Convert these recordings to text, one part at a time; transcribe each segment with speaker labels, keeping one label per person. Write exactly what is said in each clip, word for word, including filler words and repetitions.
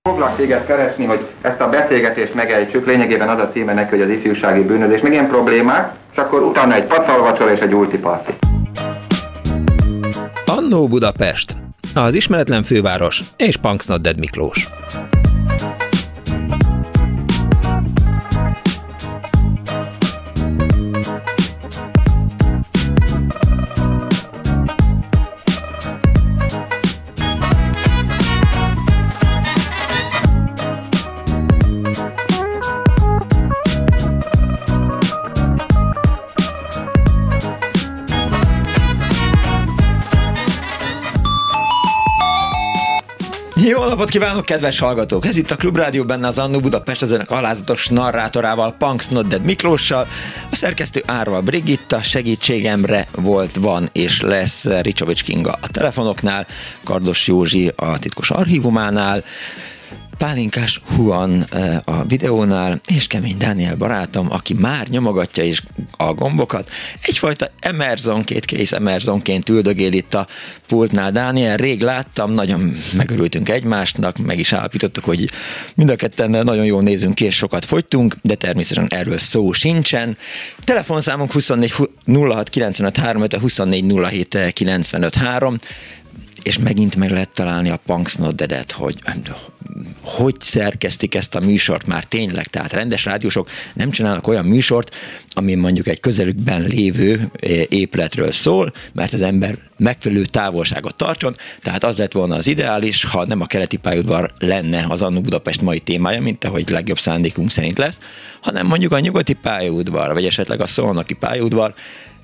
Speaker 1: Foglak téged keresni, hogy ezt a beszélgetést megejtsük, lényegében az a címe neki, hogy az ifjúsági bűnözés, meg ilyen problémák, és akkor utána egy pacalvacsora és egy ultiparti.
Speaker 2: Annó Budapest, az ismeretlen főváros és Punks Not Dead Miklós. Jó napot kívánok, kedves hallgatók! Ez itt a Klubrádió, benne az Annó Budapest, az önök alázatos narrátorával, Punks Not Dead Miklóssal, a szerkesztő Árva Brigitta, segítségemre volt, van és lesz Ricsovics Kinga a telefonoknál, Kardos Józsi a titkos archívumánál, Pálinkás Huan a videónál, és Kemény Dániel barátom, aki már nyomogatja is a gombokat. Egyfajta Emerson, két case Emersonként üldögél itt a pultnál. Dániel, rég láttam, nagyon megörültünk egymásnak, meg is állapítottuk, hogy mind a ketten nagyon jól nézünk ki, és sokat fogytunk, de természetesen erről szó sincsen. Telefonszámunk huszonnégy nulla hat kilencvenöt három, huszonnégy nulla hét kilencvenöt három, és megint meg lehet találni a Punks Not Dead-et, hogy hogy szerkesztik ezt a műsort már tényleg, tehát rendes rádiósok nem csinálnak olyan műsort, ami mondjuk egy közelükben lévő épületről szól, mert az ember megfelelő távolságot tartson, tehát az lett volna az ideális, ha nem a keleti pályaudvar lenne az Annó Budapest mai témája, mint ahogy legjobb szándékunk szerint lesz, hanem mondjuk a nyugati pályaudvar, vagy esetleg a szolnoki pályaudvar,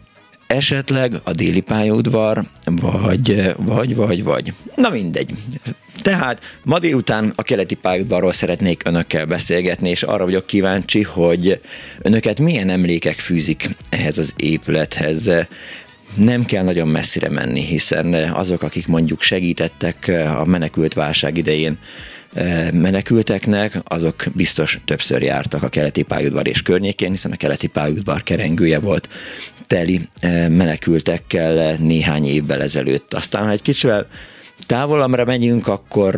Speaker 2: esetleg a déli pályaudvar, vagy, vagy, vagy, vagy. Na mindegy. Tehát ma délután a keleti pályaudvarról szeretnék önökkel beszélgetni, és arra vagyok kíváncsi, hogy önöket milyen emlékek fűzik ehhez az épülethez. Nem kell nagyon messzire menni, hiszen azok, akik mondjuk segítettek a menekült válság idején menekülteknek, azok biztos többször jártak a keleti pályaudvar és környékén, hiszen a keleti pályaudvar kerengője volt teli menekültekkel néhány évvel ezelőtt. Aztán, ha egy kicsivel távolabbra megyünk, akkor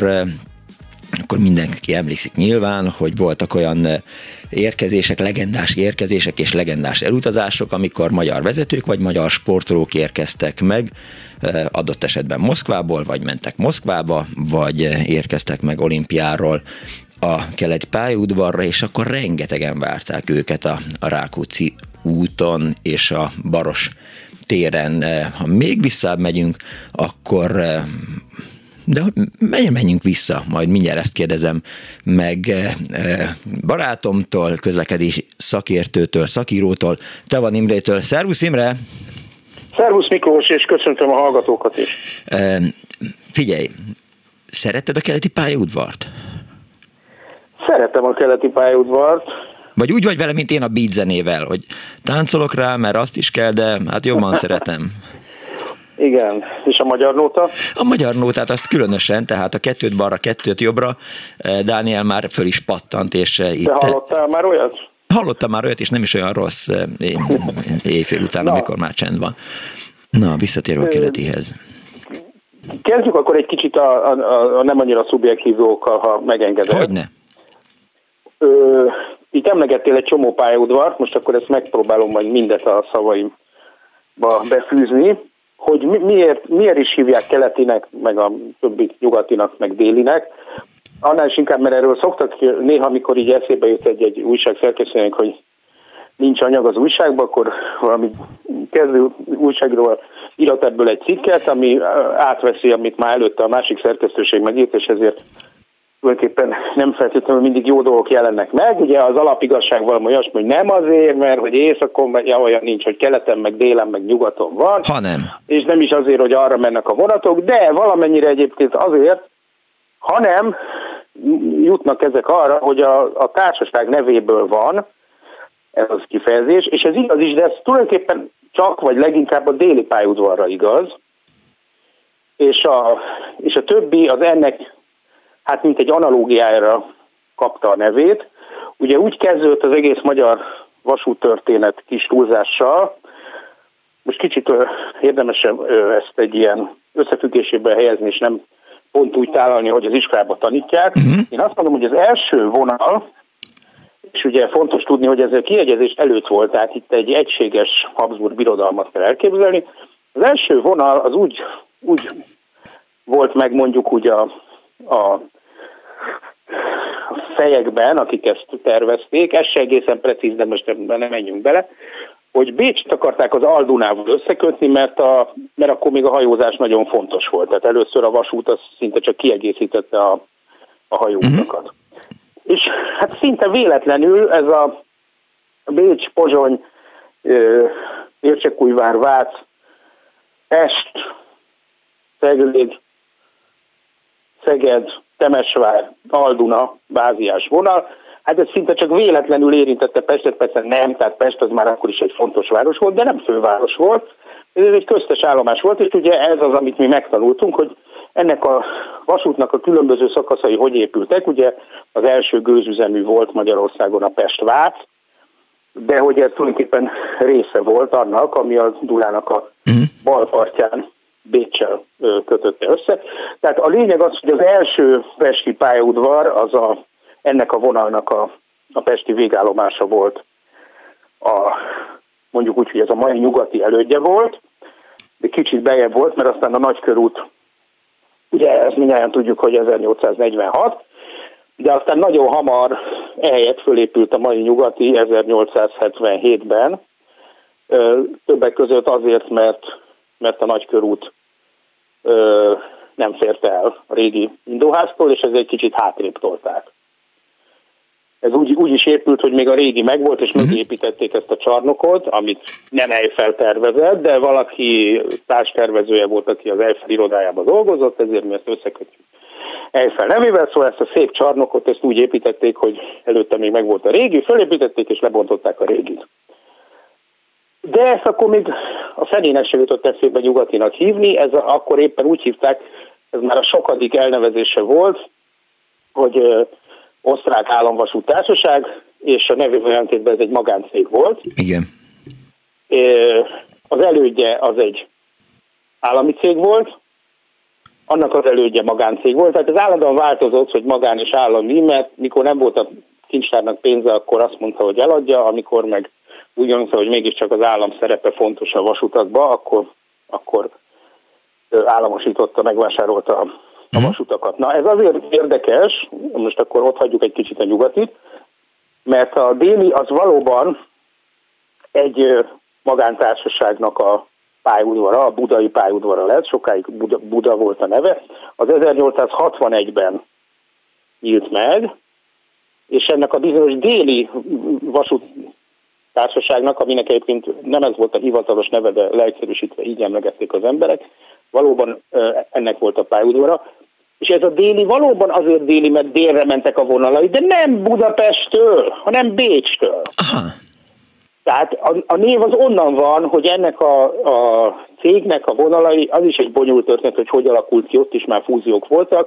Speaker 2: akkor mindenki emlékszik nyilván, hogy voltak olyan érkezések, legendás érkezések és legendás elutazások, amikor magyar vezetők vagy magyar sportolók érkeztek meg, adott esetben Moszkvából, vagy mentek Moszkvába, vagy érkeztek meg olimpiáról a keleti pályaudvarra, és akkor rengetegen várták őket a, a Rákóczi úton és a Baros téren. Ha még visszább megyünk, akkor de menjünk vissza, majd mindjárt ezt kérdezem meg barátomtól, közlekedési szakértőtől, szakírótól, Tevan Imrétől. Szervusz Imre!
Speaker 3: Szervusz Miklós, és köszöntöm a hallgatókat is.
Speaker 2: Figyelj, szeretted a keleti pályaudvart?
Speaker 3: Szeretem a keleti pályaudvart.
Speaker 2: Vagy úgy vagy vele, mint én a beat zenével, hogy táncolok rá, mert azt is kell, de hát jobban szeretem.
Speaker 3: Igen, és a magyar nóta?
Speaker 2: A magyar nótát azt különösen, tehát a kettőt balra, kettőt jobbra, Dániel már föl is pattant, és itt...
Speaker 3: Te hallottál már olyat?
Speaker 2: Hallottam már olyat, és nem is olyan rossz éjfél után, amikor már csend van. Na, visszatérve a keletihez.
Speaker 3: Kezdjük akkor egy kicsit a, a, a nem annyira szubjektív dolgokkal, ha megengeded.
Speaker 2: Hogyne?
Speaker 3: Ö, itt emlegettél egy csomó pályaudvart, most akkor ezt megpróbálom majd mindet a szavaimba befűzni, hogy mi, miért, miért is hívják keletinek, meg a többi nyugatinak, meg délinek. Annál is inkább, mert erről szoktak néha, amikor így eszébe jut egy-egy újság szerkesztőnek, hogy nincs anyag az újságban, akkor valami kezdő újságról írat ebből egy cikket, ami átveszi, amit már előtte a másik szerkesztőség megírt, és ezért tulajdonképpen nem feltétlenül mindig jó dolgok jelennek meg. Ugye az alapigazság valami olyasmi, hogy nem azért, mert hogy északon ja, olyan nincs, hogy keleten, meg délen, meg nyugaton van.
Speaker 2: Hanem.
Speaker 3: És nem is azért, hogy arra mennek a vonatok, de valamennyire egyébként azért, hanem jutnak ezek arra, hogy a, a társaság nevéből van ez az kifejezés, és ez igaz is, de ez tulajdonképpen csak, vagy leginkább a déli pályaudvarra igaz, és a, és a többi az ennek hát mint egy analógiára kapta a nevét. Ugye úgy kezdődött az egész magyar vasúttörténet kis túlzással. Most kicsit érdemes ezt egy ilyen összefüggésében helyezni, és nem pont úgy tálalni, hogy az iskolában tanítják. Uh-huh. Én azt mondom, hogy az első vonal, és ugye fontos tudni, hogy ez a kiegyezés előtt volt, tehát itt egy egységes Habsburg birodalmat kell elképzelni. Az első vonal az úgy, úgy volt meg mondjuk úgy a, a fejekben, akik ezt tervezték, ez se egészen precíz, de most nem menjünk bele, hogy Bécset akarták az Al-Dunával összekötni, mert, a, mert akkor még a hajózás nagyon fontos volt. Tehát először a vasút az szinte csak kiegészítette a, a hajóutakat. Uh-huh. És hát szinte véletlenül ez a Bécs, Pozsony, Érsekújvár, Vác, Pest, Cegléd, Szeged, Temesvár, Al-Duna báziás vonal. Hát ez szinte csak véletlenül érintette Pestet, persze nem, tehát Pest az már akkor is egy fontos város volt, de nem főváros volt. Ez egy köztes állomás volt, és ugye ez az, amit mi megtanultunk, hogy ennek a vasútnak a különböző szakaszai hogy épültek. Ugye az első gőzüzemű volt Magyarországon a Pest-Vác, de hogy ez tulajdonképpen része volt annak, ami a Dunának a bal partján Béccsel kötötte össze. Tehát a lényeg az, hogy az első pesti pályaudvar az a, ennek a vonalnak a, a pesti végállomása volt. A, mondjuk úgy, hogy ez a mai nyugati elődje volt, de kicsit bejebb volt, mert aztán a Nagykörút, ugye ezt mindjárt tudjuk, hogy ezernyolcszáznegyvenhat, de aztán nagyon hamar ehelyett fölépült a mai nyugati ezernyolcszázhetvenhétben, többek között azért, mert, mert a Nagykörút nem fért el a régi indóháztól, és ez egy kicsit hátrébb tolták. Ez úgy, úgy is épült, hogy még a régi megvolt, és megépítették ezt a csarnokot, amit nem Eiffel tervezett, de valaki társtervezője volt, aki az Eiffel irodájában dolgozott, ezért mi ezt összekötjük Eiffel nevével, szóval ezt a szép csarnokot ezt úgy építették, hogy előtte még megvolt a régi, fölépítették és lebontották a régit. De ezt akkor még a fenének se jutott eszébe nyugatinak hívni, ez a, akkor éppen úgy hívták, ez már a sokadik elnevezése volt, hogy ö, Osztrák Államvasút Társaság, és a nevével ellentétben ez egy magáncég volt.
Speaker 2: Igen.
Speaker 3: Ö, az elődje az egy állami cég volt, annak az elődje magáncég volt, tehát ez állandóan változott, hogy magán és állami, mert mikor nem volt a kincstárnak pénze, akkor azt mondta, hogy eladja, amikor meg úgy gondolta, hogy mégiscsak az állam szerepe fontos a vasutakba, akkor, akkor államosította, megvásárolta a vasutakat. Na ez azért érdekes, most akkor ott hagyjuk egy kicsit a nyugatit, mert a déli az valóban egy magántársaságnak a pályaudvara, a budai pályaudvara lett, sokáig Buda, Buda volt a neve, az ezernyolcszázhatvanegyben nyílt meg, és ennek a bizonyos déli vasúttársaságnak, aminek egyébként nem ez volt a hivatalos neve, de leegyszerűsítve így emlegették az emberek, valóban ennek volt a pályaudvara, és ez a déli valóban azért déli, mert délre mentek a vonalai, de nem Budapesttől, hanem Bécstől. Aha. Tehát a, a név az onnan van, hogy ennek a, a cégnek a vonalai, az is egy bonyolult történet, hogy hogy alakult ki, ott is már fúziók voltak.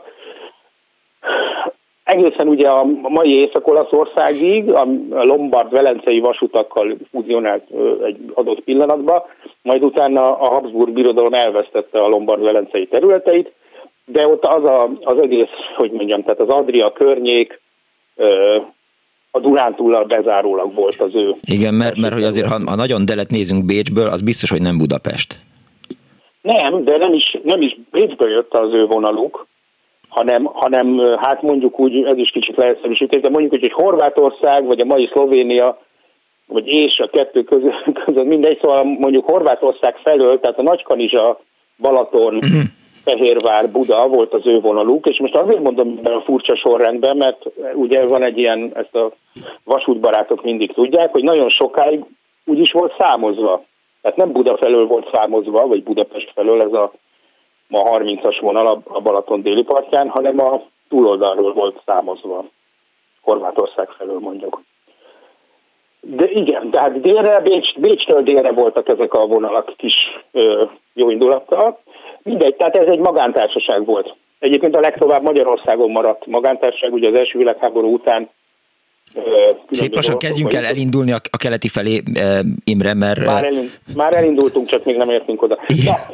Speaker 3: Egészen ugye a mai Észak-Olaszországig a lombard-velencei vasutakkal fúzionált egy adott pillanatban, majd utána a Habsburg birodalom elvesztette a lombard-velencei területeit, de ott az a, az egész, hogy mondjam, tehát az Adria környék, a Dunántúllal bezárólag volt az ő.
Speaker 2: Igen, mert, mert hogy azért, ha, ha nagyon delet nézünk Bécsből, az biztos, hogy nem Budapest.
Speaker 3: Nem, de nem is, nem is Bécsből jött az ő vonaluk, hanem, hanem hát mondjuk úgy, ez is kicsit leegyszerűsítés, de mondjuk úgy, hogy Horvátország, vagy a mai Szlovénia, vagy és a kettő között, között mindegy, szóval mondjuk Horvátország felől, tehát a Nagykanizsa, Balaton, uh-huh. Fehérvár, Buda volt az ő vonaluk, és most azért mondom a furcsa sorrendben, mert ugye van egy ilyen, ezt a vasútbarátok mindig tudják, hogy nagyon sokáig úgy is volt számozva. Tehát nem Buda felől volt számozva, vagy Budapest felől ez a ma harmincas vonal a Balaton déli partján, hanem a túloldalról volt számozva. Horvátország felől mondjuk. De igen, tehát délre, Bécs, Bécstől délre voltak ezek a vonalak kis ö, jó indulattal. Mindegy, tehát ez egy magántársaság volt. Egyébként a legtovább Magyarországon maradt magántársaság, ugye az első világháború után.
Speaker 2: Szép lassan kezdjünk el elindulni a, a keleti felé, Imre, mert...
Speaker 3: Már, elind, már elindultunk, csak még nem értünk oda. Na,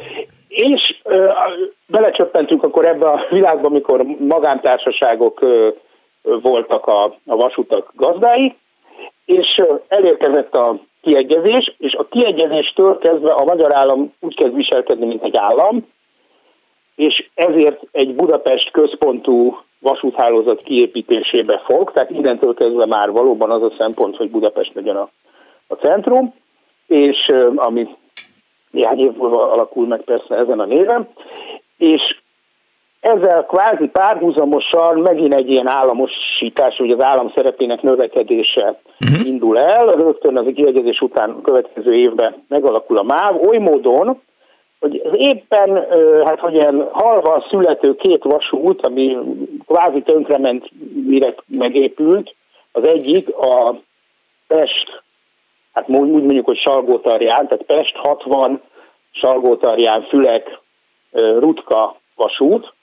Speaker 3: És ö, belecsöppentünk akkor ebbe a világba, amikor magántársaságok ö, ö, voltak a, a vasutak gazdái, és ö, elérkezett a kiegyezés, és a kiegyezéstől kezdve a magyar állam úgy kezd viselkedni, mint egy állam, és ezért egy Budapest központú vasúthálózat kiépítésébe fog, tehát innentől kezdve már valóban az a szempont, hogy Budapest legyen a, a centrum, és ö, ami néhány év múlva alakul meg persze ezen a néven, és ezzel kvázi párhuzamosan megint egy ilyen államosítás, hogy az állam szerepének növekedése uh-huh. indul el, rögtön az kiegyezés után következő évben megalakul a MÁV, oly módon, hogy ez éppen, hát hogy ilyen halva születő két vasút, ami kvázi tönkrement, mire megépült, az egyik a Pest, hát úgy mondjuk, hogy Salgótarján, tehát Pest hatvan, Salgótarján, Fülek, Rutka vasút,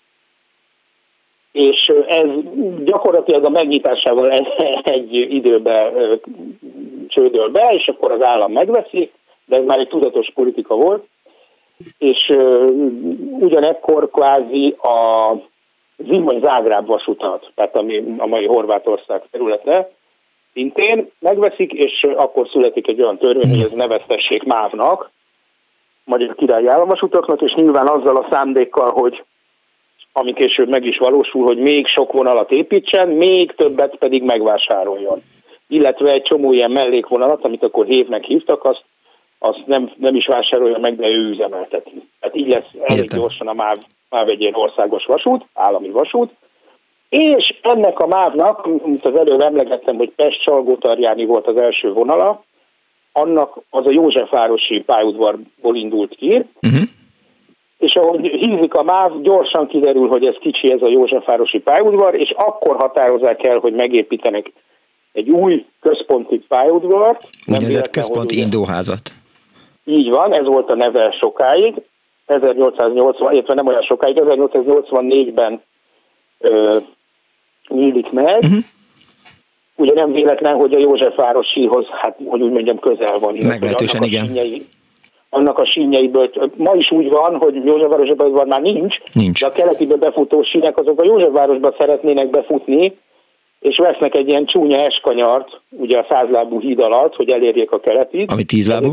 Speaker 3: és ez gyakorlatilag a megnyitásával egy időben csődöl be, és akkor az állam megveszi, de ez már egy tudatos politika volt, és ugyanekkor kvázi a Zimony-Zágráb vasutat, tehát ami a mai Horvátország területe, szintén megveszik, és akkor születik egy olyan törvény, hogy ez neveztessék MÁV-nak, Magyar Királyi Államvasutaknak, és nyilván azzal a szándékkal, hogy ami később meg is valósul, hogy még sok vonalat építsen, még többet pedig megvásároljon. Illetve egy csomó ilyen mellékvonalat, amit akkor hévnek hívtak, azt, azt nem, nem is vásárolja meg, de ő üzemelteti. Tehát így lesz elég
Speaker 2: Értem.
Speaker 3: gyorsan a MÁV, MÁV egy ilyen országos vasút, állami vasút, és ennek a MÁV-nak, mint az előbb emlegettem, hogy Pest-Salgótarjáni volt az első vonala, annak az a Józsefvárosi pályaudvarból indult ki, uh-huh. és ahogy hízik a MÁV, gyorsan kiderül, hogy ez kicsi, ez a Józsefvárosi pályaudvar, és akkor határozzák el, hogy megépítenek egy új központi pályaudvart.
Speaker 2: Úgynevezett központi ugye, indóházat.
Speaker 3: Így van, ez volt a neve sokáig, ezernyolcszáznyolcvan, illetve nem olyan sokáig, ezernyolcszáznyolcvannégyben ö, nyílik meg. Uh-huh. Ugye nem véletlen, hogy a Józsefvárosihoz, hát hogy úgy mondjam, közel van.
Speaker 2: Meglehetősen igen.
Speaker 3: Sínjei, annak a sínjeiből, ma is úgy van, hogy Józsefvárosban már nincs, nincs, de a keletibe befutó sínek azok a Józsefvárosba szeretnének befutni, és vesznek egy ilyen csúnya eskanyart, ugye a százlábú híd alatt, hogy elérjék a keletit.
Speaker 2: Ami tízlábú?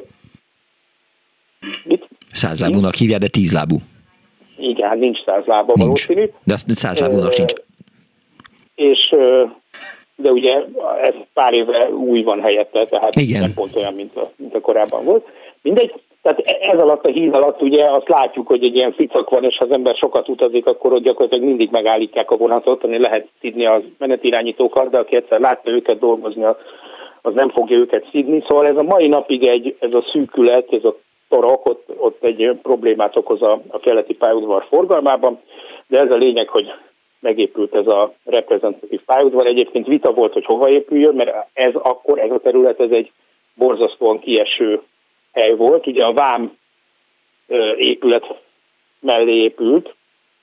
Speaker 3: Mit?
Speaker 2: Százlábúnak hívják, de tízlábú.
Speaker 3: Igen, nincs százlába valószínű.
Speaker 2: De azt százlábúnak uh, sincs.
Speaker 3: És de ugye ez pár éve új van helyette, tehát
Speaker 2: igen.
Speaker 3: nem pont olyan, mint a, mint a korábban volt. Mindegy, tehát ez alatt a híd alatt ugye azt látjuk, hogy egy ilyen ficak van, és ha az ember sokat utazik, akkor ott gyakorlatilag mindig megállítják a vonatot, ami lehet szidni az menetirányítókat, de aki egyszer látta őket dolgozni, az nem fogja őket szidni. Szóval ez a mai napig egy, ez a szűkület, ez a torok, ott, ott egy problémát okoz a, a keleti pályaudvar forgalmában, de ez a lényeg, hogy megépült ez a reprezentatív pályaudvar. Egyébként vita volt, hogy hova épüljön, mert ez akkor, ez a terület, ez egy borzasztóan kieső hely volt. Ugye a vám épület mellé épült,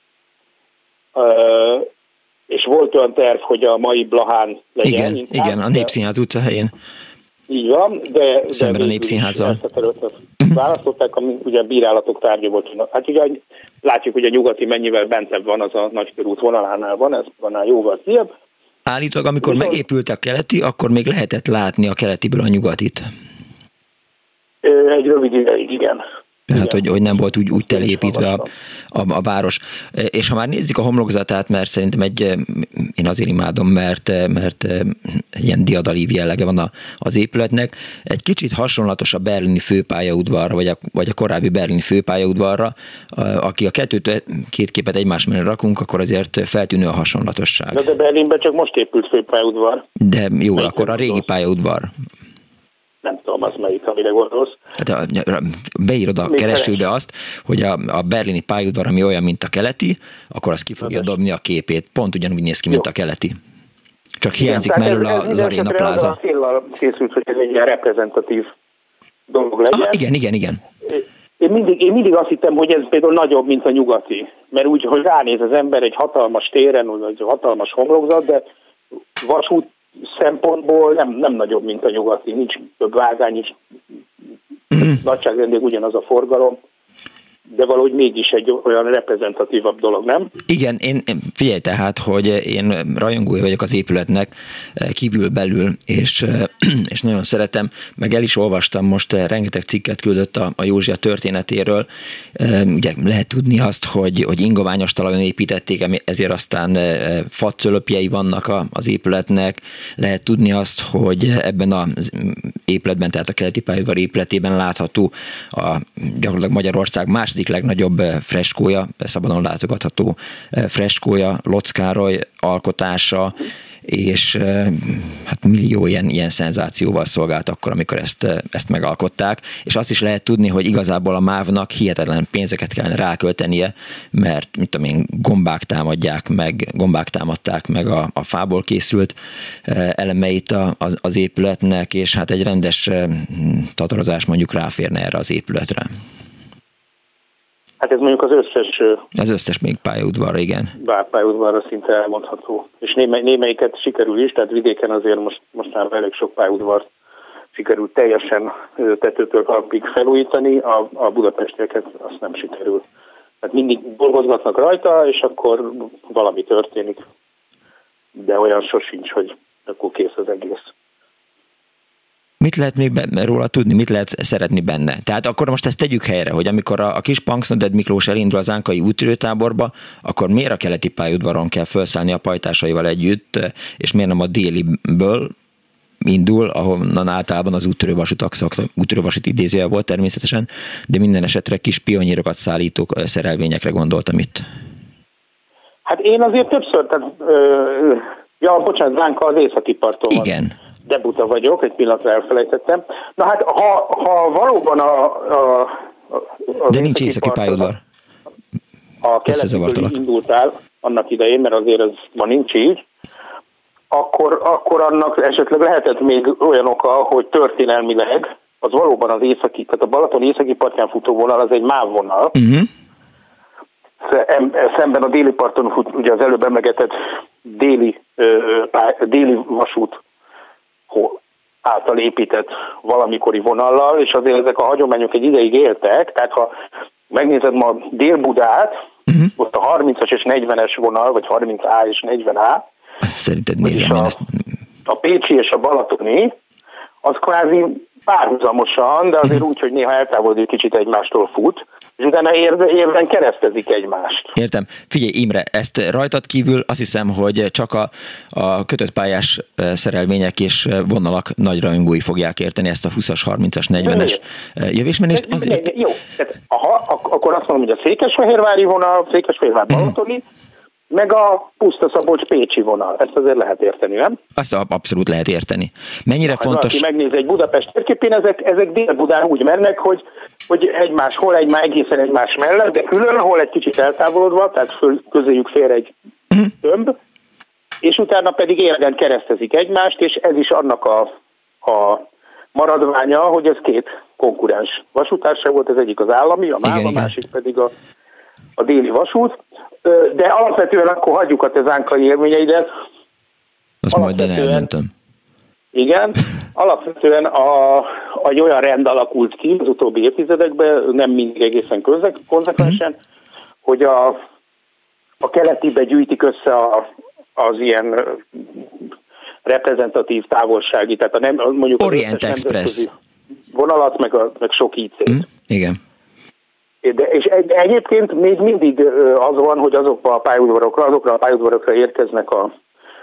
Speaker 3: és volt olyan terv, hogy a mai Blahán legyen.
Speaker 2: Igen, igen, a Népszínház utca helyén.
Speaker 3: Így van, de...
Speaker 2: Szemben a Népszínházzal.
Speaker 3: Választották, ami ugye a bírálatok tárgya volt. Hát ugye látjuk, hogy a nyugati mennyivel bentebb van, az a nagykörút vonalánál van, ez annál jóval szíjebb.
Speaker 2: Állítólag, amikor Viszont... megépült a keleti, akkor még lehetett látni a keletiből a nyugatit.
Speaker 3: Egy rövid ideig, igen.
Speaker 2: Tehát, hogy, hogy nem volt úgy, úgy telépítve a, a, a város. És ha már nézzük a homlokzatát, mert szerintem egy, én azért imádom, mert, mert ilyen diadalív jellege van a, az épületnek, egy kicsit hasonlatos a berlini főpályaudvarra, vagy a, vagy a korábbi berlini főpályaudvarra, aki a kettőt, két képet egymás mellé rakunk, akkor azért feltűnő a hasonlatosság.
Speaker 3: De, de Berlinben csak most épült főpályaudvar.
Speaker 2: De jó, melyik akkor a régi pályaudvar.
Speaker 3: Nem tudom, az melyik, amire gondolsz.
Speaker 2: Hát beírod a Még keresőbe keres. azt, hogy a, a berlini pályaudvar, ami olyan, mint a keleti, akkor az ki fogja Ödes. dobni a képét. Pont ugyanúgy néz ki, mint Jó. a keleti. Csak hiányzik mellől az Arena Plaza.
Speaker 3: A céllal készült, hogy ez egy ilyen reprezentatív dolog legyen.
Speaker 2: Ah, igen, igen, igen.
Speaker 3: Én mindig, én mindig azt hittem, hogy ez például nagyobb, mint a nyugati. Mert úgy, hogy ránéz az ember egy hatalmas téren, vagy egy hatalmas homlokzat, de vasút szempontból nem, nem nagyobb, mint a nyugati. Nincs több vágány is. Mm. Nagyságrendileg ugyanaz a forgalom. de valahogy mégis egy olyan reprezentatívabb dolog, nem?
Speaker 2: Igen, én, figyelj tehát, hogy én rajongója vagyok az épületnek kívül belül, és, és nagyon szeretem, meg el is olvastam most, rengeteg cikket küldött a, a Józsi a történetéről. Ugye lehet tudni azt, hogy, hogy ingoványos talajon építették, ezért aztán facölöpjei vannak a, az épületnek. Lehet tudni azt, hogy ebben az épületben, tehát a keleti pályaudvar épületében látható a gyakorlatilag Magyarország második legnagyobb freskója, szabadon látogatható freskója, Lotz Károly alkotása, és hát millió ilyen, ilyen szenzációval szolgált akkor, amikor ezt, ezt megalkották, és azt is lehet tudni, hogy igazából a mávnak hihetetlen pénzeket kellene ráköltenie, mert mit tudom én, gombák támadják meg, gombák támadták meg a, a fából készült elemeit az, az épületnek, és hát egy rendes tatarozás mondjuk ráférne erre az épületre.
Speaker 3: Hát ez mondjuk az összes...
Speaker 2: Az összes még pályaudvarra, igen.
Speaker 3: Bár pályaudvarra szinte elmondható. És némely, némelyiket sikerül is, tehát vidéken azért most, most már elég sok pályaudvart sikerült teljesen tetőtől talpig felújítani, a, a budapestieket azt nem sikerül. Tehát mindig dolgozgatnak rajta, és akkor valami történik. De olyan sosincs, hogy akkor kész az egész.
Speaker 2: Mit lehet még benne, róla tudni, mit lehet szeretni benne? Tehát akkor most ezt tegyük helyre, hogy amikor a, a kis Punks Nodded Miklós elindul az ánkai úttörőtáborba, akkor miért a keleti pályaudvaron kell felszállni a pajtásaival együtt, és miért nem a déliből indul, ahonnan általában az úttörővasútak szoktak, úttörővasút idézője volt természetesen, de minden esetre kis pionnyírokat szállító szerelvényekre gondoltam itt. Hát
Speaker 3: én azért többször, tehát, ö, ja, bocsánat, Zánka az északi parton van.
Speaker 2: Igen.
Speaker 3: Debuta vagyok, egy pillanatra elfelejtettem. Na hát, ha, ha valóban a... a, a
Speaker 2: de nincs északi pályaudvar.
Speaker 3: A keletiből indultál annak idején, mert azért ez ma nincs így, akkor, akkor annak esetleg lehetett még olyan oka, hogy történelmileg az valóban az északi, tehát a Balaton északi partján futó vonal az egy mávvonal. Uh-huh. Szemben a déli parton fut, ugye az előbb emlegetett déli, déli vasút által épített valamikori vonallal, és azért ezek a hagyományok egy ideig éltek, tehát ha megnézed ma Dél-Budát, uh-huh. ott a harmincas és negyvenes vonal, vagy harminc á és negyven á,
Speaker 2: szerinted nézem
Speaker 3: a,
Speaker 2: ezt.
Speaker 3: a pécsi és a balatoni, az kvázi párhuzamosan, de azért úgy, hogy néha eltávolodik kicsit egymástól fut, és utána érben keresztezik egymást.
Speaker 2: Értem. Figyelj Imre, ezt rajtad kívül azt hiszem, hogy csak a, a kötött pályás szerelvények és vonalak nagy rajongói fogják érteni ezt a húszas, harmincas, negyvenes jövésmenést. Azért...
Speaker 3: Jó, tehát aha, akkor azt mondom, hogy a székesfehérvári vonal, Székesfehérvár-Balatoni, uh-huh. meg a Puszta-Szabolcs-Pécsi vonal. Ezt azért lehet érteni, nem?
Speaker 2: Azt abszolút lehet érteni. Mennyire
Speaker 3: ha
Speaker 2: fontos...
Speaker 3: valaki megnéz egy Budapest térképén, ezek, ezek Dél-Budán úgy mennek, hogy, hogy egymás, hol egymás, egészen egymás mellett, de külön, hol egy kicsit eltávolodva, tehát föl, közéjük fér egy uh-huh. tömb, és utána pedig érden keresztezik egymást, és ez is annak a, a maradványa, hogy ez két konkurens vasútársa volt, az egyik az állami, a MÁV, a másik pedig a, a déli vasút. De alapvetően akkor hagyjuk a te zánkai élményeidet.
Speaker 2: Azt majd én elmentem.
Speaker 3: Igen, alapvetően a, a, egy olyan rend alakult ki az utóbbi évtizedekben, nem mindig egészen konzekvensen, uh-huh. hogy a, a keletibe gyűjtik össze a, az ilyen reprezentatív távolsági, tehát a nem, mondjuk
Speaker 2: Orient Express
Speaker 3: vonalat, meg, a, meg sok í cét.
Speaker 2: Uh-huh. Igen.
Speaker 3: De, és egy, egyébként még mindig az van, hogy azokra a pályaudvarokra, azokra a pályaudvarokra érkeznek a,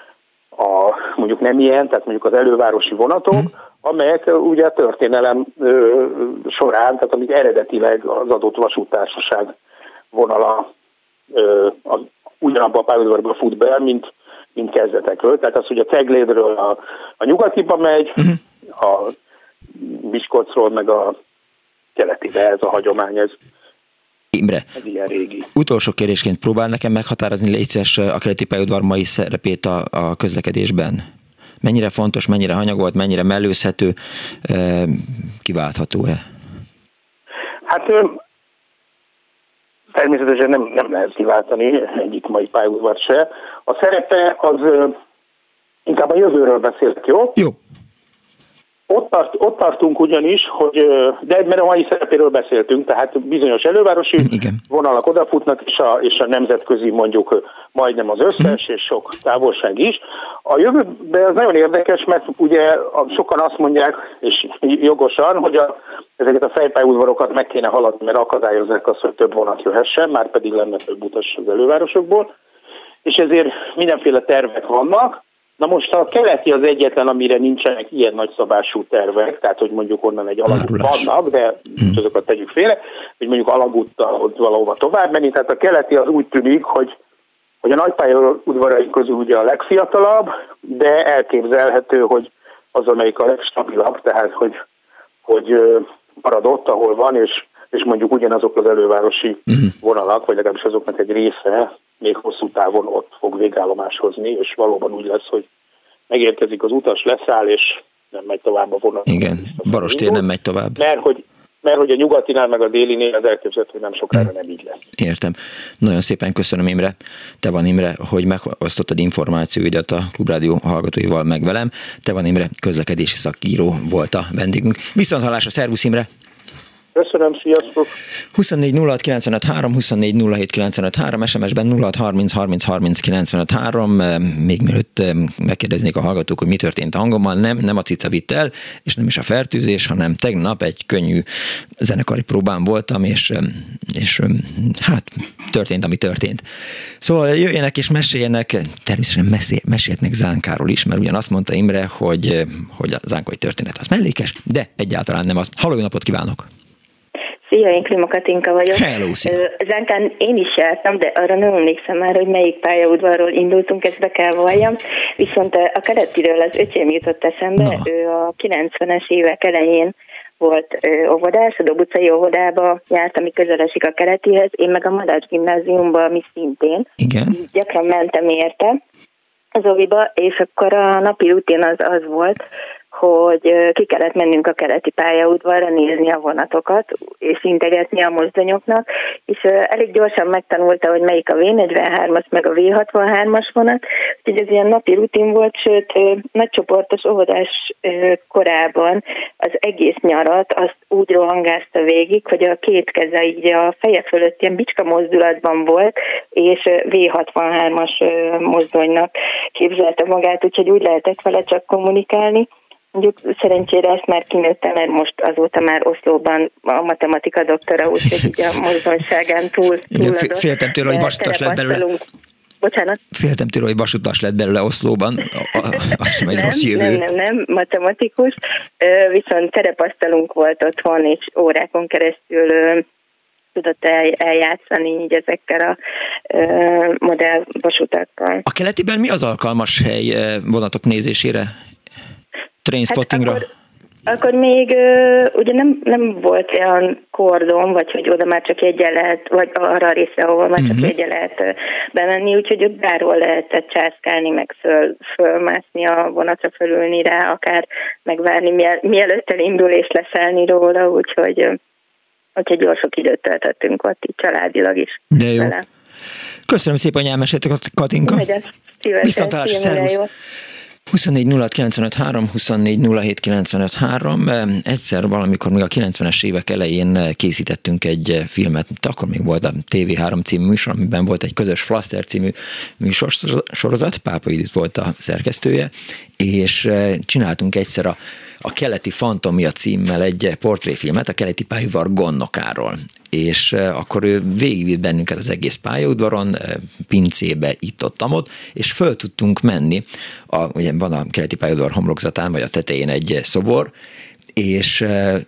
Speaker 3: a mondjuk nem ilyen, tehát mondjuk az elővárosi vonatok, mm. amelyek ugye a történelem ö, során, tehát amik eredetileg az adott vasúttársaság vonala ö, az, ugyanabban a pályaudvarban fut be, mint, mint kezdetekről. Tehát az, hogy a Ceglédről a, a nyugatiba megy, mm. a Miskolcról meg a keletibe, ez a hagyomány, ez
Speaker 2: Imre,
Speaker 3: ez ilyen régi.
Speaker 2: Utolsó kérdésként próbál nekem meghatározni, légy szíves, a keleti pályaudvar mai szerepét a, a közlekedésben. Mennyire fontos, mennyire hanyagolt, mennyire mellőzhető, kiváltható-e?
Speaker 3: Hát természetesen nem, nem lehet kiváltani egyik mai pályaudvar se. A szerepe az inkább a jövőről beszélek, jó?
Speaker 2: Jó.
Speaker 3: Ott, tart, ott tartunk ugyanis, hogy, de mert a mai szerepéről beszéltünk, tehát bizonyos elővárosi Igen. vonalak odafutnak, és a, és a nemzetközi mondjuk majdnem az összes, mm. és sok távolság is. A jövőben ez nagyon érdekes, mert ugye sokan azt mondják, és jogosan, hogy a, ezeket a fejpályaudvarokat meg kéne haladni, mert akadályozzák azt, hogy több vonat jöhessen, már pedig lenne több utas az elővárosokból, és ezért mindenféle tervek vannak. Na most a keleti az egyetlen, amire nincsenek ilyen nagyszabású tervek, tehát hogy mondjuk onnan egy alagút vannak, de hmm. azokat tegyük félre, hogy mondjuk alagúttal ott valahova tovább menni. Tehát a keleti az úgy tűnik, hogy, hogy a nagypályaudvaraink közül ugye a legfiatalabb, de elképzelhető, hogy az, amelyik a legstabilabb, tehát hogy, hogy marad ott, ahol van, és, és mondjuk ugyanazok az elővárosi hmm. vonalak, vagy legalábbis azoknak egy része még hosszú távon ott fog végállomás hozni, és valóban úgy lesz, hogy megérkezik az utas, leszáll, és nem megy tovább a vonat.
Speaker 2: Igen, Barostér nem megy tovább.
Speaker 3: Mert hogy, mert hogy a nyugatinál, meg a délinél az elképzelhető, hogy nem sokára nem így lesz.
Speaker 2: Értem. Nagyon szépen köszönöm, Imre. Te van, Imre, hogy megosztottad információidat a Klubrádió hallgatóival meg velem. Te van, Imre, közlekedési szakíró volt a vendégünk. Viszonthallásra, szervusz, Imre!
Speaker 3: Köszönöm, sziasztok!
Speaker 2: huszonnégy nulla hat kilencvenöt három, huszonnégy nulla hét kilencvenöt három, es em es-ben nulla hat harminc harminc harminc kilencvenöt három. Még mielőtt megkérdeznék a hallgatók, hogy mi történt a hangommal, nem, nem a cica vitt el, és nem is a fertőzés, hanem tegnap egy könnyű zenekari próbán voltam, és, és hát történt, ami történt. Szóval jöjjenek és meséljenek, természetesen mesél, mesélhetnek Zánkáról is, mert ugyan azt mondta Imre, hogy, hogy a zánkai történet az mellékes, de egyáltalán nem az. Halló, jó napot kívánok!
Speaker 4: Szia, én Klima Katinka vagyok.
Speaker 2: Hello, szia.
Speaker 4: Zánkán én is jártam, de arra nem emlékszem már, hogy melyik pályaudvarról indultunk, ezt be kell valljam. Viszont a keletiről az öcsém jutott eszembe, Na. ő a kilencvenes évek elején volt ö, óvodás, a Dob utcai óvodába járt, ami közel esik a keletihez, én meg a Madács gimnáziumba, ami szintén.
Speaker 2: Igen.
Speaker 4: Gyakran mentem érte az óviba, és akkor a napi rutin az az volt, hogy ki kellett mennünk a keleti pályaudvarra, nézni a vonatokat, és integetni a mozdonyoknak, és elég gyorsan megtanulta, hogy melyik a vé negyvenhármas, meg a vé hatvanhármas vonat, úgyhogy ez ilyen napi rutin volt, sőt, nagycsoportos óvodás korában az egész nyarat azt úgy rohangázta végig, hogy a két keze így a feje fölött ilyen bicska mozdulatban volt, és vé hatvanhármas mozdonynak képzelte magát, úgyhogy úgy lehetett vele csak kommunikálni. Mondjuk szerencsére ezt már kinőttem, mert most azóta már Oszlóban a matematika doktora, úgyhogy így a mozdonyságán túl túladott.
Speaker 2: Féltem tőle, hogy vasutas lett belőle.
Speaker 4: Bocsánat?
Speaker 2: Féltem tőle, hogy vasutas lett belőle Oszlóban. Az sem egy
Speaker 4: nem,
Speaker 2: rossz jövő.
Speaker 4: Nem, nem, nem, matematikus. Viszont terepasztalunk volt otthon, és órákon keresztül tudott eljátszani így ezekkel a modell vasutakkal.
Speaker 2: A keletiben mi az alkalmas hely vonatok nézésére? Trainspottingra?
Speaker 4: Hát akkor, akkor még uh, ugye nem, nem volt olyan kordon, vagy hogy oda már csak jegyen lehet, vagy arra a részre, ahol már uh-huh. csak jegyen lehet uh, bemenni, úgyhogy ott bárhol lehetett császkálni, meg föl, fölmászni a vonatra, fölülni rá, akár megvárni, miel, mielőtt elindul és leszállni róla, úgyhogy, uh, úgyhogy jól sok időt töltöttünk ott így családilag is.
Speaker 2: De jó. Vele. Köszönöm szépen, hogy elmeséltek, Katinka. Viszontlátásra, szervusz! huszonnégy nulla hat kilencvenöt három, huszonnégy nulla hét kilencvenöt három. Egyszer valamikor még a kilencvenes évek elején készítettünk egy filmet, akkor még volt a té vé három című műsor, amiben volt egy közös Flaster című műsorsorozat, Pápa Judit volt a szerkesztője, és csináltunk egyszer a, a Keleti Fantomia címmel egy portréfilmet a keleti pályaudvar gondnokáról. És akkor ő végigvitt bennünket az egész pályaudvaron, pincébe, itt-ott-ott, és föl tudtunk menni. A, ugye van a keleti pályaudvar homlokzatán, vagy a tetején egy szobor, és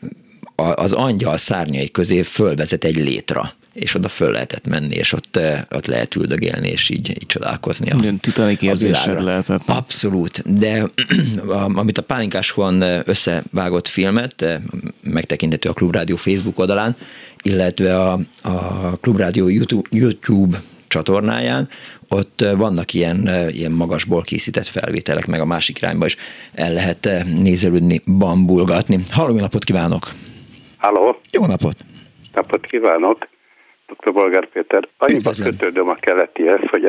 Speaker 2: az angyal szárnyai közé fölvezet egy létra, és oda föl lehetett menni, és ott, ott lehet üldögélni, és így, így csodálkozni.
Speaker 5: Minden titanic érzésed lehetett.
Speaker 2: Abszolút, de amit a Pálinkás Juan összevágott filmet, megtekinthető a Klubrádió Facebook oldalán, illetve a, a Klubrádió YouTube, YouTube csatornáján, ott vannak ilyen, ilyen magasból készített felvételek, meg a másik irányba is el lehet nézelődni, bambulgatni. Halló, jó napot kívánok!
Speaker 6: Halló!
Speaker 2: Jó napot!
Speaker 6: Napot kívánok! doktor Bolgár Péter. Annyiba kötődöm a keletihez, hogy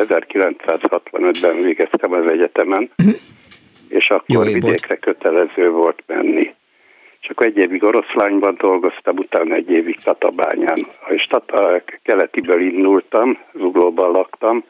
Speaker 6: ezerkilencszázhatvanötben végeztem az egyetemen, uh-huh. és akkor Jó, vidékre volt. Kötelező volt menni. akkor egy évig Oroszlányban dolgoztam, utána egy évig Tatabányán. És Tata, keletiből indultam, Zuglóban laktam,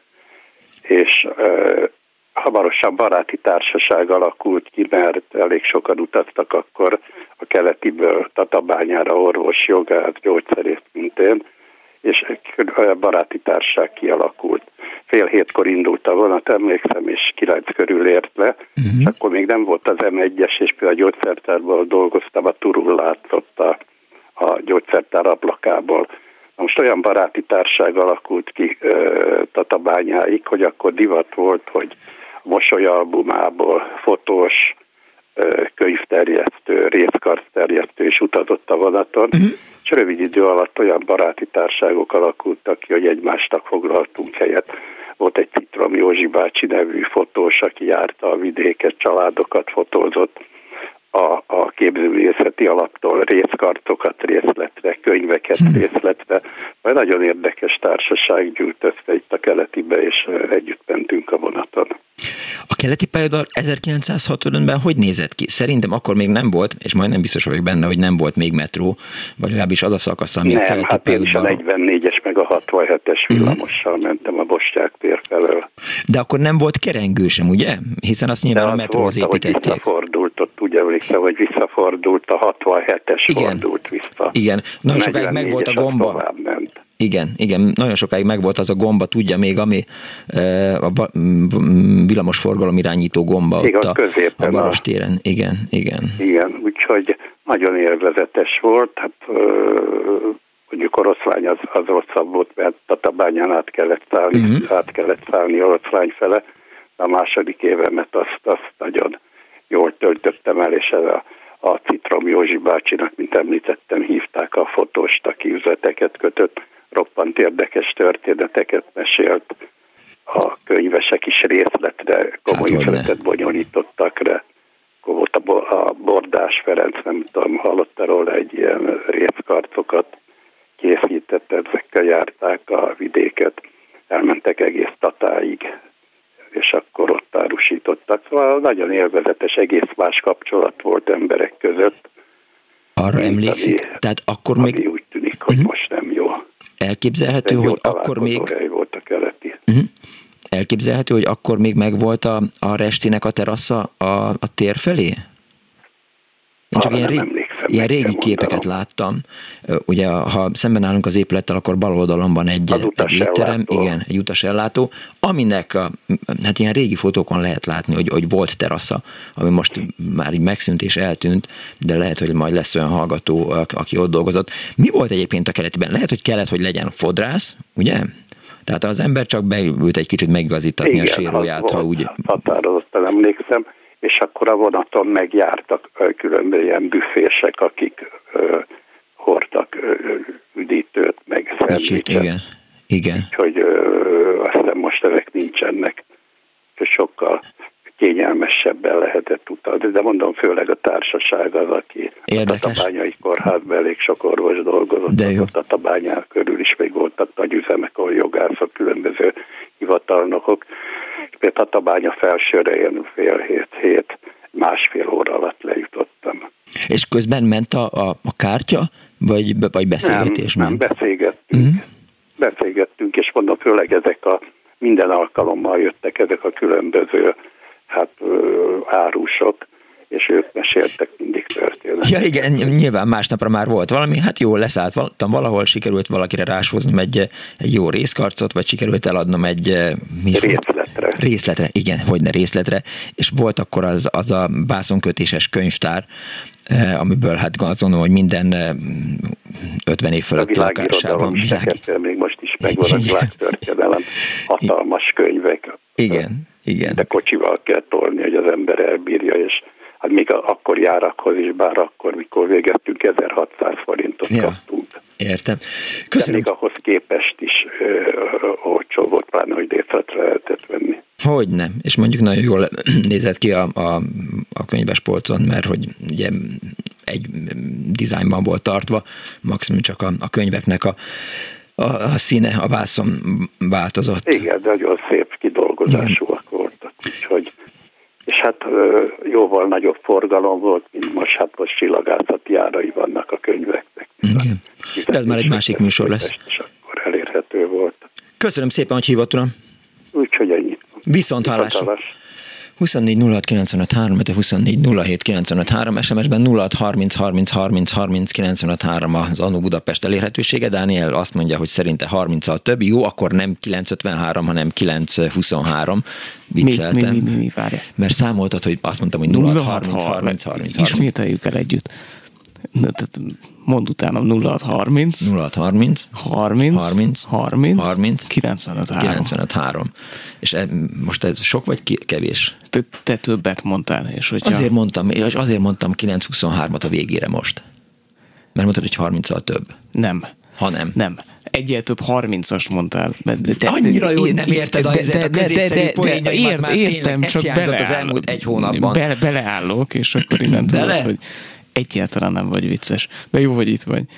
Speaker 6: és uh, hamarosan baráti társaság alakult ki, mert elég sokan utaztak akkor a keletiből Tatabányára, orvos, jogász, gyógyszerész, mint én, és egy baráti társaság kialakult. Fél hétkor indult a vonat, emlékszem, és kilenc körül ért le, uh-huh. és akkor még nem volt az em egyes, és például a gyógyszertárból dolgoztam, a Turul látszott a, a gyógyszertár ablakából. Na most olyan baráti társaság alakult ki e, Tatabányáig, hogy akkor divat volt, hogy mosolyalbumából fotós, e, könyvterjesztő, részkarcterjesztő is utazott a vonaton, uh-huh. és rövid idő alatt olyan baráti társaságok alakultak ki, hogy egymásnak foglaltunk helyet. Volt egy Citrom Józsi bácsi nevű fotós, aki járta a vidéket, családokat fotózott, a, a képzőművészeti alaptól részkarcokat részletre, könyveket hmm. részletre. Vagy nagyon érdekes társaság gyűlt össze itt a keletibe, és együtt mentünk a vonaton.
Speaker 2: A keleti pályaudvar ezerkilencszázhatvanötben hogy nézett ki? Szerintem akkor még nem volt, és majdnem biztos vagyok benne, hogy nem volt még metró, vagy legalábbis az a szakasz, ami
Speaker 6: nem,
Speaker 2: a keleti
Speaker 6: hát
Speaker 2: pályaudvar.
Speaker 6: Nem, hát a negyvennégyes meg a hatvanhetes villamossal uh-huh. mentem a Bostyák tér felől.
Speaker 2: De akkor nem volt kerengő sem, ugye? Hiszen azt nyilván a metróhoz építették.
Speaker 6: Hogy visszafordult, ott úgy emlékszem, hogy visszafordult, a hatvanhetes
Speaker 2: igen.
Speaker 6: fordult vissza.
Speaker 2: Igen, nagyon sokáig megvolt a gomba. Igen, igen, nagyon sokáig megvolt az a gomba, tudja még, ami a villamos forgalom irányító gomba
Speaker 6: igen,
Speaker 2: ott a, a Barostéren. Igen, igen.
Speaker 6: Igen, úgyhogy nagyon élvezetes volt. Hát mondjuk Oroszlány az, az rosszabb volt, mert Tatabányán át kellett szállni, uh-huh. át kellett szállni Oroszlány fele. A második évemet azt, azt nagyon jól töltöttem el, és ez a, a Citrom Józsi bácsinak, mint említettem, hívták a fotóst, aki üzleteket kötött, roppant érdekes történeteket mesélt, a könyvesek is részletre, komoly üzletet bonyolítottak rá. Akkor volt a Bordás Ferenc, nem tudom, hallotta róla, egy ilyen részkarcokat készített, ezekkel járták a vidéket, elmentek egész Tatáig, és akkor ott árusítottak. Szóval nagyon élvezetes, egész más kapcsolat volt emberek között.
Speaker 2: Arra emlékszik?
Speaker 6: Ami,
Speaker 2: Tehát akkor
Speaker 6: ami
Speaker 2: még...
Speaker 6: úgy tűnik, hogy uh-huh. most nem jó.
Speaker 2: Elképzelhető, hogy akkor még...
Speaker 6: volt a keleti.
Speaker 2: Uh-huh. Elképzelhető, hogy akkor még megvolt a, a Restinek a terasza a, a tér felé? Én csak ilyen, ré, ilyen régi képeket láttam. Ugye, ha szemben állunk az épülettel, akkor bal oldalon van egy, egy étterem, igen, egy utasellátó, aminek a, hát ilyen régi fotókon lehet látni, hogy, hogy volt terasza, ami most már így megszűnt és eltűnt, de lehet, hogy majd lesz olyan hallgató, aki ott dolgozott. Mi volt egyébként a keletiben? Lehet, hogy kellett, hogy legyen fodrász, ugye? Tehát az ember csak beült egy kicsit megigazítatni igen, a séróját, ha úgy...
Speaker 6: határozottan emlékszem, és akkor a vonaton megjártak különböző ilyen büfések, akik ö, hordtak ö, üdítőt, meg szendvicset.
Speaker 2: Igen, igen.
Speaker 6: Úgyhogy ö, azt hiszem most ezek nincsenek. Sokkal kényelmesebben lehetett utazni, de mondom, főleg a társaság az, aki érdekes. A Tatabányai Kórházban elég sok orvos dolgozott, de a Tatabányán körül is még voltak nagy üzemek, ahol jogászok, különböző hivatalnokok. Például Tatabánya felsőre én fél hét, hét, másfél óra alatt lejutottam.
Speaker 2: És közben ment a, a, a kártya, vagy, vagy beszélgetés?
Speaker 6: Nem, nem beszélgettünk. Uh-huh. Beszélgettünk, és mondom, főleg ezek a minden alkalommal jöttek ezek a különböző hát árusok, és ők meséltek mindig történetet.
Speaker 2: Ja igen, nyilván másnapra már volt valami, hát jó, leszálltam valahol, sikerült valakire rásfoznom egy, egy jó részkarcot, vagy sikerült eladnom egy...
Speaker 6: Részletre.
Speaker 2: Részletre, igen, hogyne részletre, és volt akkor az, az a vászonkötéses könyvtár, amiből hát gondolom, hogy minden ötven év fölött lakásában.
Speaker 6: Világ... Még most is megvan a világtörténelem, hatalmas könyvek.
Speaker 2: Igen, igen.
Speaker 6: De kocsival kell tolni, hogy az ember elbírja, és hát még akkor járakhoz is, bár akkor, mikor végeztünk, ezerhatszáz forintot ja, kaptunk.
Speaker 2: Értem. Köszönöm.
Speaker 6: De még ahhoz képest is olcsó volt, pláne, hogy részletre lehetett venni.
Speaker 2: Hogy nem. És mondjuk nagyon jól nézett ki a, a, a könyves polcon, mert hogy ugye egy dizájnban volt tartva, maximum csak a, a könyveknek a, a, a színe, a vászon változott.
Speaker 6: Igen, de nagyon szép kidolgozásúak voltak, úgyhogy és hát jóval nagyobb forgalom volt, mint most, hát most csillagászati árai vannak a könyveknek.
Speaker 2: Igen. De ez már egy másik műsor lesz.
Speaker 6: És akkor elérhető volt.
Speaker 2: Köszönöm szépen, hogy hívott, uram.
Speaker 6: Úgyhogy ennyi.
Speaker 2: Viszont hallásra. huszonnégy nulla hat kilencvenöt három, de huszonnégy nulla hét kilencvenöt három, es em es-ben nulla hat harminc harminc harminc harminc kilencvenöt három az Annó Budapest elérhetősége. Dániel azt mondja, hogy szerinte harminccal több. Jó, akkor nem kilenc ötvenhárom, hanem kilenc huszonhárom. Vicceltem.
Speaker 5: Mi, mi, mi, mi, várja.
Speaker 2: Mert számoltad, hogy azt mondtam, hogy nulla hat harminc harminc harminc.
Speaker 5: Ismételjük el együtt. Mondd utánam nulla hat harminc
Speaker 2: nulla hat harminc
Speaker 5: harminc
Speaker 2: harminc
Speaker 5: harminc
Speaker 2: harminc
Speaker 5: kilencvenöt három.
Speaker 2: kilencvenöt három. És e, most ez sok vagy kevés?
Speaker 5: Te, te többet mondtál. És hogyha...
Speaker 2: Azért mondtam, és azért mondtam kilenc huszonhármat a végére most. Mert mondtad, hogy harminccal több.
Speaker 5: Nem.
Speaker 2: Ha nem.
Speaker 5: Nem. Egyel több harmincast mondtál.
Speaker 2: De, de, Annyira jó, hogy nem érted a, de, de, a középszerű poénjaimat, már
Speaker 5: értem, csak
Speaker 2: beleállok. Az elmúlt egy hónapban.
Speaker 5: Be, beleállok, és akkor innen tudod, hogy egyáltalán nem vagy vicces. De jó, hogy itt vagy.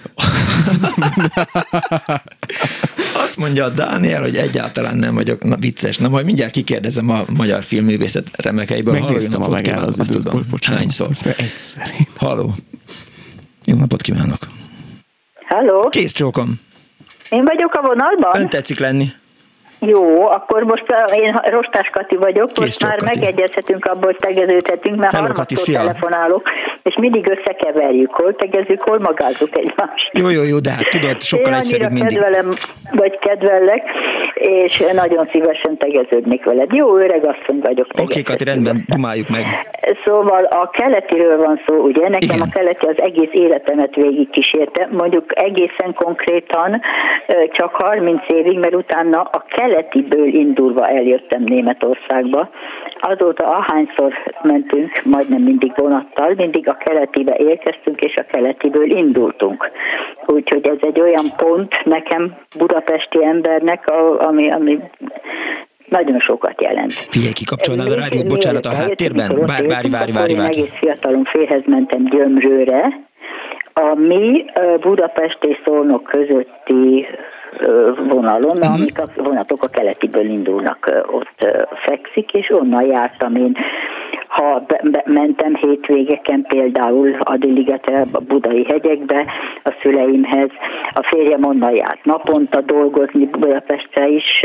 Speaker 2: Azt mondja a Dániel, hogy egyáltalán nem vagyok na, vicces. Na majd mindjárt kikérdezem a magyar filmművészet remekeiből.
Speaker 5: Megnéztem a megáll az időt.
Speaker 2: Hányszor?
Speaker 5: Egyszer.
Speaker 2: Halló. Jó napot kívánok.
Speaker 4: Halló.
Speaker 2: Kész csókom.
Speaker 4: Én vagyok a vonalban?
Speaker 2: Ön tetszik lenni.
Speaker 4: Jó, akkor most én Rostás Kati vagyok,
Speaker 2: Kész
Speaker 4: most már
Speaker 2: Kati.
Speaker 4: Megegyezhetünk abból, hogy tegeződhetünk, mert
Speaker 2: Hello, Kati,
Speaker 4: harmadszor telefonálok, és mindig összekeverjük, hol tegezzük, hol magázzuk egymást.
Speaker 2: Jó, jó, jó, de hát tudod, sokkal
Speaker 4: én
Speaker 2: egyszerűbb mindig.
Speaker 4: Én annyira kedvelem, vagy kedvellek, és nagyon szívesen tegeződnék veled. Jó, öreg asszony vagyok.
Speaker 2: Oké, okay, Kati, rendben, dumáljuk meg.
Speaker 4: Szóval a keletiről van szó, ugye? Nekem igen. A keleti az egész életemet végig kísérte, mondjuk egészen konkrétan csak harminc évig, mert utána a keletiből indulva eljöttem Németországba. Azóta ahányszor mentünk, majdnem mindig vonattal, mindig a keletibe érkeztünk, és a keletiből indultunk. Úgyhogy ez egy olyan pont nekem, budapesti embernek, ami, ami nagyon sokat jelent.
Speaker 2: Figyelj, kikapcsolnád a rádiót, bocsánat, a háttérben? Várj, várj, várj, várj, várj.
Speaker 4: Egész fiatalon férhez mentem Gyömrőre, ami Budapest és Szolnok közötti vonalon, uh-huh. amik a vonatok a keletiből indulnak, ott fekszik, és onnan jártam én. Ha be, be, mentem hétvégeken például Adiligetre, a Budai hegyekbe, a szüleimhez, a férjem onnan járt naponta dolgozni Budapestre is.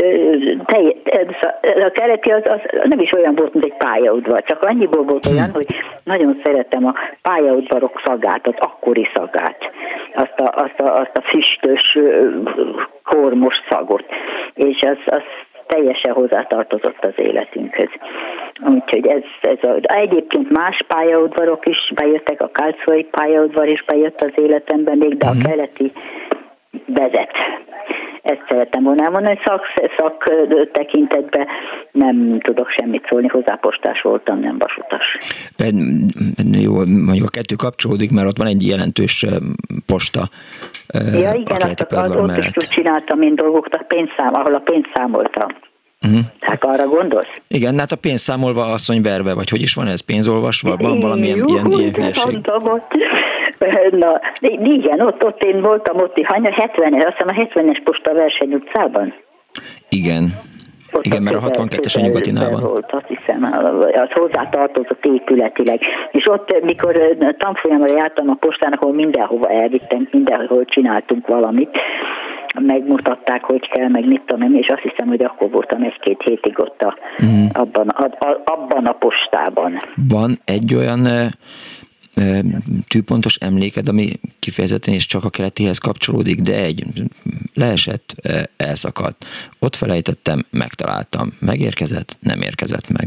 Speaker 4: A keleti az, az nem is olyan volt, mint egy pályaudvar, csak annyiból volt olyan, hogy nagyon szeretem a pályaudvarok szagát, az akkori szagát, azt a, azt a, azt a füstös, kormos szagot, és az, az teljesen hozzátartozott az életünkhöz. Úgyhogy ez, ez a, egyébként más pályaudvarok is bejöttek, a Kálcói pályaudvar is bejött az életemben, még de a keleti vezet. Ezt szerettem volna elmondani, szak, szak tekintetben nem tudok semmit szólni, hozzápostás voltam, nem vasutas.
Speaker 2: Jó, mondjuk a kettő kapcsolódik, mert ott van egy jelentős posta.
Speaker 4: Ja igen, azt a, az ott is csináltam én dolgokat, a pénzszám, ahol a pénzt számoltam. Uh-huh. Hát arra gondolsz?
Speaker 2: Igen, hát a pénzszámolva asszonyverve, vagy hogy is van ez, pénzolvasva, van valamilyen Jú, ilyen, ilyen hülyeség.
Speaker 4: Na, igen, ott, ott én voltam ott, hanya, hetvenes, azt hiszem a hetvenes posta Verseny utcában.
Speaker 2: Igen. Ott Igen, mert a hatvankettes a Nyugatinál van.
Speaker 4: Volt, azt hiszem, az hozzátartozott épületileg. És ott, mikor tanfolyamra jártam a postán, ahol mindenhova elvittem, mindenhol csináltunk valamit, megmutatták, hogy kell, meg mit tudom én, és azt hiszem, hogy akkor voltam egy-két hétig ott a, mm. abban, a, a, abban a postában.
Speaker 2: Van egy olyan e, e, tűpontos emléked, ami kifejezetten és csak a keletihez kapcsolódik, de egy leesett, e, elszakadt. Ott felejtettem, megtaláltam. Megérkezett, nem érkezett meg.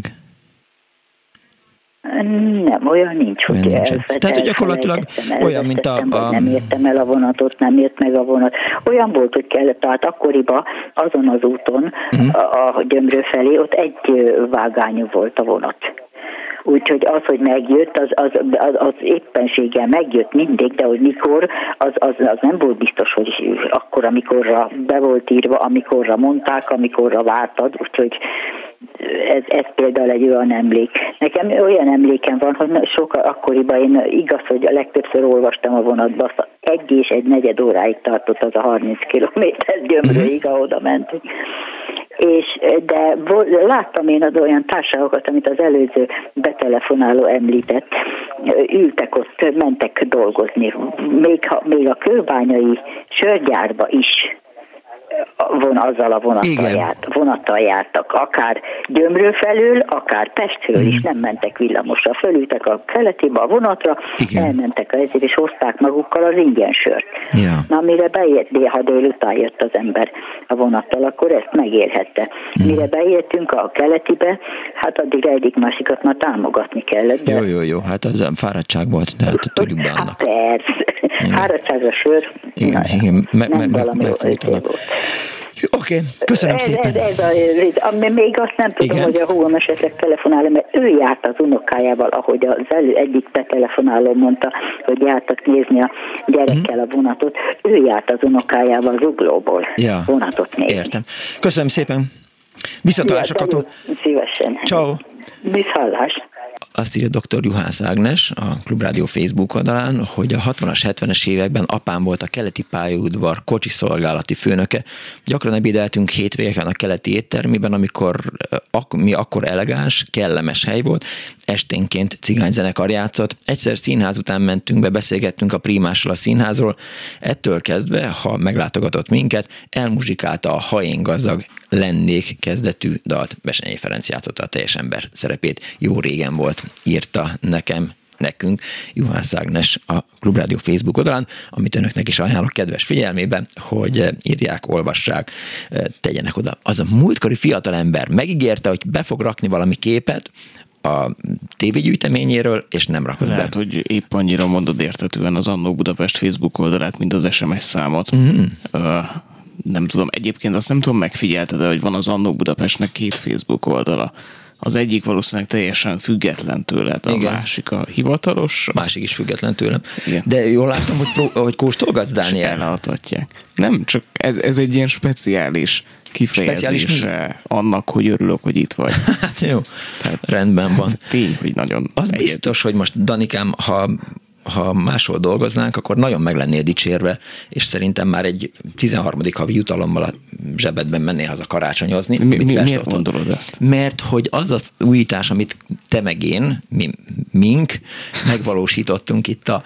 Speaker 4: Nem, olyan nincs, hogy elfed,
Speaker 2: Tehát, hogy gyakorlatilag olyan, mint a, a...
Speaker 4: Nem értem el a vonatot, nem ért meg a vonat. Olyan volt, hogy kellett, tehát akkoriban azon az úton, uh-huh. a, a Gyömrő felé, ott egy vágányú volt a vonat. Úgyhogy az, hogy megjött, az, az, az, az éppenséggel megjött mindig, de hogy mikor, az, az, az nem volt biztos, hogy akkor, amikorra be volt írva, amikorra mondták, amikorra vártad, úgyhogy ez, ez például egy olyan emlék. Nekem olyan emlékem van, hogy sokkal akkoriban én igaz, hogy a legtöbbször olvastam a vonatba, azt egy és egy negyed óráig tartott az a harminc kilométer Gyömrőig, ahoda mentünk.
Speaker 7: és de láttam én az olyan társaságokat, amit az előző betelefonáló említett, ültek ott, mentek dolgozni. Még, ha, még a kőbányai sörgyárba is von, azzal a vonattal, járt, vonattal jártak, akár Gyömről felől, akár Pestről mm. is nem mentek villamosra, fölültek a keletibe a vonatra, igen. elmentek ezért, és hozták magukkal az ingyen sört. Yeah. Na, mire beért, ha délután jött az ember a vonattal, akkor ezt megérhette. Mm. Mire beértünk a keletibe, hát addig egyik másikat már támogatni kellett.
Speaker 2: De... Jó, jó, jó, hát az fáradtság volt, de hát tudjuk be annak.
Speaker 7: Hát persze, fáradtság a sör,
Speaker 2: igen,
Speaker 7: na,
Speaker 2: igen, me,
Speaker 7: nem
Speaker 2: me,
Speaker 7: valami
Speaker 2: meg, Oké, okay, köszönöm
Speaker 7: ez,
Speaker 2: szépen.
Speaker 7: Ez, ez a, ami még azt nem tudom, igen. hogy a húgom esetleg telefonál, mert ő járt az unokájával, ahogy az elő egyik betelefonáló mondta, hogy jártak nézni a gyerekkel a vonatot. Ő járt az unokájával Zuglóból ja, vonatot nézni.
Speaker 2: Értem. Köszönöm szépen. Visszatalálásra, Kató.
Speaker 7: Szívesen.
Speaker 2: Ciao.
Speaker 7: Viszhallás.
Speaker 2: Azt írja doktor Juhász Ágnes a Klubrádió Facebook oldalán, hogy a hatvanas, hetvenes években apám volt a keleti pályaudvar kocsiszolgálati főnöke. Gyakran ebédeltünk hétvégeken a keleti éttermében, amikor ak- mi akkor elegáns, kellemes hely volt, esténként cigányzenekar játszott. Egyszer színház után mentünk be, beszélgettünk a primással a színházról. Ettől kezdve, ha meglátogatott minket, elmuzsikálta a Ha én gazdag lennék kezdetű dalt. Bessenyei Ferenc játszotta a teljes ember szerepét. Jó régen volt, írta nekem, nekünk Juhász Ágnes a Klubrádió Facebook oldalán, amit önöknek is ajánlok kedves figyelmébe, hogy írják, olvassák, tegyenek oda. Az a múltkori fiatalember megígérte, hogy be fog rakni valami képet a tévégyűjteményéről, és nem rakott be.
Speaker 5: Lehet, hogy épp annyira mondod értetően az Annó Budapest Facebook oldalát, mint az es em es számot. Mm-hmm. Uh, nem tudom, egyébként azt nem tudom, megfigyelted, hogy van az Annó Budapestnek két Facebook oldala. Az egyik valószínűleg teljesen független tőled, a igen. másik a hivatalos.
Speaker 2: Másik azt... is független tőlem. Igen. De jól láttam, hogy, pró- hogy kóstolgatsz, Dániel.
Speaker 5: Elhatják. Nem, csak ez, ez egy ilyen speciális kifejezése annak, hogy örülök, hogy itt vagy.
Speaker 2: Hát jó, tehát rendben van.
Speaker 5: Tény, hogy nagyon
Speaker 2: az egyed. Biztos, hogy most, Danikám, ha ha máshol dolgoznánk, akkor nagyon meg lennél dicsérve, és szerintem már egy tizenharmadik havi jutalommal a zsebedben mennél haza karácsonyozni.
Speaker 5: Mi, mi, miért gondolod ezt?
Speaker 2: Mert hogy az az újítás, amit te meg én, mi, mink megvalósítottunk itt a,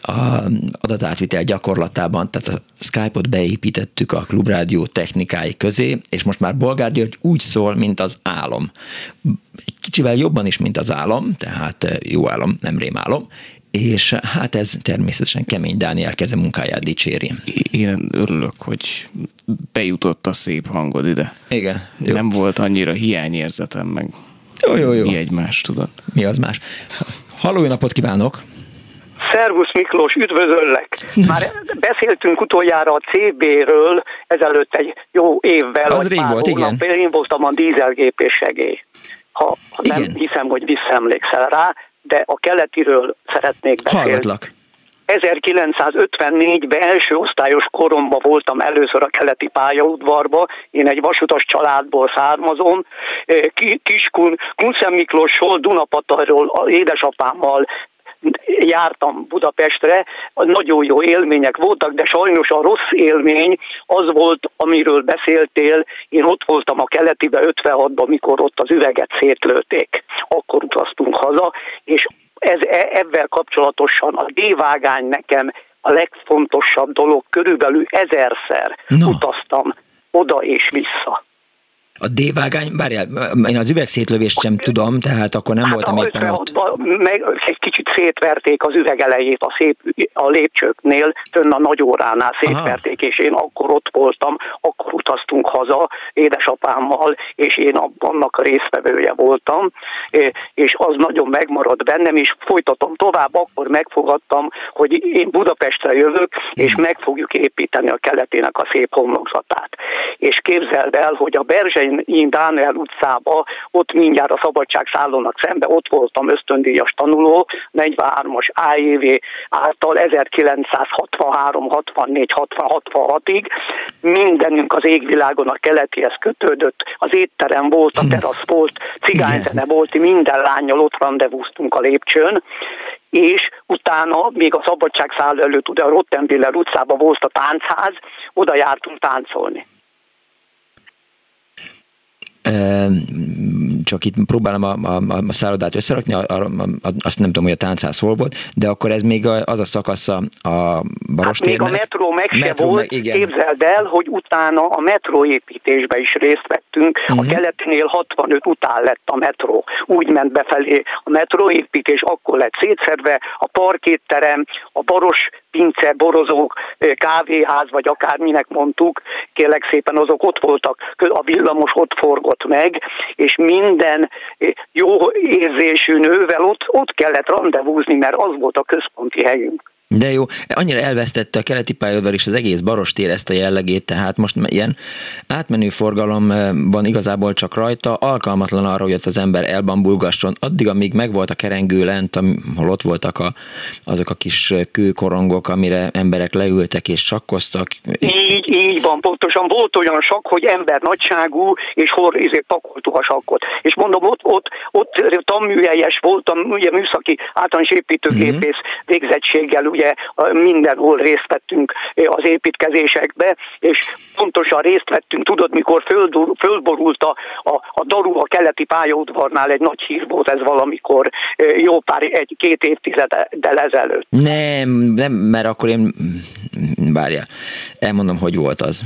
Speaker 2: a adatátvitel gyakorlatában, tehát a Skype-ot beépítettük a Klubrádió technikái közé, és most már Bolgár György úgy szól, mint az álom. Egy kicsivel jobban is, mint az álom, tehát jó álom, nem rémálom, és hát ez természetesen Kemény Dániel keze munkáját dicséri.
Speaker 5: Én örülök, hogy bejutott a szép hangod ide.
Speaker 2: Igen. Jó.
Speaker 5: Nem volt annyira hiányérzetem, meg
Speaker 2: jó, jó, jó.
Speaker 5: Mi egymás, tudod.
Speaker 2: Mi az más? Halló, jó napot kívánok!
Speaker 8: Szervusz Miklós, üdvözöllek! Már beszéltünk utoljára a cé béről ezelőtt egy jó évvel.
Speaker 2: Az rég volt, igen.
Speaker 8: Én voltam a dízelgépész segély. Ha nem igen. hiszem, hogy visszaemlékszel rá, de a keletiről szeretnék beszélni.
Speaker 2: Hallgatlak.
Speaker 8: ezerkilencszázötvennégyben első osztályos koromban voltam először a keleti pályaudvarba. Én egy vasutas családból származom. Kiskun, Kunszent Miklósról, Dunapatajról édesapámmal jártam Budapestre, nagyon jó élmények voltak, de sajnos a rossz élmény az volt, amiről beszéltél. Én ott voltam a keletibe ötvenhatban, mikor ott az üveget szétlőtték. Akkor utaztunk haza, és ez, ebben kapcsolatosan a D-vágány nekem a legfontosabb dolog, körülbelül ezerszer no. utaztam oda és vissza.
Speaker 2: A D-vágány, várjál, én az üvegszétlövést sem tudom, tehát akkor nem hát voltam éppen ott.
Speaker 8: Meg egy kicsit szétverték az üvegelejét a, szép, a lépcsőknél, fönn a nagyóránál szétverték, aha. és én akkor ott voltam, akkor utaztunk haza édesapámmal, és én annak a résztvevője voltam, és az nagyon megmaradt bennem, és folytatom tovább, akkor megfogadtam, hogy én Budapestre jövök, és hmm. meg fogjuk építeni a keletének a szép homlokzatát. És képzeld el, hogy a Berzsei én Dániel utcába, ott mindjárt a Szabadságszállónak szembe, ott voltam ösztöndíjas tanuló, negyvenhármas á é vé által ezerkilencszázhatvanhárom, hatvannégy, hatvan, hatvanhatig. Mindenünk az égvilágon a keletihez kötődött, az étterem volt, a terasz volt, cigányzene volt, minden lánnyal ott randevúztunk a lépcsőn, és utána még a Szabadságszálló előtt, ugye a Rottenbiller utcában volt a táncház, oda jártunk táncolni.
Speaker 2: csak itt próbálom a, a, a szállodát összerakni, a, a, a, azt nem tudom, hogy a táncház hol volt, de akkor ez még az a szakasza a Barostérnek.
Speaker 8: Hát még a metró meg se
Speaker 2: metró
Speaker 8: volt,
Speaker 2: meg,
Speaker 8: képzeld el, hogy utána a metróépítésbe is részt vettünk, uh-huh. a keletinél hatvanöt után lett a metró, úgy ment befelé a metróépítés, akkor lett szétszedve, a parkétterem, a Baros pince, borozók, kávéház, vagy akárminek mondtuk, kérlek szépen azok ott voltak, a villamos ott forgott meg, és minden jó érzésű nővel ott, ott kellett randevúzni, mert az volt a központi helyünk.
Speaker 2: De jó, annyira elvesztette a keleti pályaudvar és az egész Barostér ezt a jellegét, tehát most ilyen átmenő forgalomban igazából csak rajta, alkalmatlan arra, hogy ott az ember elbambulgasson, addig, amíg megvolt a kerengő lent, ahol ott voltak a, azok a kis kőkorongok, amire emberek leültek és sakkoztak.
Speaker 8: Így, így van, pontosan. Volt olyan sakk, hogy ember nagyságú, és hol ezért pakoltuk a sakkot. És mondom, ott, ott, ott tanműhelyes voltam, ugye műszaki általános építőgépész mm-hmm. végzettséggel, ugye mindenhol részt vettünk az építkezésekbe, és pontosan részt vettünk, tudod, mikor föld, földborult a, a, a daru a keleti pályaudvarnál, egy nagy hír volt ez valamikor, jó pár, egy-két évtizeddel ezelőtt.
Speaker 2: Nem, nem, mert akkor én, várjál, elmondom, hogy volt az,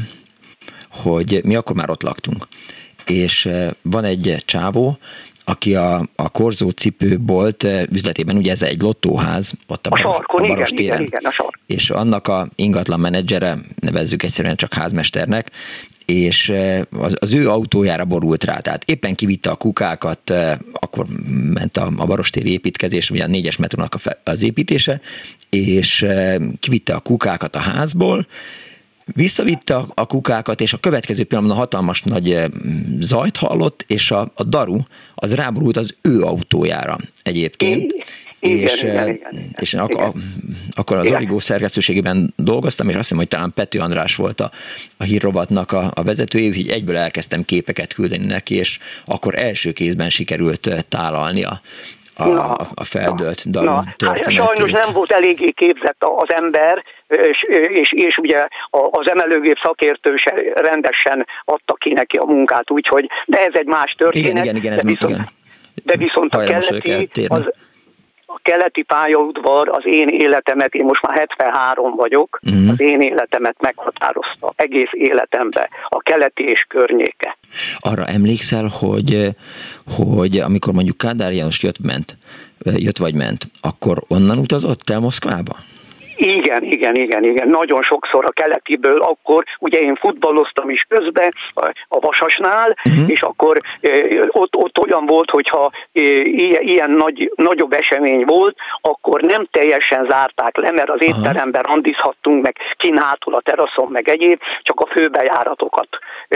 Speaker 2: hogy mi akkor már ott laktunk, és van egy csávó, aki a, a Korzó cipőbolt üzletében, ugye ez egy lottóház, ott a,
Speaker 8: a
Speaker 2: Baros,
Speaker 8: sarkon,
Speaker 2: a Baros
Speaker 8: igen,
Speaker 2: téren,
Speaker 8: igen, igen, a sark.
Speaker 2: És annak a ingatlan menedzsere, nevezzük egyszerűen csak házmesternek, és az, az ő autójára borult rá, tehát éppen kivitte a kukákat, akkor ment a, a barostéri építkezés, ugye a négyes metrónak az építése, és kivitte a kukákat a házból, visszavitte a kukákat, és a következő pillanatban hatalmas nagy zajt hallott, és a, a daru az ráborult az ő autójára egyébként.
Speaker 8: Igen,
Speaker 2: és
Speaker 8: igen, igen,
Speaker 2: és
Speaker 8: igen.
Speaker 2: Ak- a, akkor az Origó szerkesztőségében dolgoztam, és azt hiszem, hogy talán Pető András volt a, a hírrovatnak a, a vezetője, úgyhogy egyből elkezdtem képeket küldeni neki, és akkor első kézben sikerült tálalni a A,
Speaker 8: na,
Speaker 2: a feldölt daru
Speaker 8: na,
Speaker 2: történetét.
Speaker 8: Sajnos nem volt eléggé képzett az ember, és, és, és ugye az emelőgép szakértő se rendesen adta ki neki a munkát, úgyhogy, de ez egy más történet.
Speaker 2: Igen, igen, igen, ez
Speaker 8: de viszont,
Speaker 2: igen.
Speaker 8: De viszont a keleti, az, a keleti pályaudvar az én életemet, én most már hetvenhárom vagyok, uh-huh. az én életemet meghatározta egész életemben, a keleti és környéke.
Speaker 2: Arra emlékszel, hogy, hogy amikor mondjuk Kádár János jött, ment, jött vagy ment, akkor onnan utazott el Moszkvába?
Speaker 8: Igen, igen, igen, igen. Nagyon sokszor a keletiből, akkor ugye én futballoztam is közben a Vasasnál, uh-huh. és akkor e, ott, ott olyan volt, hogyha e, ilyen, ilyen nagy, nagyobb esemény volt, akkor nem teljesen zárták le, mert az étteremben randizhattunk, meg kínhátul a teraszon, meg egyéb, csak a főbejáratokat e,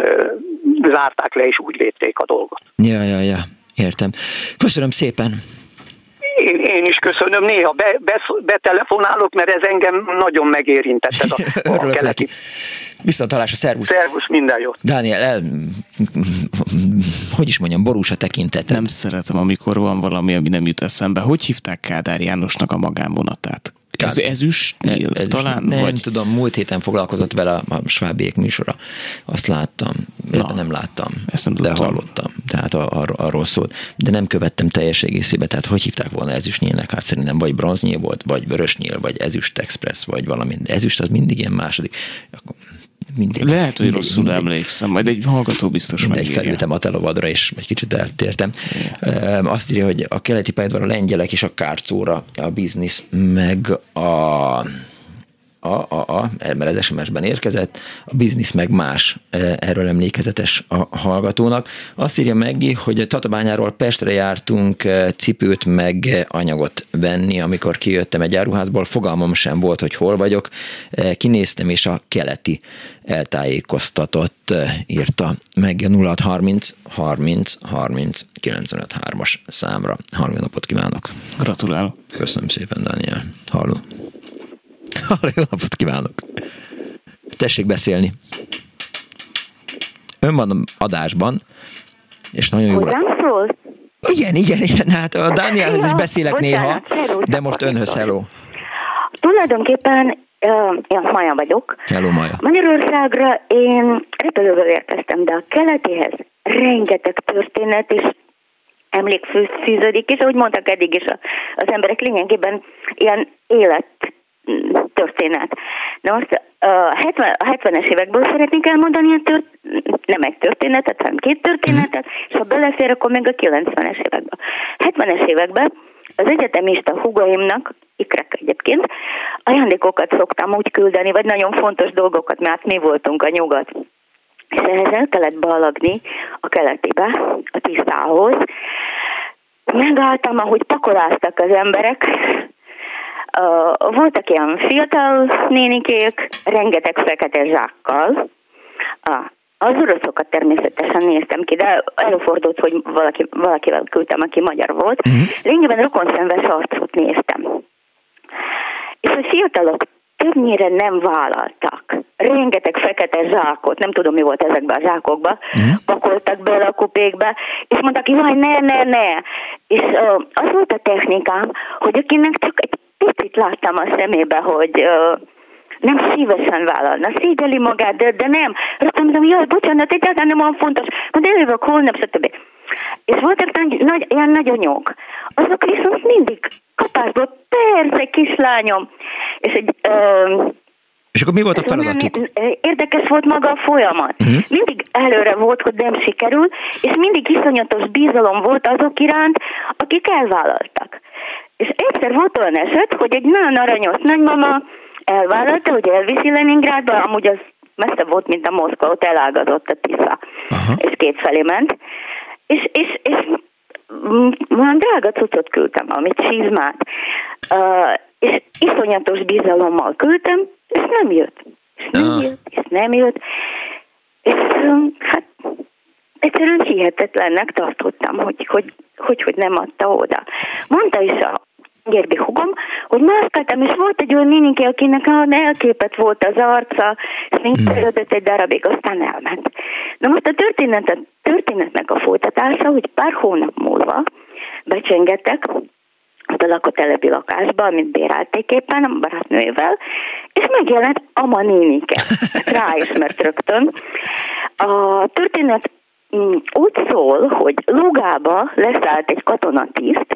Speaker 8: zárták le, és úgy védték a dolgot.
Speaker 2: Ja, ja, ja, értem. Köszönöm szépen!
Speaker 8: Én, én is köszönöm, néha be, be, betelefonálok, mert ez engem nagyon megérintett. Ez a, a keleti.
Speaker 2: Viszontlátásra, szervusz!
Speaker 8: Szervusz, minden jót!
Speaker 2: Dániel, el, hogy is mondjam, borús a tekintet.
Speaker 5: Nem szeretem, amikor van valami, ami nem jut eszembe. Hogy hívták Kádár Jánosnak a magánvonatát? Ez, ezüst,
Speaker 2: ez
Speaker 5: talán?
Speaker 2: Nem
Speaker 5: vagy?
Speaker 2: tudom, múlt héten foglalkozott vele a Svábiék műsora. Azt láttam, de nem láttam,
Speaker 5: nem
Speaker 2: de hallottam. Tehát ar- arról szólt. De nem követtem teljes egészébe, tehát hogy hívták volna ezüstnyílnek? Hát szerintem vagy bronznyíl volt, vagy vörösnyíl, vagy ezüst express, vagy valami. De ezüst az mindig ilyen második. Akkor mindegy,
Speaker 5: lehet, hogy
Speaker 2: mindegy,
Speaker 5: rosszul
Speaker 2: mindegy,
Speaker 5: emlékszem, majd egy hallgató biztos
Speaker 2: mindegy,
Speaker 5: megírja.
Speaker 2: felültem a telovadra, és egy kicsit eltértem. Yeah. Azt írja, hogy a keleti pályaudvar a lengyelek és a kárcóra, a biznisz, meg a A, a, a, mert az es em es-ben érkezett, a biznisz meg más, erről emlékezetes a hallgatónak. Azt írja Meggi, hogy Tatabányáról Pestre jártunk cipőt meg anyagot venni, amikor kijöttem egy áruházból, fogalmam sem volt, hogy hol vagyok. Kinéztem, és a keleti eltájékoztatott, írta Meggi a nulla hat harminc harminc harminc kilencvenöt hármas számra. Halló, napot kívánok!
Speaker 5: Gratulálok!
Speaker 2: Köszönöm szépen, Dániel. Halló! Halló, jó napot kívánok! Tessék beszélni. Ön van adásban, és nagyon jó...
Speaker 9: Hozzám szól?
Speaker 2: Igen, igen, igen. Hát a Dánielhez is beszélek
Speaker 9: bocsánat,
Speaker 2: néha,
Speaker 9: szervusz,
Speaker 2: de most önhöz hello.
Speaker 9: Tulajdonképpen uh, én Maja vagyok.
Speaker 2: Hello, Maja.
Speaker 9: Magyarországra én repülővel érkeztem, de a keletihez rengeteg történet és emlék fűződik, és ahogy mondtak eddig is, az emberek lényegében ilyen élet történet. Na most a hetvenes évekből szeretnék elmondani ilyen tört, nem egy történetet, hanem két történetet, és ha belefér, akkor még a kilencvenes években. hetvenes években az egyetemista húgaimnak, ikrek egyébként, ajándékokat szoktam úgy küldeni, vagy nagyon fontos dolgokat, mert mi voltunk a nyugat. És ehhez el kellett ballagni a keletibe, a Tiszához. Megálltam, ahogy pakoláztak az emberek. Uh, voltak ilyen fiatal nénikék, rengeteg fekete zsákkal. Uh, az oroszokat természetesen néztem ki, de előfordult, hogy valaki, valakivel küldtem, aki magyar volt. Uh-huh. Lényegében rokonszenves arcot néztem. És a fiatalok többnyire nem vállaltak. Rengeteg fekete zsákot, nem tudom, mi volt ezekben a zsákokban, uh-huh. pakoltak bele a kupékbe, és mondtak, jaj, ne, ne, ne. És uh, az volt a technikám, hogy akinek csak egy picit láttam a szemébe, hogy uh, nem szívesen vállalna, szégyeli magát, de, de nem. Rögtön mondom, jaj, bocsánat, egyáltalán nem olyan fontos, majd eljövök holnap, stb. És voltak nagy, nagy, ilyen nagyanyók. Azok viszont mindig kapásból, persze, kislányom. És egy... Uh,
Speaker 2: és akkor mi volt a feladatuk?
Speaker 9: Érdekes volt maga a folyamat. Uh-huh. Mindig előre volt, hogy nem sikerül, és mindig iszonyatos bizalom volt azok iránt, akik elvállaltak. És egyszer volt olyan eset, hogy egy nagyon aranyos nagymama elvállalta, hogy elviszi Leningrádba, amúgy az messze volt, mint a Moszkva, ott elágazott a Tisza, uh-huh. és kétfelé ment. És, és, és olyan drága cuccot küldtem, amit csizmát, uh, és iszonyatos bizalommal küldtem, és nem jött. És nem uh. jött, és nem jött. És hát egyszerűen hihetetlennek tartottam, hogy hogy, hogy, hogy nem adta oda. Mondta is a Gerbi hugom, hogy mászkáltam, és volt egy olyan néniké, akinek elképett volt az arca, és még törődött egy darabig, aztán elment. Na most a történet, történetnek a folytatása, hogy pár hónap múlva becsengettek a lakótelepi lakásba, amit bérelték éppen a barátnőjével, és megjelent Ama nénike. Ráismert rögtön. A történet úgy szól, hogy Lugába leszállt egy katonatiszt,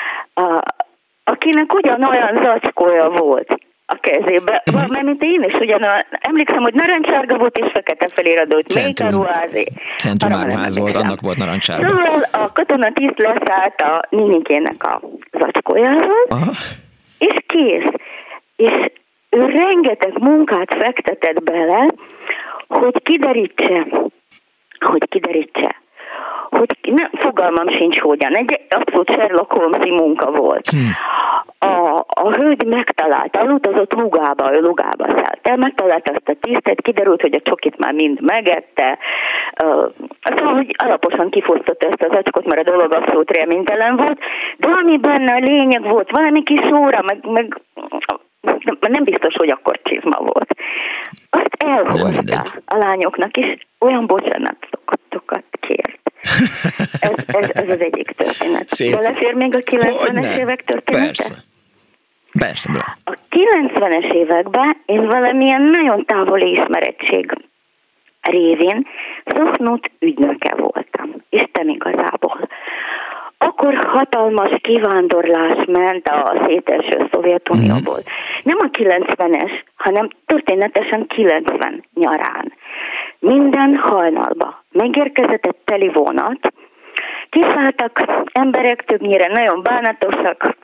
Speaker 9: akinek ugyanolyan zacskója volt a kezébe, uh-huh. mert mint én is ugyanolyan, emlékszem, hogy narancssárga volt és fekete feliratú, hogy melyik a ruházé.
Speaker 2: Centrumáruház volt, annak volt narancssárga.
Speaker 9: Szóval a katonatiszt leszállt a nénikének a zacskójához, uh-huh. és kész. És ő rengeteg munkát fektetett bele, hogy kiderítse, hogy kiderítse, hogy nem, fogalmam sincs hogyan. Egy abszolút Sherlock Holmes-i munka volt. Hmm. A, a hölgy megtalálta, elutazott Lugába, ő Lugába szállt el, megtalálta azt a tisztet, kiderült, hogy a csokit már mind megette. Uh, szóval, hogy alaposan kifosztotta ezt az acskot, mert a dolog abszolút reménytelen volt, de ami benne a lényeg volt, valami kis óra, meg, meg nem biztos, hogy akkor csizma volt. Azt elhozta a lányoknak, és olyan bocsánatokat kért. Ez, ez, ez az egyik történet. Belefér még a kilencvenes évek története?
Speaker 2: Persze. Persze, bele.
Speaker 9: A kilencvenes években én valamilyen nagyon távoli ismerettség révén szoknut ügynöke voltam. Isten igazából. Akkor hatalmas kivándorlás ment a széteső Szovjetunióból. Nem a kilencvenes, hanem történetesen kilencven nyarán. Minden hajnalba megérkezett egy teli vonat, kiszálltak emberek, többnyire nagyon bánatosak,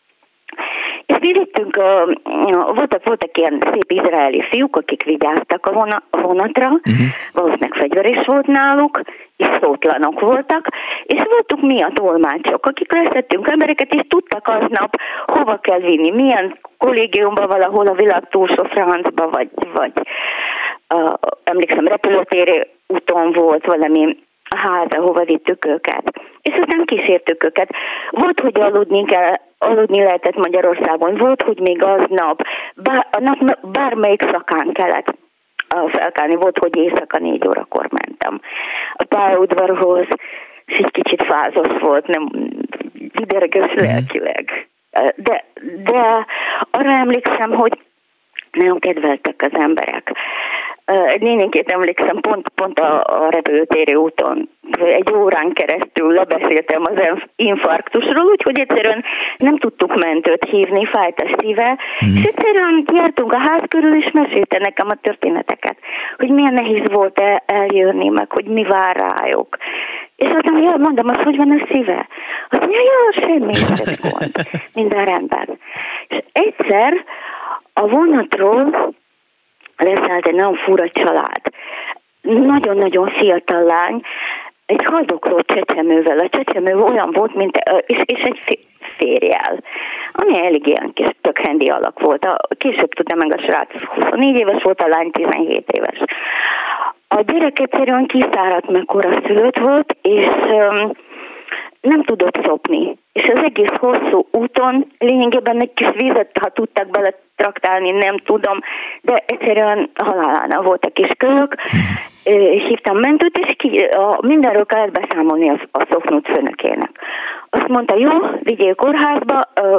Speaker 9: és mi vittünk, voltak, voltak ilyen szép izraeli fiúk, akik vigyáztak a vonatra, uh-huh. valószínűleg fegyver is volt náluk, és szótlanok voltak, és voltunk mi a tolmácsok, akik leszettünk embereket, és tudtak aznap, hova kell vinni, milyen kollégiumban valahol a világ túlsó francba, vagy, vagy uh, emlékszem, repülőtéri úton volt valami ház, ahova vittük őket. És aztán kísértük őket. Volt, hogy aludni, kell, aludni lehetett Magyarországon, volt, hogy még aznap, bár, a nap bármelyik szakán kellett felkelni, volt, hogy éjszaka négy órakor mentem a pályaudvarhoz, és egy kicsit fázos volt, nem ideges lelkileg. De, de arra emlékszem, hogy nagyon kedveltek az emberek. Egy néninkét emlékszem, pont, pont a, a repülőtéri úton egy órán keresztül lebeszéltem az infarktusról, úgyhogy egyszerűen nem tudtuk mentőt hívni, fájt a szíve, mm. és egyszerűen jártunk a ház körül, és mesélte nekem a történeteket, hogy milyen nehéz volt el, eljönni, meg hogy mi vár rájuk. És aztán ja, mondom, az hogy van a szíve? Azt mondja, ja, semmi, ez gond, minden rendben. És egyszer a vonatról leszállt egy nagyon fura család. Nagyon-nagyon fiatal lány, egy haldokló csecsemővel. A csecsemő olyan volt, mint, és, és egy férjel, ami elég ilyen kis tök hendi alak volt. A, később tudta meg a srác, huszonnégy éves volt, a lány tizenhét éves. A gyerek egyszerűen kiszáradt, mert koraszülött volt, és um, nem tudott szopni. És az egész hosszú úton lényegében egy kis vizet, ha tudtak bele traktálni, nem tudom, de egyszerűen halálánál voltak kis kölyök. Hívtam mentőt, és ki, a, mindenről kellett beszámolni a, a szoknút főnökének. Azt mondta, jó, vigyél kórházba, ö,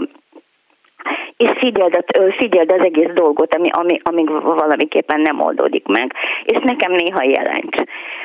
Speaker 9: és figyeld, figyeld az egész dolgot, ami, ami, amíg valamiképpen nem oldódik meg, és nekem néha jelents.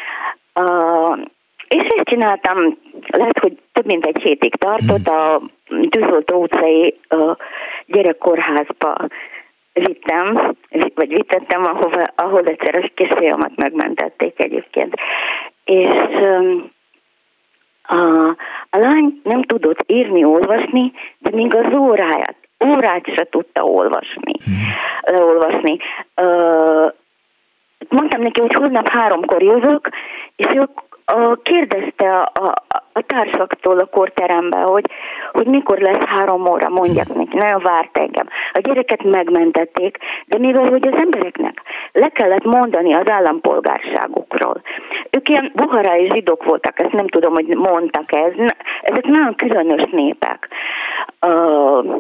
Speaker 9: Uh, és ezt csináltam, lehet, hogy több mint egy hétig tartott, a Tűzoltó utcai uh, gyerekkórházba vittem, vagy vitettem, ahova, ahol egyszer a kisfiamat megmentették egyébként. És um, a, a lány nem tudott írni, olvasni, de még az óráját, órát se tudta olvasni, leolvasni. Uh, mondtam neki, hogy holnap háromkor jövök, és ő uh, kérdezte a, a, a társaktól a kórteremben, hogy, hogy mikor lesz három óra, mondják neki, nagyon várt engem. A gyereket megmentették, de mivel, hogy az embereknek le kellett mondani az állampolgárságukról. Ők ilyen buharái zsidók voltak, ezt nem tudom, hogy mondtak ez. Ezek nagyon különös népek. Uh,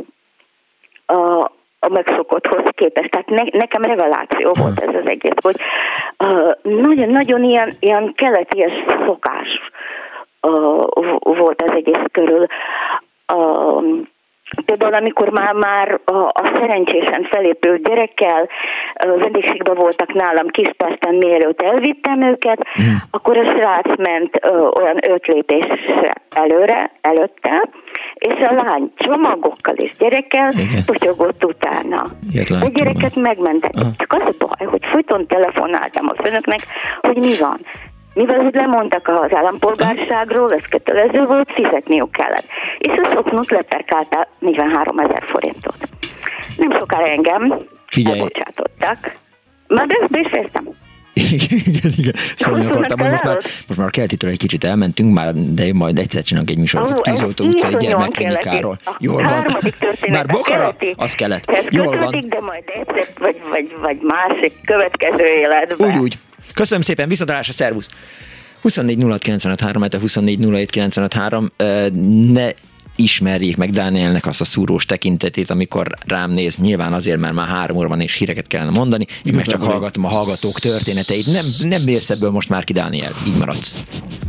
Speaker 9: a, a megszokotthoz képest. Tehát ne, nekem reveláció volt ez az egész, hogy uh, nagyon-nagyon ilyen, ilyen keleties szokás uh, volt az egész körül. Uh, Például, amikor már, már a, a szerencsésen felépült gyerekkel uh, vendégségben voltak nálam Kispesten, mielőtt elvittem őket, mm. akkor a srác ment uh, olyan öt lépésre előre, előtte, és a lány csomagokkal és gyerekkel potyogott utána. A gyereket megmentették. Csak az a baj, hogy folyton telefonáltam a főnöknek, hogy mi van. Mivel hogy lemondtak az állampolgárságról, ez kötelező volt, fizetniük kellett. És a szoknut leperkálta negyvenhárom ezer forintot. Nem sokára engem Figyelj. elbocsátottak. Már be, be is fértem.
Speaker 2: Igen, igen. Szóval akartam, hogy most már, most már a keltitől egy kicsit elmentünk, már, de majd egyszer csinálunk egy műsort a Tűzoltó utcai gyermekklinikáról. Jól van. Már Bokara, az kellett. Jól van.
Speaker 9: De majd egyszer, vagy, vagy, vagy másik következő életben.
Speaker 2: Úgy, úgy. Köszönöm szépen, viszontlátásra, szervusz! huszonnégy nulla hat kilencvenöt három, huszonnégy nulla hét kilencvenöt három, ne ismerjék meg Dánielnek azt a szúrós tekintetét, amikor rám néz, nyilván azért, mert már három óra van és híreket kellene mondani, én meg csak hallgatom a hallgatók történeteit. Nem, nem bérsz ebből most már ki, Dániel, így maradsz.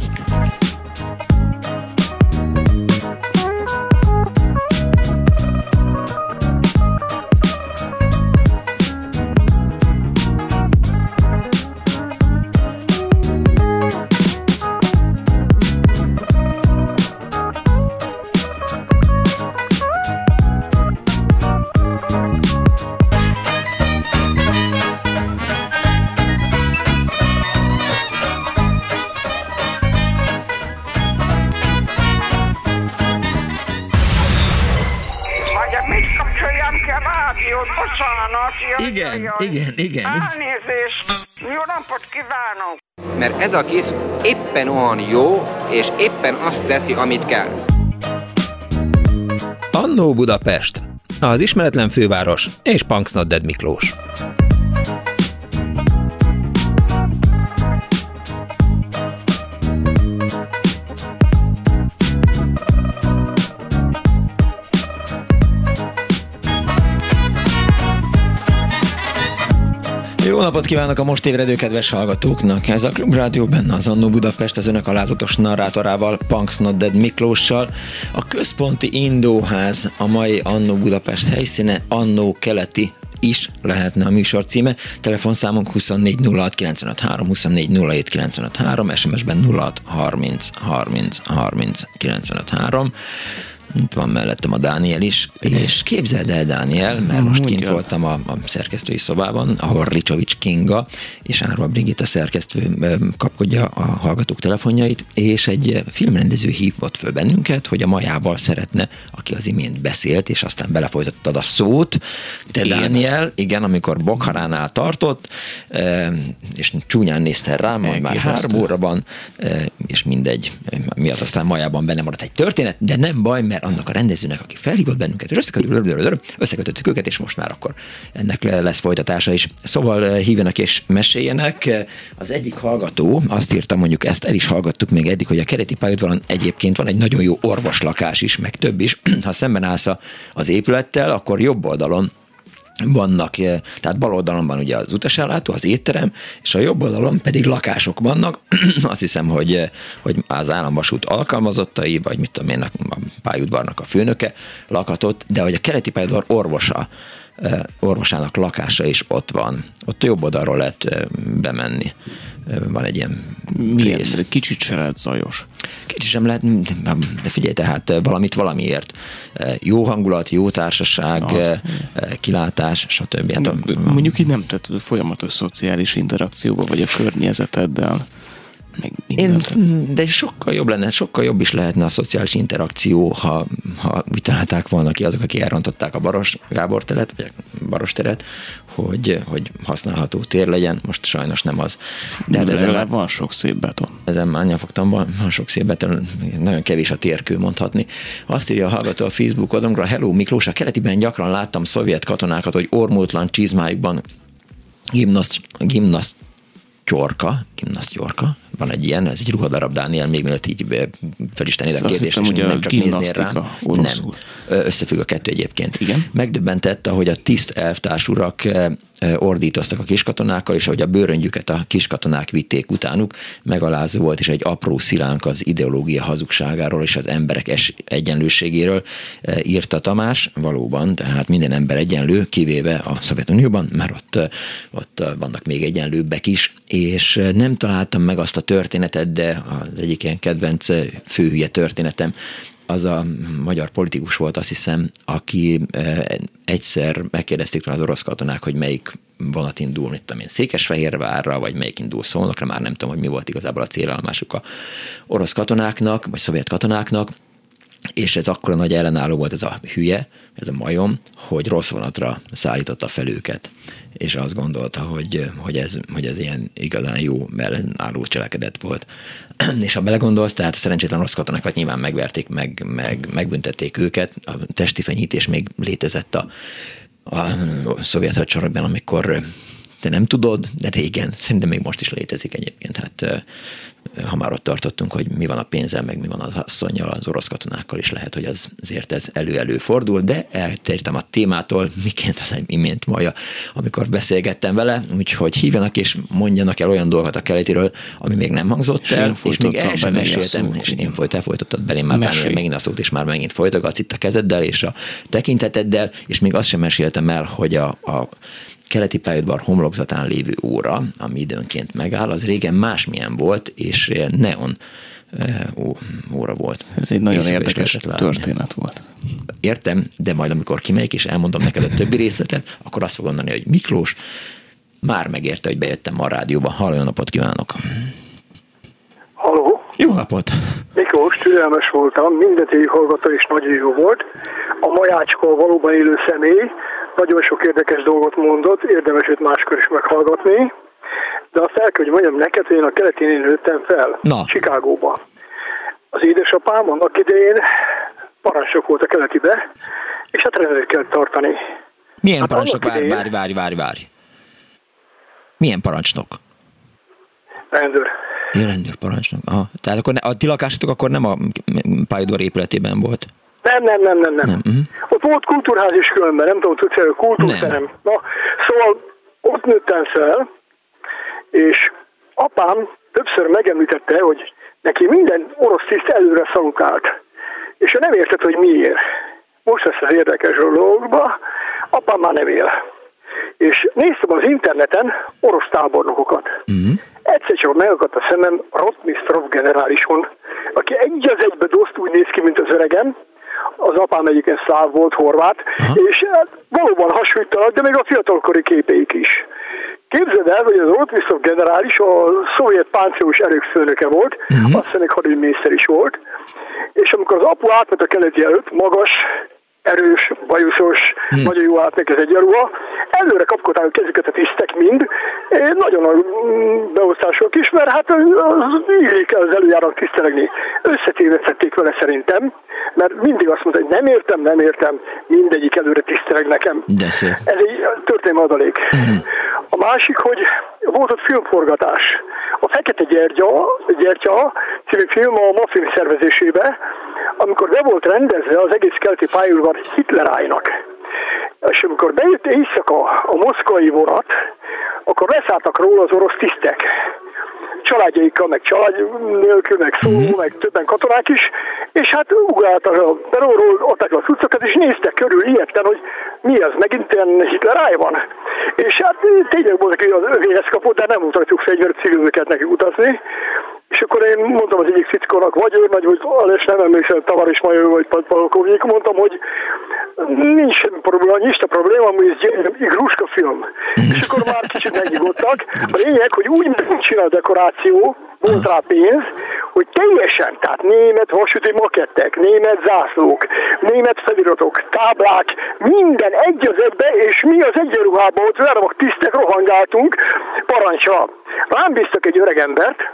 Speaker 2: Igen, igen, igen.
Speaker 10: Elnézést! Jó napot kívánok!
Speaker 1: Mert ez a kis éppen olyan jó, és éppen azt teszi, amit kell.
Speaker 2: Annó Budapest, az ismeretlen főváros és Punksnodded Miklós. Jó napot kívánok a most ébredő kedves hallgatóknak! Ez a Klubrádió, benne az Annó Budapest, az önök alázatos narrátorával, Punksnodded Miklóssal. A központi Indóház a mai Annó Budapest helyszíne, annó keleti is lehetne a műsor címe. Telefonszámunk huszonnégy nulla hat kilencvenöt-három, huszonnégy nulla hét kilencvenöt-három, es em es-ben nulla hat harminc harminc harminc kilencvenöt-három. Itt van mellettem a Dániel is, és képzeld el, Dániel, mert most
Speaker 5: Mondjad.
Speaker 2: kint voltam a, a szerkesztői szobában, ahol Ricsovics Kinga és Árva Brigitta szerkesztő kapkodja a hallgatók telefonjait, és egy filmrendező hívott föl bennünket, hogy a Majával szeretne, aki az imént beszélt, és aztán belefolytattad a szót. Te,
Speaker 5: Igen.
Speaker 2: Dániel, igen, amikor Bokharánál tartott, és csúnyán nézte rám, majd már három óra van, és mindegy, miatt aztán Majában benne maradt egy történet, de nem baj, mert annak a rendezőnek, aki felhívott bennünket, és összekötöttük őket, és most már akkor ennek lesz folytatása is. Szóval hívjanak és meséljenek. Az egyik hallgató azt írta, mondjuk ezt el is hallgattuk még eddig, hogy a Keleti pályaudvaron egyébként van egy nagyon jó orvoslakás is, meg több is. Ha szemben állsz az épülettel, akkor jobb oldalon vannak, tehát bal oldalon van ugye az utasellátó, az étterem, és a jobb oldalon pedig lakások vannak. Azt hiszem, hogy, hogy az államvasút alkalmazottai, vagy mit tudom én, a pályaudvarnak a főnöke lakhatott, de hogy a Keleti pályaudvar orvosa, orvosának lakása is ott van. Ott jobb oldalról lehet bemenni. Van egy ilyen
Speaker 5: Milyen?
Speaker 2: rész.
Speaker 5: Kicsit se lehet zajos.
Speaker 2: Kicsit sem lehet, de figyelj, tehát valamit valamiért. Jó hangulat, jó társaság, az, kilátás, stb. Hát a,
Speaker 5: mondjuk így nem, tehát folyamatos szociális interakcióba vagy a környezeteddel.
Speaker 2: Én, de sokkal jobb lenne, sokkal jobb is lehetne a szociális interakció, ha, ha úgy találták volna ki azok, akik elrontották a Baros Gábor teret, vagy a Baros teret, hogy, hogy használható tér legyen. Most sajnos nem az.
Speaker 5: De hát ezen már, van sok szép beton.
Speaker 2: Ezen már nyafogtam, van, van sok szép beton, nagyon kevés a térkő mondhatni. Azt írja a hallgató a Facebook oldalunkra: Hello Miklós, a keletiben gyakran láttam szovjet katonákat, hogy ormótlan csizmájukban gimnaszt, gimnaszt Gyorka, gimnasztyorka, van egy ilyen, ez egy ruhadarab, Dániel, még mielőtt így fel is tennéd a kérdést, és nem csak néznél rám. Nem, összefügg a kettő egyébként.
Speaker 5: Igen?
Speaker 2: Megdöbbentette, hogy a tiszt elvtárs urak ordítoztak a kiskatonákkal, és ahogy a bőröngyüket a kiskatonák vitték utánuk, megalázó volt, és egy apró szilánk az ideológia hazugságáról és az emberek es- egyenlőségéről írta Tamás. Valóban, tehát minden ember egyenlő, kivéve a Szovjetunióban, mert ott, ott vannak még egyenlőbbek is, és nem találtam meg azt a történetet, de az egyik ilyen kedvenc főhülye történetem, az a magyar politikus volt, azt hiszem, aki egyszer megkérdezték tőle az orosz katonák, hogy melyik vonat indul, mit tudom én, Székesfehérvárra, vagy melyik indul Szolnokra, már nem tudom, hogy mi volt igazából a célállomásuk a orosz katonáknak, vagy szovjet katonáknak, és ez akkora nagy ellenálló volt ez a hülye, ez a majom, hogy rossz vonatra szállította fel őket, és azt gondolta, hogy, hogy, ez, hogy ez ilyen igazán jó ellenálló cselekedet volt. És ha belegondolsz, tehát a szerencsétlen rossz katonákat nyilván megverték, meg, meg, megbüntették őket, a testi fenyítés még létezett a, a szovjet hadseregben, amikor te nem tudod, de régen, szerintem még most is létezik egyébként, hát ha már ott tartottunk, hogy mi van a pénzzel, meg mi van az asszonnyal, az orosz katonákkal is lehet, hogy az, azért ez elő-elő fordul, de eltértem a témától, miként az imént Maja, amikor beszélgettem vele, úgyhogy hívjanak és mondjanak el olyan dolgokat a keletiről, ami még nem hangzott el, és még el sem meséltem, és én folyt, elfolytottad belém már Dániel, megint a szót, és már megint folytogatsz itt a kezeddel és a tekinteteddel, és még azt sem meséltem el, hogy a, a keleti pályaudvar homlokzatán lévő óra, ami időnként megáll, az régen másmilyen volt, és neon ó, óra volt.
Speaker 5: Ez egy nagyon érdekes történet volt.
Speaker 2: Értem, de majd amikor kimegyek, és elmondom neked a többi részletet, akkor azt fogom mondani, hogy Miklós már megérte, hogy bejöttem ma a rádióba. Halló, jó napot kívánok!
Speaker 11: Halló!
Speaker 2: Jó napot!
Speaker 11: Miklós, türelmes voltam, mindegyik hallgató is nagyon jó volt. A Majácska valóban élő személy, nagyon sok érdekes dolgot mondott, érdemes őt máskor is meghallgatni, de azt el kell, hogy mondjam neked, hogy én a keletén nőttem fel,
Speaker 2: Na.
Speaker 11: Chicagóba. Az édesapám annak idején parancsnok volt a keletibe, és hát rendet kell tartani.
Speaker 2: Milyen
Speaker 11: hát
Speaker 2: parancsnok? Várj,
Speaker 11: idején...
Speaker 2: várj, várj, várj, várj. Milyen parancsnok?
Speaker 11: Rendőr.
Speaker 2: Ja, rendőr parancsnok. Aha. Tehát akkor ne, a ti lakásatok akkor nem a pályaudvar épületében volt?
Speaker 11: Nem, nem, nem, nem, nem. nem. Uh-huh. Ott volt kultúrház is különben, nem tudom, tudsz el, kultúrterem. Na, szóval ott nőttem fel, és apám többször megemlítette, hogy neki minden orosz tiszt előre szalukált. És ő nem értett, hogy miért. Most lesz az érdekes dologba, apám már nem él. és néztem az interneten orosz tábornokokat. Uh-huh. Egyszer csak megakadt a szemem Rotmistrov generálison, aki egy az egybe doszt úgy néz ki, mint az öregem. Az apám egyébként szláv volt, horvát, uh-huh. és valóban hasonlítanak, de még a fiatalkori képeik is. Képzeld el, hogy az Rotmistrov generális a szovjet páncélos erők főnöke volt, uh-huh. azt hiszem még hadügyminiszter is volt, és amikor az apu átment a keleti előtt, magas, erős, bajuszos, hmm. nagyon jó állt neki ez egyenruha. Előre kapkodták a kezüket a tisztek mind, nagyon nagy beosztások is, mert hát az illik az előjárók tisztelegni. Összetévesztették vele szerintem, mert mindig azt mondta, hogy nem értem, nem értem, mindegyik előre tiszteleg nekem. Ez egy történelmi adalék. Hmm. A másik, hogy volt ott filmforgatás. A Fekete Gyertya, Gyertya című film a Mafim szervezésébe, amikor be volt rendezve az egész keleti pályaudvar Hitlerájnak. És amikor bejött éjszaka a moszkvai vonat, akkor leszálltak róla az orosz tisztek. Családjaikkal, meg család nélkül, meg szóló, meg többen katonák is, és hát ugráltak a peróról, adták a cuccokat, és néztek körül ilyetten, hogy mi az, megint ilyen Hitleráj van. És hát tényleg volt, aki az övéhez kapott, de nem mutatjuk fegyvert, civilőket neki utazni. És akkor én mondtam az egyik fickónak, vagy őrnagy, vagy és nem emlékszem, Tavaris Major, vagy Palkovnyik, mondtam, hogy nincs semmi probléma, nincs a probléma, hogy ez egy Igruska film. És akkor már kicsit megnyugodtak. A lényeg, hogy úgy csinál a dekoráció, volt rá pénz, hogy teljesen, tehát német vasúti makettek, német zászlók, német feliratok, táblák, minden egy az egybe, és mi az egyenruhában ott vermak tisztek rohangáltunk parancsra. Rám bíztak egy öreg embert,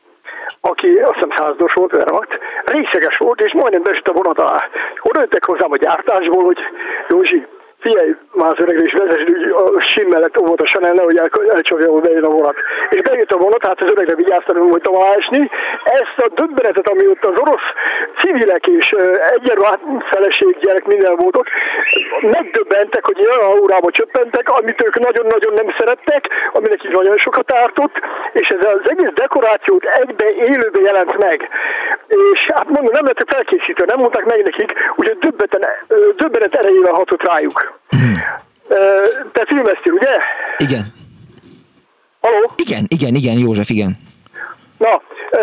Speaker 11: aki azt hiszem százados volt, Wehrmacht, részeges volt, és majdnem besült a vonat alá. Oda jöttek hozzám a gyártásból, hogy Józsi, figyelj, már az öregre is vezessd a sim mellett óvatosan el, nehogy elcsapja, hogy bejön a vonat. És bejött a vonat, hát az öregre vigyáztam, hogy voltam alásni. Ezt a döbbenetet, ami ott az orosz civilek és egyenruhát feleség, gyerek, minden volt ott, megdöbbentek, hogy olyan aurába csöppentek, amit ők nagyon-nagyon nem szerettek, aminek így nagyon sokat ártott, és ez az egész dekorációt egybe élőbe jelent meg. És hát mondom, nem lettek felkészítve, nem mondták meg nekik, úgyhogy döbbenet erejével hatott rájuk. Hmm. Te filmeztél, ugye?
Speaker 2: Igen.
Speaker 11: Halló?
Speaker 2: Igen, igen, igen, József, igen.
Speaker 11: Na,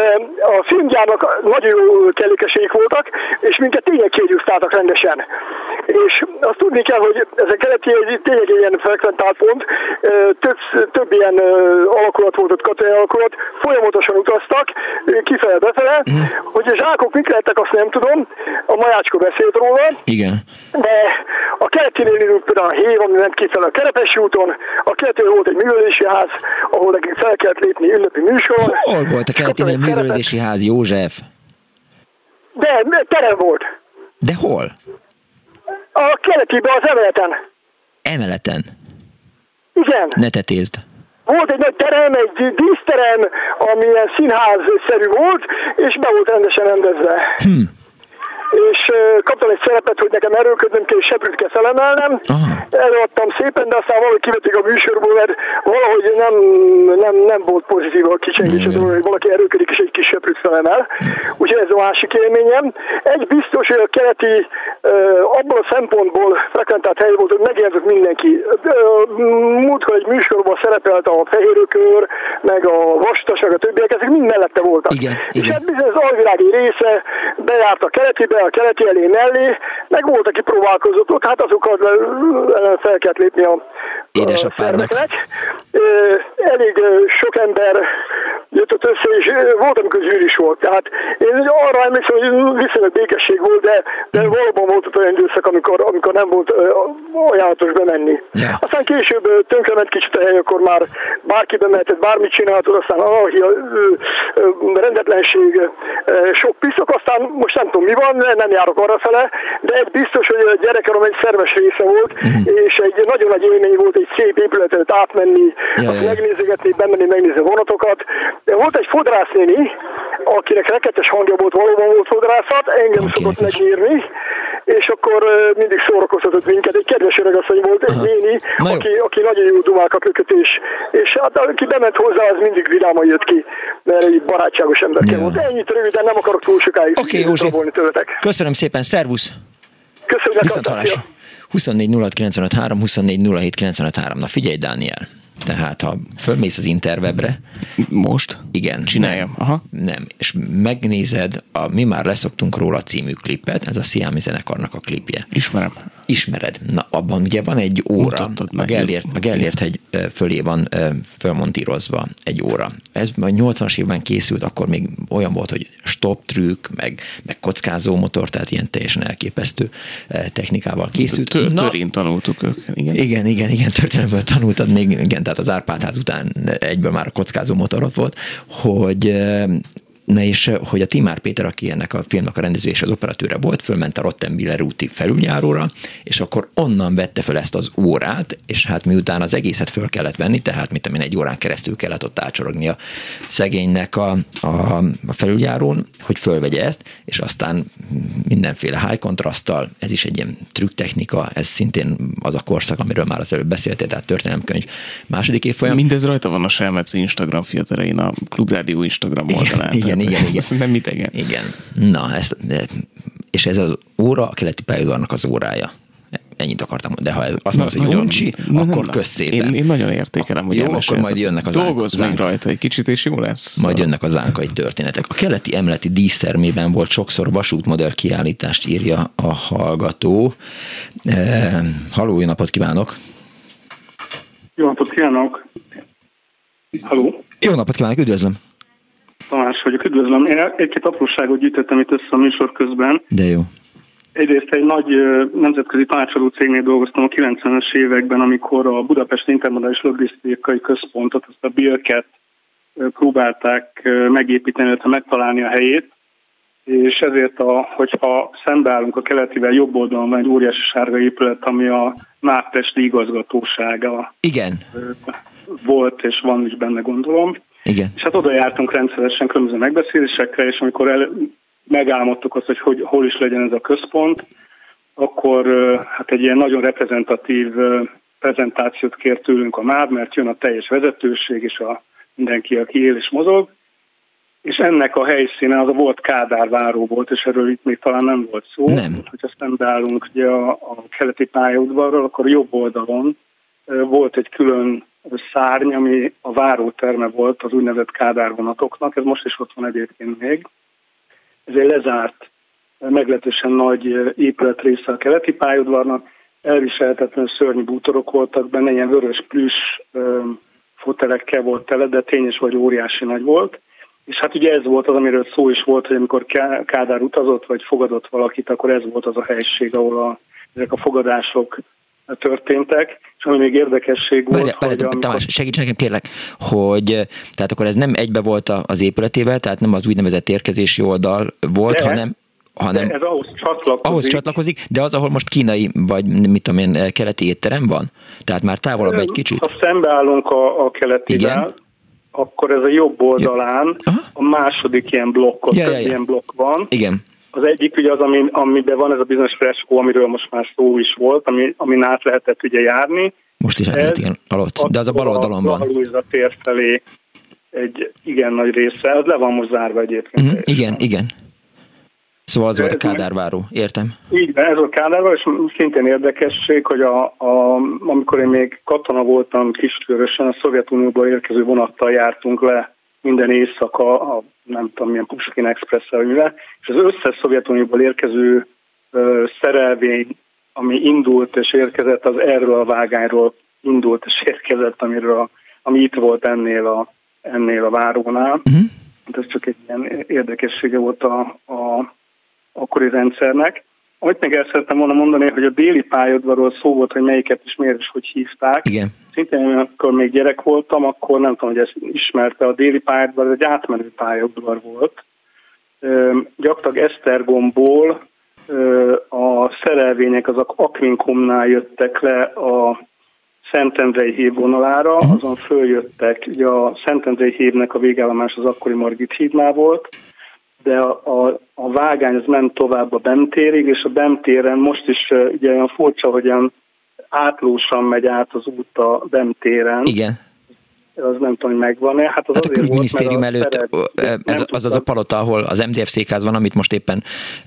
Speaker 11: a filmgyárnak nagyon jó kellékeseik voltak, és minket tényleg kiegyúztáltak rendesen. És azt tudni kell, hogy ez a keleti tényleg egy ilyen frekventált pont, több, több ilyen alakulat volt ott, katonai alakulat, folyamatosan utaztak, kifele befele, mm. hogy a zsákok mik lehettek, azt nem tudom, a Majácska beszélt róla.
Speaker 2: Igen.
Speaker 11: De a keletinél indult például a hév, ami ment kifele a Kerepesi úton, a keletinél volt egy művelési ház, ahol nekik fel kellett lépni ünnepi műsoron.
Speaker 2: Hol volt a keletinél művelési ház, József?
Speaker 11: De, terem volt.
Speaker 2: De hol?
Speaker 11: A keletiben, az emeleten.
Speaker 2: Emeleten?
Speaker 11: Igen.
Speaker 2: Ne tetézd.
Speaker 11: Volt egy nagy terem, egy díszterem, ami ilyen színházszerű volt, és be volt rendesen rendezve. Hm. És uh, kaptam egy szerepet, hogy nekem erőlködnöm kell, és seprűt kell felemelnem. Előadtam szépen, de aztán valahogy kivették a műsorból, mert valahogy nem, nem, nem volt pozitív a kicsengés, hogy valaki erőködik, és egy kis seprűt felemel. Úgyhogy ez a másik élményem. Egy biztos, hogy a keleti uh, abból a szempontból frekventált hely volt, hogy megjelzett mindenki. Uh, múltkor egy műsorban szerepelt a Fehérökör, meg a Vastas, meg a többiek, ezek mind mellette voltak.
Speaker 2: Igen,
Speaker 11: és
Speaker 2: igen.
Speaker 11: hát bizony az alvilági része bejárt a keletibe, a keleti elé mellé, meg volt, aki próbálkozott ott, hát azokat fel kellett lépni a, a szerveknek. Elég sok ember jött ott össze, és volt, amikor zűr is volt. Tehát én arra emlékszem, hogy viszonylag békesség volt, de, de valóban volt ott olyan időszak, amikor, amikor nem volt ajánlatos bemenni. Yeah. Aztán később tönkrement kicsit a hely, akkor már bárki bemehetett, bármit csinálhatod, aztán anarchia, rendetlenség, sok piszok, aztán most nem tudom mi van, nem járok arra fele, de egy biztos, hogy a gyerekerom egy szerves része volt, mm. és egy nagyon nagy élmény volt egy szép épületet átmenni, ja, ja. megnézegetni, bemenni, megnézni vonatokat. De volt egy fodrásznéni, akinek rekettes hangja volt, valóban volt fodrászat, engem okay, szokott megírni, és akkor uh, mindig szórakoztatott minket. Egy kedves öregasszony volt, egy néni, aki, aki nagyon jó dumákat lökött, és, és hát aki bement hozzá, az mindig vidáman jött ki, mert egy barátságos emberke ja. volt. Ennyit röviden, nem akarok túl sokáig
Speaker 2: okay,
Speaker 11: szólni tőletek.
Speaker 2: Köszönöm szépen, szervusz!
Speaker 11: Köszönjük.
Speaker 2: Viszont hallásra. huszonnégy nulla hat kilencvenöt három, huszonnégy nulla hét kilencvenöt három. Na figyelj, Dániel. Tehát, ha fölmész az interwebre...
Speaker 5: Most?
Speaker 2: Igen.
Speaker 5: Csináljam.
Speaker 2: Nem,
Speaker 5: Aha.
Speaker 2: nem. És megnézed a Mi már leszoktunk róla című klipet, ez a Sziámi zenekarnak a klipje.
Speaker 5: Ismerem.
Speaker 2: Ismered. Na, abban ugye van egy óra, a Gellért, a Gellért hegy fölé van fölmontírozva egy óra. Ez a nyolcvanas évben készült, akkor még olyan volt, hogy stop trükk, meg, meg kockázó motor, tehát ilyen teljesen elképesztő technikával készült.
Speaker 5: Törén tanultuk ők. Igen,
Speaker 2: igen, igen, igen történelemből tanultad még, igen, tehát az Árpád-ház után egyből már a kockázó motor ott volt, hogy na és hogy a Timár Péter, aki ennek a filmnek a rendező és az operatőre volt, fölment a Rottenbiller úti felüljáróra, és akkor onnan vette fel ezt az órát, és hát miután az egészet föl kellett venni, tehát mit tudom én, egy órán keresztül kellett ott ácsorogni a szegénynek a, a, a felüljárón, hogy fölvegye ezt, és aztán mindenféle high kontraszttal, ez is egy ilyen trükktechnika, ez szintén az a korszak, amiről már az előbb beszéltél, tehát történelemkönyv második évfolyam.
Speaker 5: Mindez rajta van a Selmeci Instagram fiatelein, a Klubrádió Instagram oldalán.
Speaker 2: Igen, igen, igen.
Speaker 5: Ezt nem idegen.
Speaker 2: Igen. Na, ezt, és ez az óra a keleti pályaudvarnak az órája. Ennyit akartam, de ha azt mondod, hogy uncsi, akkor kösz szépen.
Speaker 5: Én, én nagyon értékelem, hogy
Speaker 2: jó, akkor majd jönnek az
Speaker 5: dolgozz meg rajta egy kicsit, és jó lesz.
Speaker 2: Majd jönnek az ánkai történetek. A keleti emeleti dísztermében volt sokszor vasútmodell kiállítást, írja a hallgató. E, halló, jó napot kívánok!
Speaker 12: Jó napot kívánok! Halló!
Speaker 2: Jó napot kívánok, üdvözlöm!
Speaker 12: Tamás vagyok, üdvözlöm. Én egy-két apróságot gyűjtöttem itt össze a műsor közben.
Speaker 2: De jó.
Speaker 12: Egyrészt egy nagy nemzetközi tanácsadó cégnél dolgoztam a kilencvenes években, amikor a Budapest Intermodális Logisztikai Központot, azt a Bilket próbálták megépíteni, illetve megtalálni a helyét, és ezért, a, hogyha szembeállunk a keletivel, jobb oldalon van egy óriási sárga épület, ami a Nápesti igazgatósága.
Speaker 2: Igen.
Speaker 12: Volt, és van is benne, gondolom.
Speaker 2: Igen.
Speaker 12: És hát oda jártunk rendszeresen különböző megbeszélésekre, és amikor el, megálmodtuk azt, hogy, hogy hol is legyen ez a központ, akkor hát egy ilyen nagyon reprezentatív prezentációt kért tőlünk a MÁV, mert jön a teljes vezetőség, és a mindenki, aki él és mozog. És ennek a helyszíne az a volt Kádár váró volt, és erről itt még talán nem volt szó.
Speaker 2: Nem.
Speaker 12: Hogyha szembeállunk ugye a, a keleti pályaudvarról, akkor jobb oldalon volt egy külön szárny, ami a váróterme volt az úgynevezett Kádár vonatoknak, ez most is ott van egyébként még. Ez egy lezárt, meglehetősen nagy épületrésze a keleti pályaudvarnak, elviselhetetlen szörnyű bútorok voltak benne, ilyen vörös plüss fotelekkel volt tele, de tényes vagy óriási nagy volt. És hát ugye ez volt az, amiről szó is volt, hogy amikor Kádár utazott, vagy fogadott valakit, akkor ez volt az a helység, ahol a, ezek a fogadások történtek, és ami még érdekesség volt,
Speaker 2: Bárja, hogy... Amikor... Tamás, segíts nekem kérlek, hogy tehát akkor ez nem egybe volt az épületével, tehát nem az úgynevezett érkezési oldal volt, de, hanem... hanem
Speaker 12: ez ahhoz csatlakozik.
Speaker 2: Ahhoz csatlakozik, de az, ahol most kínai, vagy mit tudom én, keleti étterem van? Tehát már távolabb egy kicsit?
Speaker 12: Ha szembeállunk a, a keletivel, igen, akkor ez a jobb oldalán ja. a második ilyen blokkot, ja, ja, ja. ilyen blokk van.
Speaker 2: Igen.
Speaker 12: Az egyik ugye az, ami, amiben van ez a bizonyos freskó, amiről most már szó is volt, ami, amin át lehetett ugye járni.
Speaker 2: Most is át lehet, igen, alatt, de az a bal oldalon van.
Speaker 12: A Luisa tér felé egy igen nagy része, az le van most zárva egyébként.
Speaker 2: Uh-huh. Igen, igen. Szóval az volt a Kádár váró, értem.
Speaker 12: Így van, ez a Kádár váró, és szintén érdekesség, hogy a, a, amikor én még katona voltam Kisvörösen, a Szovjetunióból érkező vonattal jártunk le minden éjszaka, a, nem tudom milyen Puskin Express-szel, vagy mivel, és az összes Szovjetunióból érkező ö, szerelvény, ami indult és érkezett, az erről a vágányról indult és érkezett, amiről a, ami itt volt ennél a, ennél a várónál. Uh-huh. Ez csak egy ilyen érdekessége volt a, a akkori rendszernek. Amit meg el szerettem volna mondani, hogy a déli pályaudvarról szó volt, hogy melyiket is miért is hogy hívták.
Speaker 2: Igen.
Speaker 12: Szintén, amikor még gyerek voltam, akkor nem tudom, hogy ezt ismerte, a déli pályaudvar, ez egy átmenő pályaudvar volt. Gyakorlatilag Esztergomból a szerelvények azok Aquincumnál jöttek le a Szentendrei híd vonalára, azon följöttek, ugye a Szentendrei hídnek a végállomás az akkori Margit hídnál volt, de a, a, a vágány az ment tovább a Bemtérig, és a Bemtéren most is ugye olyan furcsa, hogyan átlósan megy át az út a Bemtéren.
Speaker 2: Igen.
Speaker 12: az nem tudom, hogy megvan-e. Hát, az
Speaker 2: hát a külügyminisztérium volt, előtt
Speaker 12: szerep,
Speaker 2: ez, az az a palota, ahol az em dé ef székház van, amit most éppen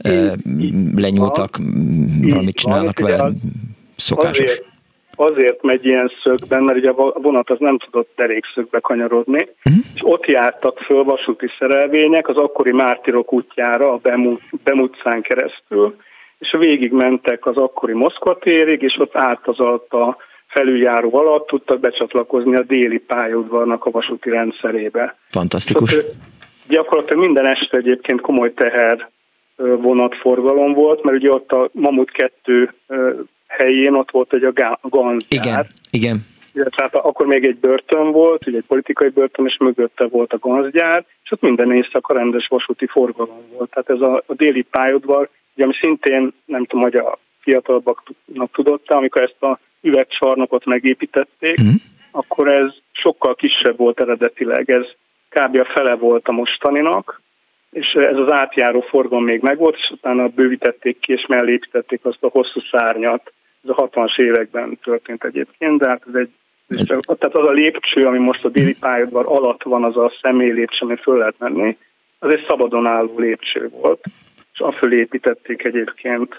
Speaker 2: így, lenyúltak, így, valamit csinálnak vele, az, szokásos.
Speaker 12: Azért, azért megy ilyen szögben, mert ugye a vonat az nem tudott derékszögbe kanyarodni, uh-huh. és ott jártak föl vasúti szerelvények az akkori Mártirok útjára, a Bem utcán keresztül, és végig mentek az akkori Moszkva térig, és ott át az alatt a felüljáró alatt tudtak becsatlakozni a déli pályaudvarnak a vasúti rendszerébe.
Speaker 2: Fantasztikus.
Speaker 12: Szóval gyakorlatilag minden este egyébként komoly teher vonatforgalom volt, mert ugye ott a Mamut kettő helyén ott volt egy a ganzgyár.
Speaker 2: Igen, igen.
Speaker 12: Tehát akkor még egy börtön volt, ugye egy politikai börtön, és mögötte volt a ganzgyár, és ott minden éjszaka rendes vasúti forgalom volt. Tehát ez a, a déli pályaudvar, ugye, ami szintén, nem tudom, hogy a fiatalabbaknak tudott, amikor ezt a üvegcsarnokot megépítették, mm. akkor ez sokkal kisebb volt eredetileg, ez kb. A fele volt a mostaninak, és ez az átjáró forgalom még megvolt, és utána bővítették ki, és mellé építették azt a hosszú szárnyat. Ez a hatvanas években történt egyébként, de hát ez egy, ez csak, tehát az a lépcső, ami most a déli pályaudvar alatt van, az a személy lépcső, ami föl lehet menni, az egy szabadon álló lépcső volt, és afölé építették egyébként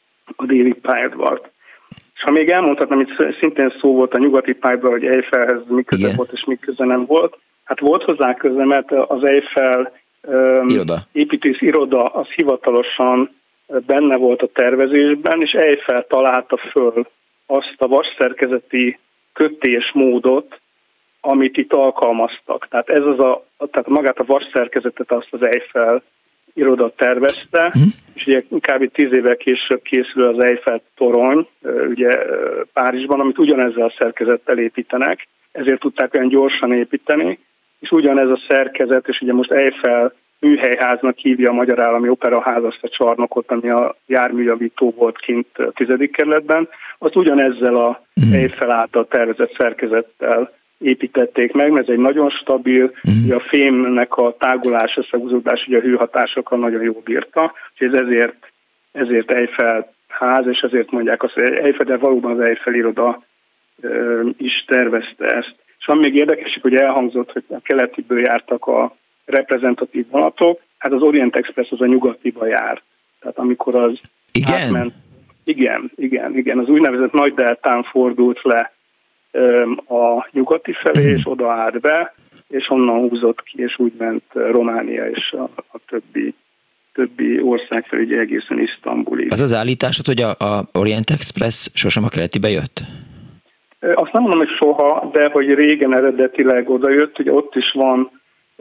Speaker 12: a déli pályaudvart. És ha még elmondhatnám, itt szintén szó volt a nyugati pályaudvar, hogy Eifelhez mi köze yeah. volt, és mi köze nem volt. Hát volt hozzá köze, mert az Eiffel um, iroda. építész iroda az hivatalosan benne volt a tervezésben, és Eiffel találta föl azt a vasszerkezeti kötésmódot, amit itt alkalmaztak. Tehát ez az a, tehát magát a vasszerkezetet azt az Eiffel iroda tervezte, mm. és ugye kb. tíz évvel később készül az Eiffel torony, ugye Párizsban, amit ugyanezzel a szerkezettel építenek, ezért tudták olyan gyorsan építeni, és ugyanez a szerkezet, és ugye most Eiffel műhelyháznak hívja a Magyar Állami Operaház azt a csarnokot, ami a járműjavító volt kint a tizedik kerületben, azt ugyanezzel a mm. Eiffel által tervezett szerkezettel építették meg, mert ez egy nagyon stabil, mm. ugye a fémnek a tágulás, összehúzódás, ugye a hőhatásokkal nagyon jól bírta, és ez ezért, ezért Eiffel ház, és ezért mondják azt, hogy Eiffel, de valóban az Eiffel iroda ö, is tervezte ezt. És ami még érdekes, hogy elhangzott, hogy a keletiből jártak a reprezentatív vonatok, hát az Orient Express az a nyugatiba jár. Tehát amikor az
Speaker 2: igen?
Speaker 12: átment, igen, igen, igen, az úgynevezett nagy deltán fordult le öm, a nyugati felé, mm. és oda állt be, és onnan húzott ki, és úgy ment Románia és a, a többi, többi ország felé, ugye egészen Isztambulig.
Speaker 2: Az az állításod, hogy a, a Orient Express sosem a keletibe jött?
Speaker 12: Azt nem mondom, hogy soha, de hogy régen eredetileg oda jött, hogy ott is van,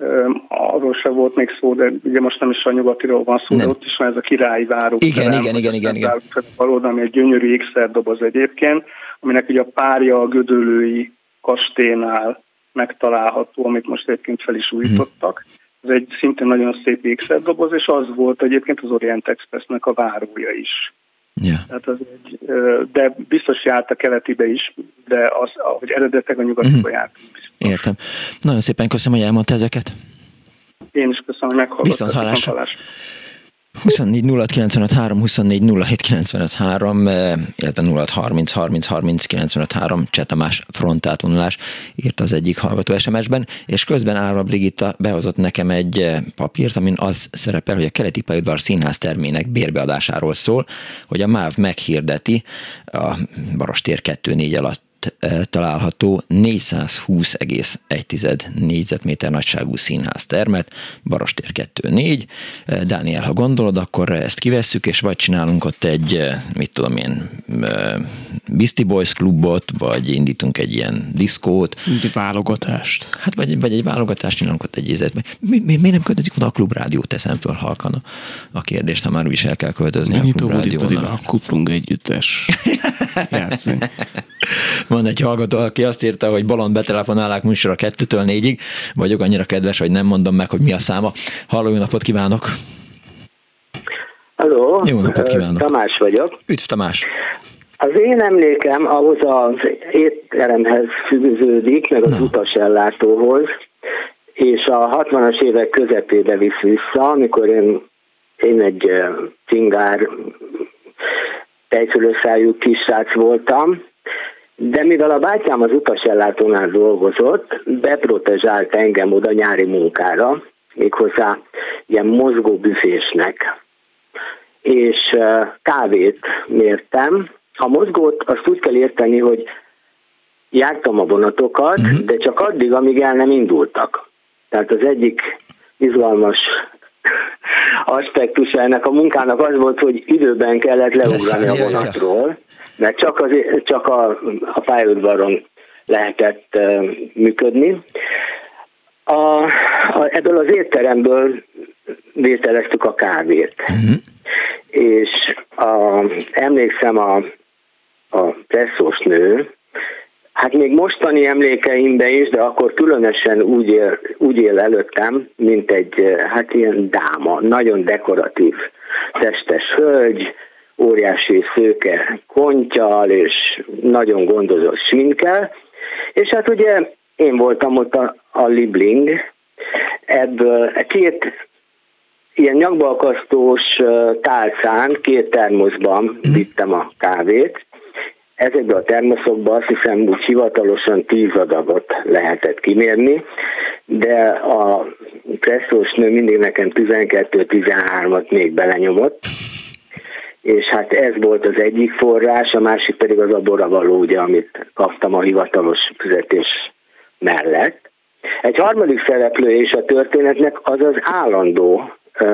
Speaker 12: arról sem volt még szó, de ugye most nem is a nyugatiról van szó, nem. De ott is van ez a királyi váró.
Speaker 2: Igen, igen, igen, igen, igen.
Speaker 12: Valóban, ami egy gyönyörű ékszerdoboz egyébként, aminek ugye a párja a Gödöllői kastélynál megtalálható, amit most egyébként fel is újítottak. Ez egy szintén nagyon szép ékszerdoboz, és az volt egyébként az Orient Expressnek a várója is.
Speaker 2: Yeah.
Speaker 12: Tehát az egy, de biztos járt a keletibe is, de az, ahogy eredetek a nyugatiba uh-huh. járt.
Speaker 2: Értem. Nagyon szépen köszönöm, hogy elmondta ezeket.
Speaker 12: Én is köszönöm, hogy meghallgattam.
Speaker 2: Viszont hallásra. huszonnégy nulla kilencvenöt három, huszonnégy nulla hét kilencvenöt három, illetve nulla harminc harminc harminc kilencvenöt három, Cseh Tamás frontátvonulás, írt az egyik hallgató es em es-ben, és közben Árva Brigitta behozott nekem egy papírt, amin az szerepel, hogy a keleti pályaudvar színház termének bérbeadásáról szól, hogy a MÁV meghirdeti a Barostér kettő négy alatt található négyszázhúsz egész egy négyzetméter nagyságú színháztermet, Barostér kettő négy. Dániel, ha gondolod, akkor ezt kivesszük, és vagy csinálunk ott egy, mit tudom én, Beastie Boys klubot, vagy indítunk egy ilyen diszkót.
Speaker 5: Egy válogatást.
Speaker 2: Hát vagy, vagy egy válogatást csinálunk ott egy ízet. Mi, mi, miért nem költözik oda a Klubrádió? Teszem föl halkan a, a kérdést, ha már úgyis el kell költözni a Klubrádiónak.
Speaker 5: A Kuplung együttes játszani.
Speaker 2: Van egy hallgató, aki azt írta, hogy Balon betelefonálák műsor a kettőtől négyig. Vagyok annyira kedves, hogy nem mondom meg, hogy mi a száma. Halló, jó napot kívánok!
Speaker 13: Halló,
Speaker 2: jó napot kívánok!
Speaker 13: Tamás vagyok.
Speaker 2: Üdv, Tamás!
Speaker 13: Az én emlékem ahhoz az étteremhez fűződik, meg az Na. utasellátóhoz, és a hatvanas évek közepébe visz vissza, amikor én, én egy cingár tejfölösszájú kis srác voltam, De mivel a bátyám az utasellátónál dolgozott, beprotezsált engem oda nyári munkára, méghozzá ilyen mozgó büfésnek. És kávét mértem. A mozgót azt úgy kell érteni, hogy jártam a vonatokat, uh-huh. de csak addig, amíg el nem indultak. Tehát az egyik izgalmas aspektusa ennek a munkának az volt, hogy időben kellett leugrani a vonatról, mert csak, az, csak a, a pályaudvaron lehetett uh, működni. A, a, ebből az étteremből vételeztük a kávét. Uh-huh. És a, emlékszem a, a presszós nő, hát még mostani emlékeimben is, de akkor különösen úgy él, úgy él előttem, mint egy hát ilyen dáma, nagyon dekoratív testes hölgy, óriási szőke kontyal és nagyon gondozott sminkkel, és hát ugye én voltam ott a, a libling, ebből két ilyen nyakbalkasztós tálcán, két termoszban vittem a kávét. Ezekben a termoszokban azt hiszem úgy hivatalosan tíz adagot lehetett kimérni, de a presszós nő mindig nekem tizenkettő-tizenhármat még belenyomott, és hát ez volt az egyik forrás, a másik pedig az a boravaló, ugye, amit kaptam a hivatalos fizetés mellett. Egy harmadik szereplő és a történetnek az az állandó,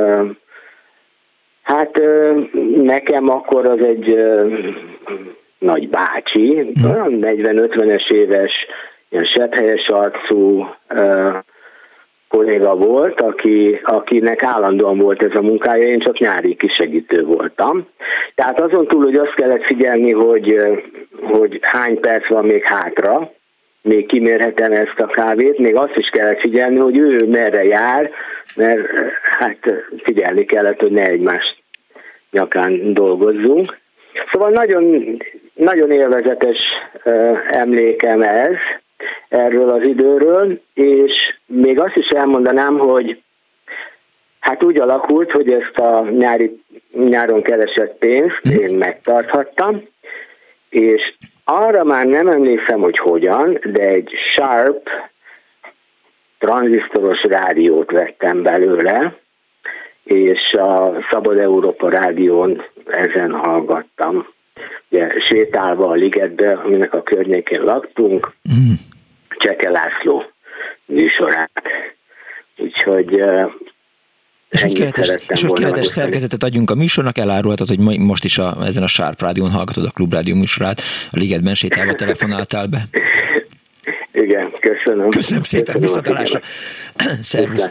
Speaker 13: hát nekem akkor az egy nagy bácsi, olyan negyven-ötvenes éves, ilyen sebhelyes arcú kolléga volt, aki, akinek állandóan volt ez a munkája, én csak nyári kisegítő voltam. Tehát azon túl, hogy azt kellett figyelni, hogy, hogy hány perc van még hátra, még kimérhetem ezt a kávét, még azt is kellett figyelni, hogy ő merre jár, mert hát figyelni kellett, hogy ne egymás nyakán dolgozzunk. Szóval nagyon, nagyon élvezetes emlékem ez erről az időről, és még azt is elmondanám, hogy hát úgy alakult, hogy ezt a nyári, nyáron keresett pénzt én megtarthattam, és arra már nem emlékszem, hogy hogyan, de egy Sharp tranzisztoros rádiót vettem belőle, és a Szabad Európa rádión ezen hallgattam. Ugye, sétálva a ligetbe, aminek a környékén laktunk, mm. Cseke László műsorát. Úgyhogy
Speaker 2: és hogy keretes, és hogy keretes szerkezetet adjunk a műsornak, elárulhatod, hogy most is a, ezen a Sharp rádión hallgatod a Klubrádió műsorát, a ligetben sétálva telefonáltál be.
Speaker 13: Igen, köszönöm.
Speaker 2: Köszönöm szépen, visszatalálásra. Szervusz.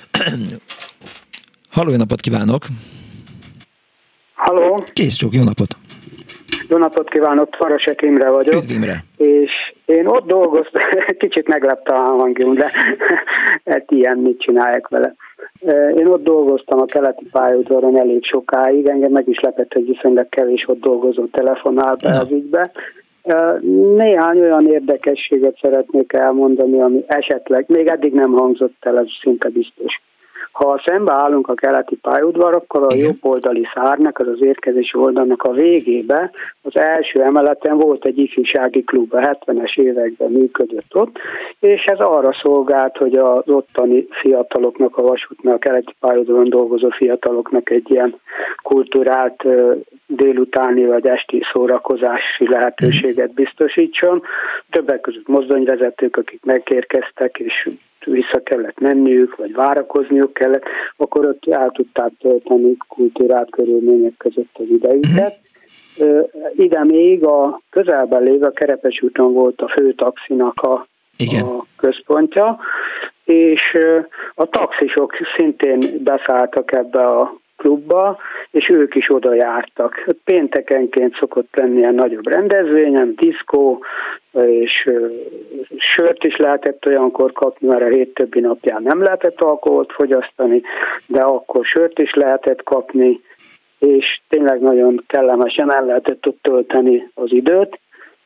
Speaker 2: Halló, jó napot kívánok!
Speaker 14: Halló!
Speaker 2: Kész csók, jó napot!
Speaker 14: Jó napot kívánok, Farasek Imre vagyok.
Speaker 2: Üdv Imre!
Speaker 14: És én ott dolgoztam, kicsit meglepte a hangjunk, de hát ilyen mit csinálják vele. Én ott dolgoztam a keleti pályaudvaron elég sokáig, engem meg is lepett, hogy viszonylag kevés ott dolgozó telefonál be az ügybe. Néhány olyan érdekességet szeretnék elmondani, ami esetleg még eddig nem hangzott el, ez szinte biztos. Ha szembe állunk a keleti pályaudvar, akkor a jobb oldali szárnak, az az érkezési oldalnak a végébe, az első emeleten volt egy ifjúsági klub, a hetvenes években működött ott, és ez arra szolgált, hogy az ottani fiataloknak, a vasútnál, a keleti pályaudvaron dolgozó fiataloknak egy ilyen kulturált délutáni vagy esti szórakozási lehetőséget biztosítson. Többek között mozdonyvezetők, akik megérkeztek, és vissza kellett menniük, vagy várakozniuk kellett, akkor ott el tudták tölteni kultúrát körülmények között az idejüket. Mm-hmm. Ide még a közelben lévő, a Kerepes úton volt a fő taxinak a, a központja, és a taxisok szintén beszálltak ebbe a klubba, és ők is oda jártak. Péntekenként szokott lenni ilyen nagyobb rendezvényen, diszkó, és sört is lehetett olyankor kapni, mert a hét többi napján nem lehetett alkoholt fogyasztani, de akkor sört is lehetett kapni, és tényleg nagyon kellemesen el lehetett ott tölteni az időt.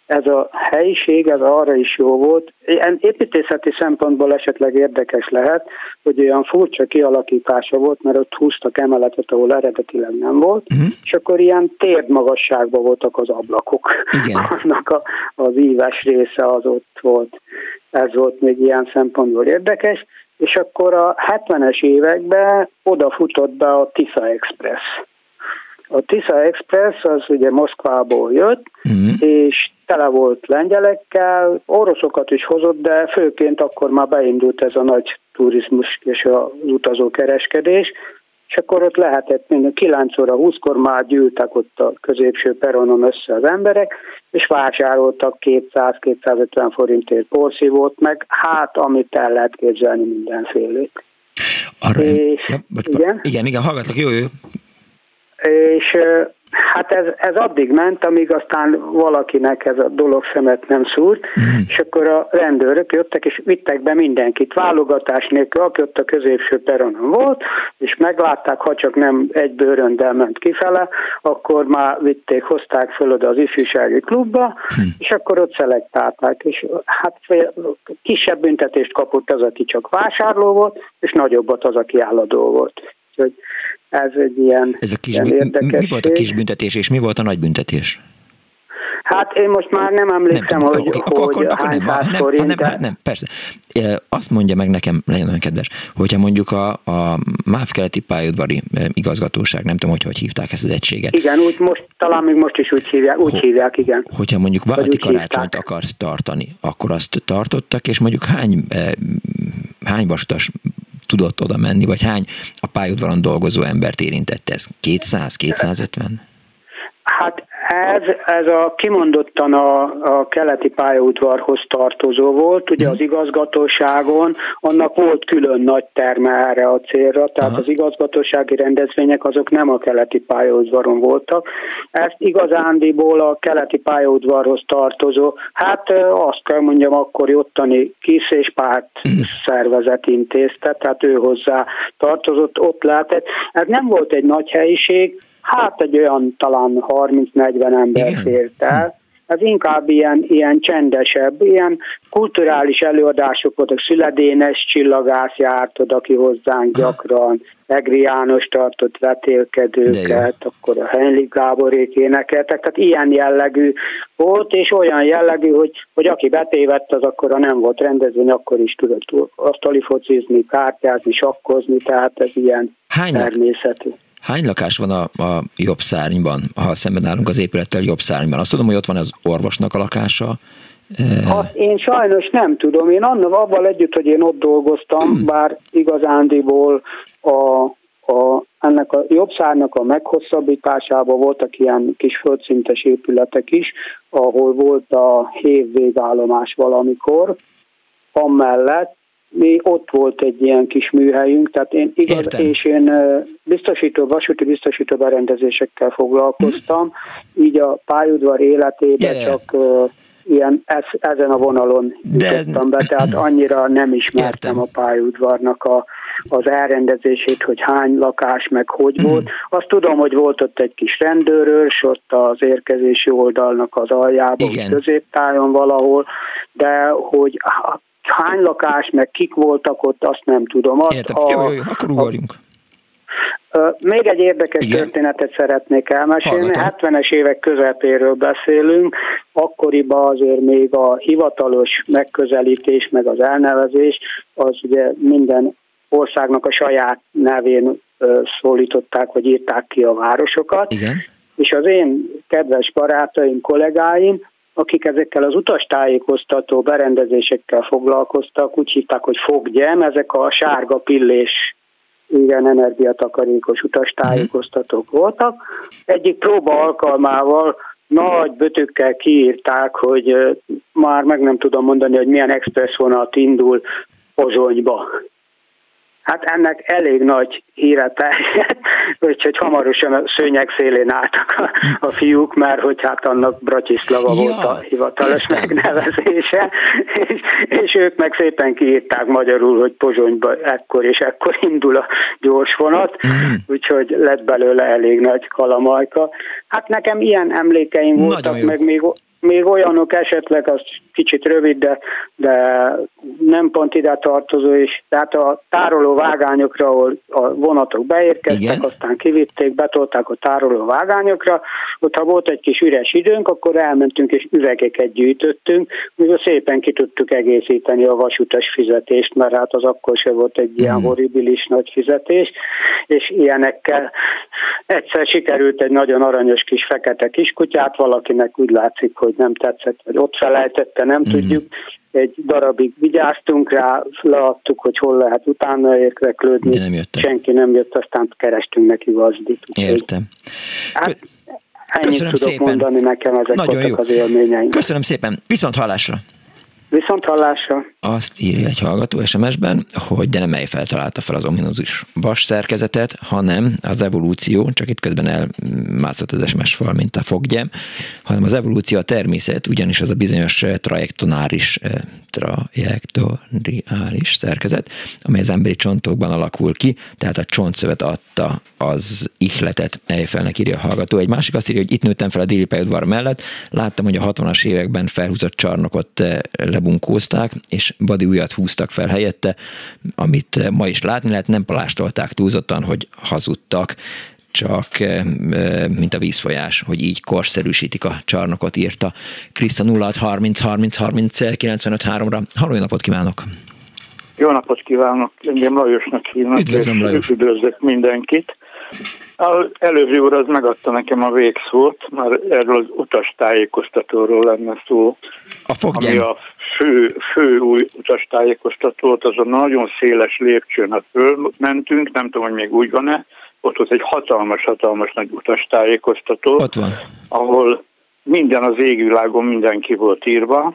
Speaker 14: ez a helyiség, ez arra is jó volt. Ilyen építészeti szempontból esetleg érdekes lehet, hogy olyan furcsa kialakítása volt, mert ott húztak emeletet, ahol eredetileg nem volt, uh-huh. és akkor ilyen térdmagasságban voltak az ablakok. Igen. Annak a, az íves része az ott volt. Ez volt még ilyen szempontból érdekes. És akkor a hetvenes években odafutott be a Tisza Express. A Tisza Express az ugye Moszkvából jött, uh-huh. és tele volt lengyelekkel, oroszokat is hozott, de főként akkor már beindult ez a nagy turizmus és az utazókereskedés, és akkor ott lehetett minden kilenc óra húszkor már gyűltek ott a középső peronon össze az emberek, és vásároltak kétszáz-kétszázötven forintért porszívót, meg hát amit el lehet képzelni mindenfélét.
Speaker 2: Arra,
Speaker 14: és,
Speaker 2: ja, bocs,
Speaker 14: igen?
Speaker 2: igen, igen, hallgatlak, jó, jó.
Speaker 14: És hát ez, ez addig ment, amíg aztán valakinek ez a dolog szemet nem szúrt, mm. és akkor a rendőrök jöttek, és vittek be mindenkit, válogatás nélkül, aki ott a középső peronon volt, és meglátták, ha csak nem egy bőröndel ment kifele, akkor már vitték, hozták föl oda az ifjúsági klubba, mm. és akkor ott szelektálták, és hát kisebb büntetést kapott az, aki csak vásárló volt, és nagyobbat az, aki álladó volt. Úgyhogy ez egy ilyen,
Speaker 2: ez a kis
Speaker 14: ilyen érdekesség.
Speaker 2: Mi volt a kis büntetés, és mi volt a nagy büntetés?
Speaker 14: Hát én most már nem emlékszem, nem, hogy,
Speaker 2: okay,
Speaker 14: hogy
Speaker 2: akkor, akkor
Speaker 14: hány
Speaker 2: nem,
Speaker 14: száz
Speaker 2: nem,
Speaker 14: forint.
Speaker 2: Nem, nem, nem, persze. Azt mondja meg nekem, legyen olyan kedves, hogyha mondjuk a, a MÁV keleti pályaudvari igazgatóság, nem tudom, hogy hogy hívták ezt az egységet.
Speaker 14: Igen, úgy most, talán még most is úgy hívják, úgy Ho, hívják, igen.
Speaker 2: Hogyha mondjuk vállalati karácsonyt akart tartani, akkor azt tartottak, és mondjuk hány, hány vasutas tudott oda menni, vagy hány a pályaudvaron dolgozó embert érintett ez? kétszáz-kétszázötven?
Speaker 14: Hát ez, ez a kimondottan a, a keleti pályaudvarhoz tartozó volt, ugye az igazgatóságon, annak volt külön nagy terme erre a célra, tehát Aha. az igazgatósági rendezvények azok nem a keleti pályaudvaron voltak. Ezt igazándiból a keleti pályaudvarhoz tartozó, hát azt kell mondjam, akkor ottani kis és párt szervezet intézte, tehát ő hozzá tartozott, ott lehetett. Ez nem volt egy nagy helyiség, hát egy olyan talán harminc-negyven ember fért el. Ez inkább ilyen, ilyen csendesebb, ilyen kulturális előadások voltak. Szüledénes csillagász járt oda ki hozzánk gyakran, Egri János tartott vetélkedőket, akkor a Henlik Gáborék énekeltek, tehát ilyen jellegű volt, és olyan jellegű, hogy, hogy aki betévedt, az akkor, ha nem volt rendezvény, akkor is tudott asztali focizni, kártyázni, sakkozni, tehát ez ilyen Hány természetű.
Speaker 2: Hány lakás van a, a jobb szárnyban, ha szemben állunk az épülettel jobb szárnyban? Azt tudom, hogy ott van az orvosnak a lakása.
Speaker 14: Azt én sajnos nem tudom. Én annak avval együtt, hogy én ott dolgoztam, bár igazándiból a, a, ennek a jobb szárnynak a meghosszabbításában voltak ilyen kis földszintes épületek is, ahol volt a hév végállomás valamikor, amellett mi ott volt egy ilyen kis műhelyünk, tehát én igaz, Értem. és én biztosító, vasúti biztosító berendezésekkel foglalkoztam, így a pályaudvar életében yeah. csak uh, ilyen ez, ezen a vonalon jutottam be, tehát annyira nem ismertem Értem. a pályaudvarnak a, az elrendezését, hogy hány lakás, meg hogy mm. volt. Azt tudom, hogy volt ott egy kis rendőrös, ott az érkezési oldalnak az aljában, középtájon valahol, de hogy hány lakás, meg kik voltak ott, azt nem tudom. Azt
Speaker 2: Értem. A, jó, jó, jó, akkor ugorjunk.
Speaker 14: A, a, még egy érdekes Igen. történetet szeretnék elmesélni. Hallgatom. hetvenes évek közepéről beszélünk, akkoriban azért még a hivatalos megközelítés, meg az elnevezés, az ugye minden országnak a saját nevén ö, szólították, vagy írták ki a városokat.
Speaker 2: Igen.
Speaker 14: És az én kedves barátaim, kollégáim, akik ezekkel az utastájékoztató berendezésekkel foglalkoztak, úgy hívták, hogy foggyem, ezek a sárga pillés, igen, energiatakarékos utastájékoztatók voltak. Egyik próba alkalmával nagy bötökkel kiírták, hogy már meg nem tudom mondani, hogy milyen express vonat indul Pozsonyba. Hát ennek elég nagy híre terjedt, úgyhogy hamarosan a szőnyeg szélén álltak a, a fiúk, mert hogy hát annak Bratislava ja, volt a hivatalos értem. megnevezése, és, és ők meg szépen kiírták magyarul, hogy Pozsonyba ekkor és ekkor indul a gyorsvonat, mm. úgyhogy lett belőle elég nagy kalamajka. Hát nekem ilyen emlékeim voltak, meg még, még olyanok esetleg, az kicsit rövid, de, de nem pont ide tartozó, és tehát a tároló vágányokra, ahol a vonatok beérkeztek, igen, aztán kivitték, betolták a tároló vágányokra, ott ha volt egy kis üres időnk, akkor elmentünk és üvegeket gyűjtöttünk, mivel szépen ki tudtuk egészíteni a vasutas fizetést, mert hát az akkor se volt egy ilyen horribilis nagy fizetés, és ilyenekkel egyszer sikerült egy nagyon aranyos kis fekete kiskutyát, valakinek úgy látszik, hogy nem tetszett, vagy ott felejtette, nem mm. tudjuk. Egy darabig vigyáztunk rá, leadtuk, hogy hol lehet utána érdeklődni.
Speaker 2: Nem
Speaker 14: senki nem jött, aztán kerestünk neki gazdit.
Speaker 2: Értem.
Speaker 14: Hát, ennyit
Speaker 2: Köszönöm
Speaker 14: tudok
Speaker 2: szépen.
Speaker 14: mondani nekem, ezek
Speaker 2: nagyon
Speaker 14: voltak
Speaker 2: jó.
Speaker 14: Az élményeim.
Speaker 2: Köszönöm szépen. Viszont hallásra.
Speaker 14: Viszont hallásra.
Speaker 2: Azt írja egy hallgató es em es-ben, hogy de nem Eiffel találta fel az ominózus vas szerkezetet, hanem az evolúció, csak itt közben elmászott az es em es fal, mint a foggyem, hanem az evolúció a természet, ugyanis az a bizonyos trajektonáris, trajektoriális szerkezet, amely az emberi csontokban alakul ki, tehát a csontszövet adta az ihletet, Eiffelnek írja a hallgató. Egy másik azt írja, hogy itt nőttem fel a déli pályaudvar mellett, láttam, hogy a hatvanas években felhúzott csarnokot lebunkózták, és badi ujjat húztak fel helyette, amit ma is látni lehet, nem palástolták túlzottan, hogy hazudtak, csak mint a vízfolyás, hogy így korszerűsítik a csarnokot, írta Kriszta nulla hat harminc harminc harminc kilencvenöt háromra. Halló, jó napot kívánok!
Speaker 15: Jó napot kívánok! Engem Lajosnak hívnak.
Speaker 2: Üdvözlöm, Lajos!
Speaker 15: Üdvözlök mindenkit! Az előző úr az megadta nekem a végszót, már erről az utastájékoztatóról lenne szó.
Speaker 2: A foggyem.
Speaker 15: Ami a fő, fő új utastájékoztatót, az a nagyon széles lépcsőn, hát fölmentünk, nem tudom, hogy még úgy van-e, ott volt egy hatalmas-hatalmas nagy utastájékoztató,
Speaker 2: ott van,
Speaker 15: ahol minden az égvilágon mindenki volt írva,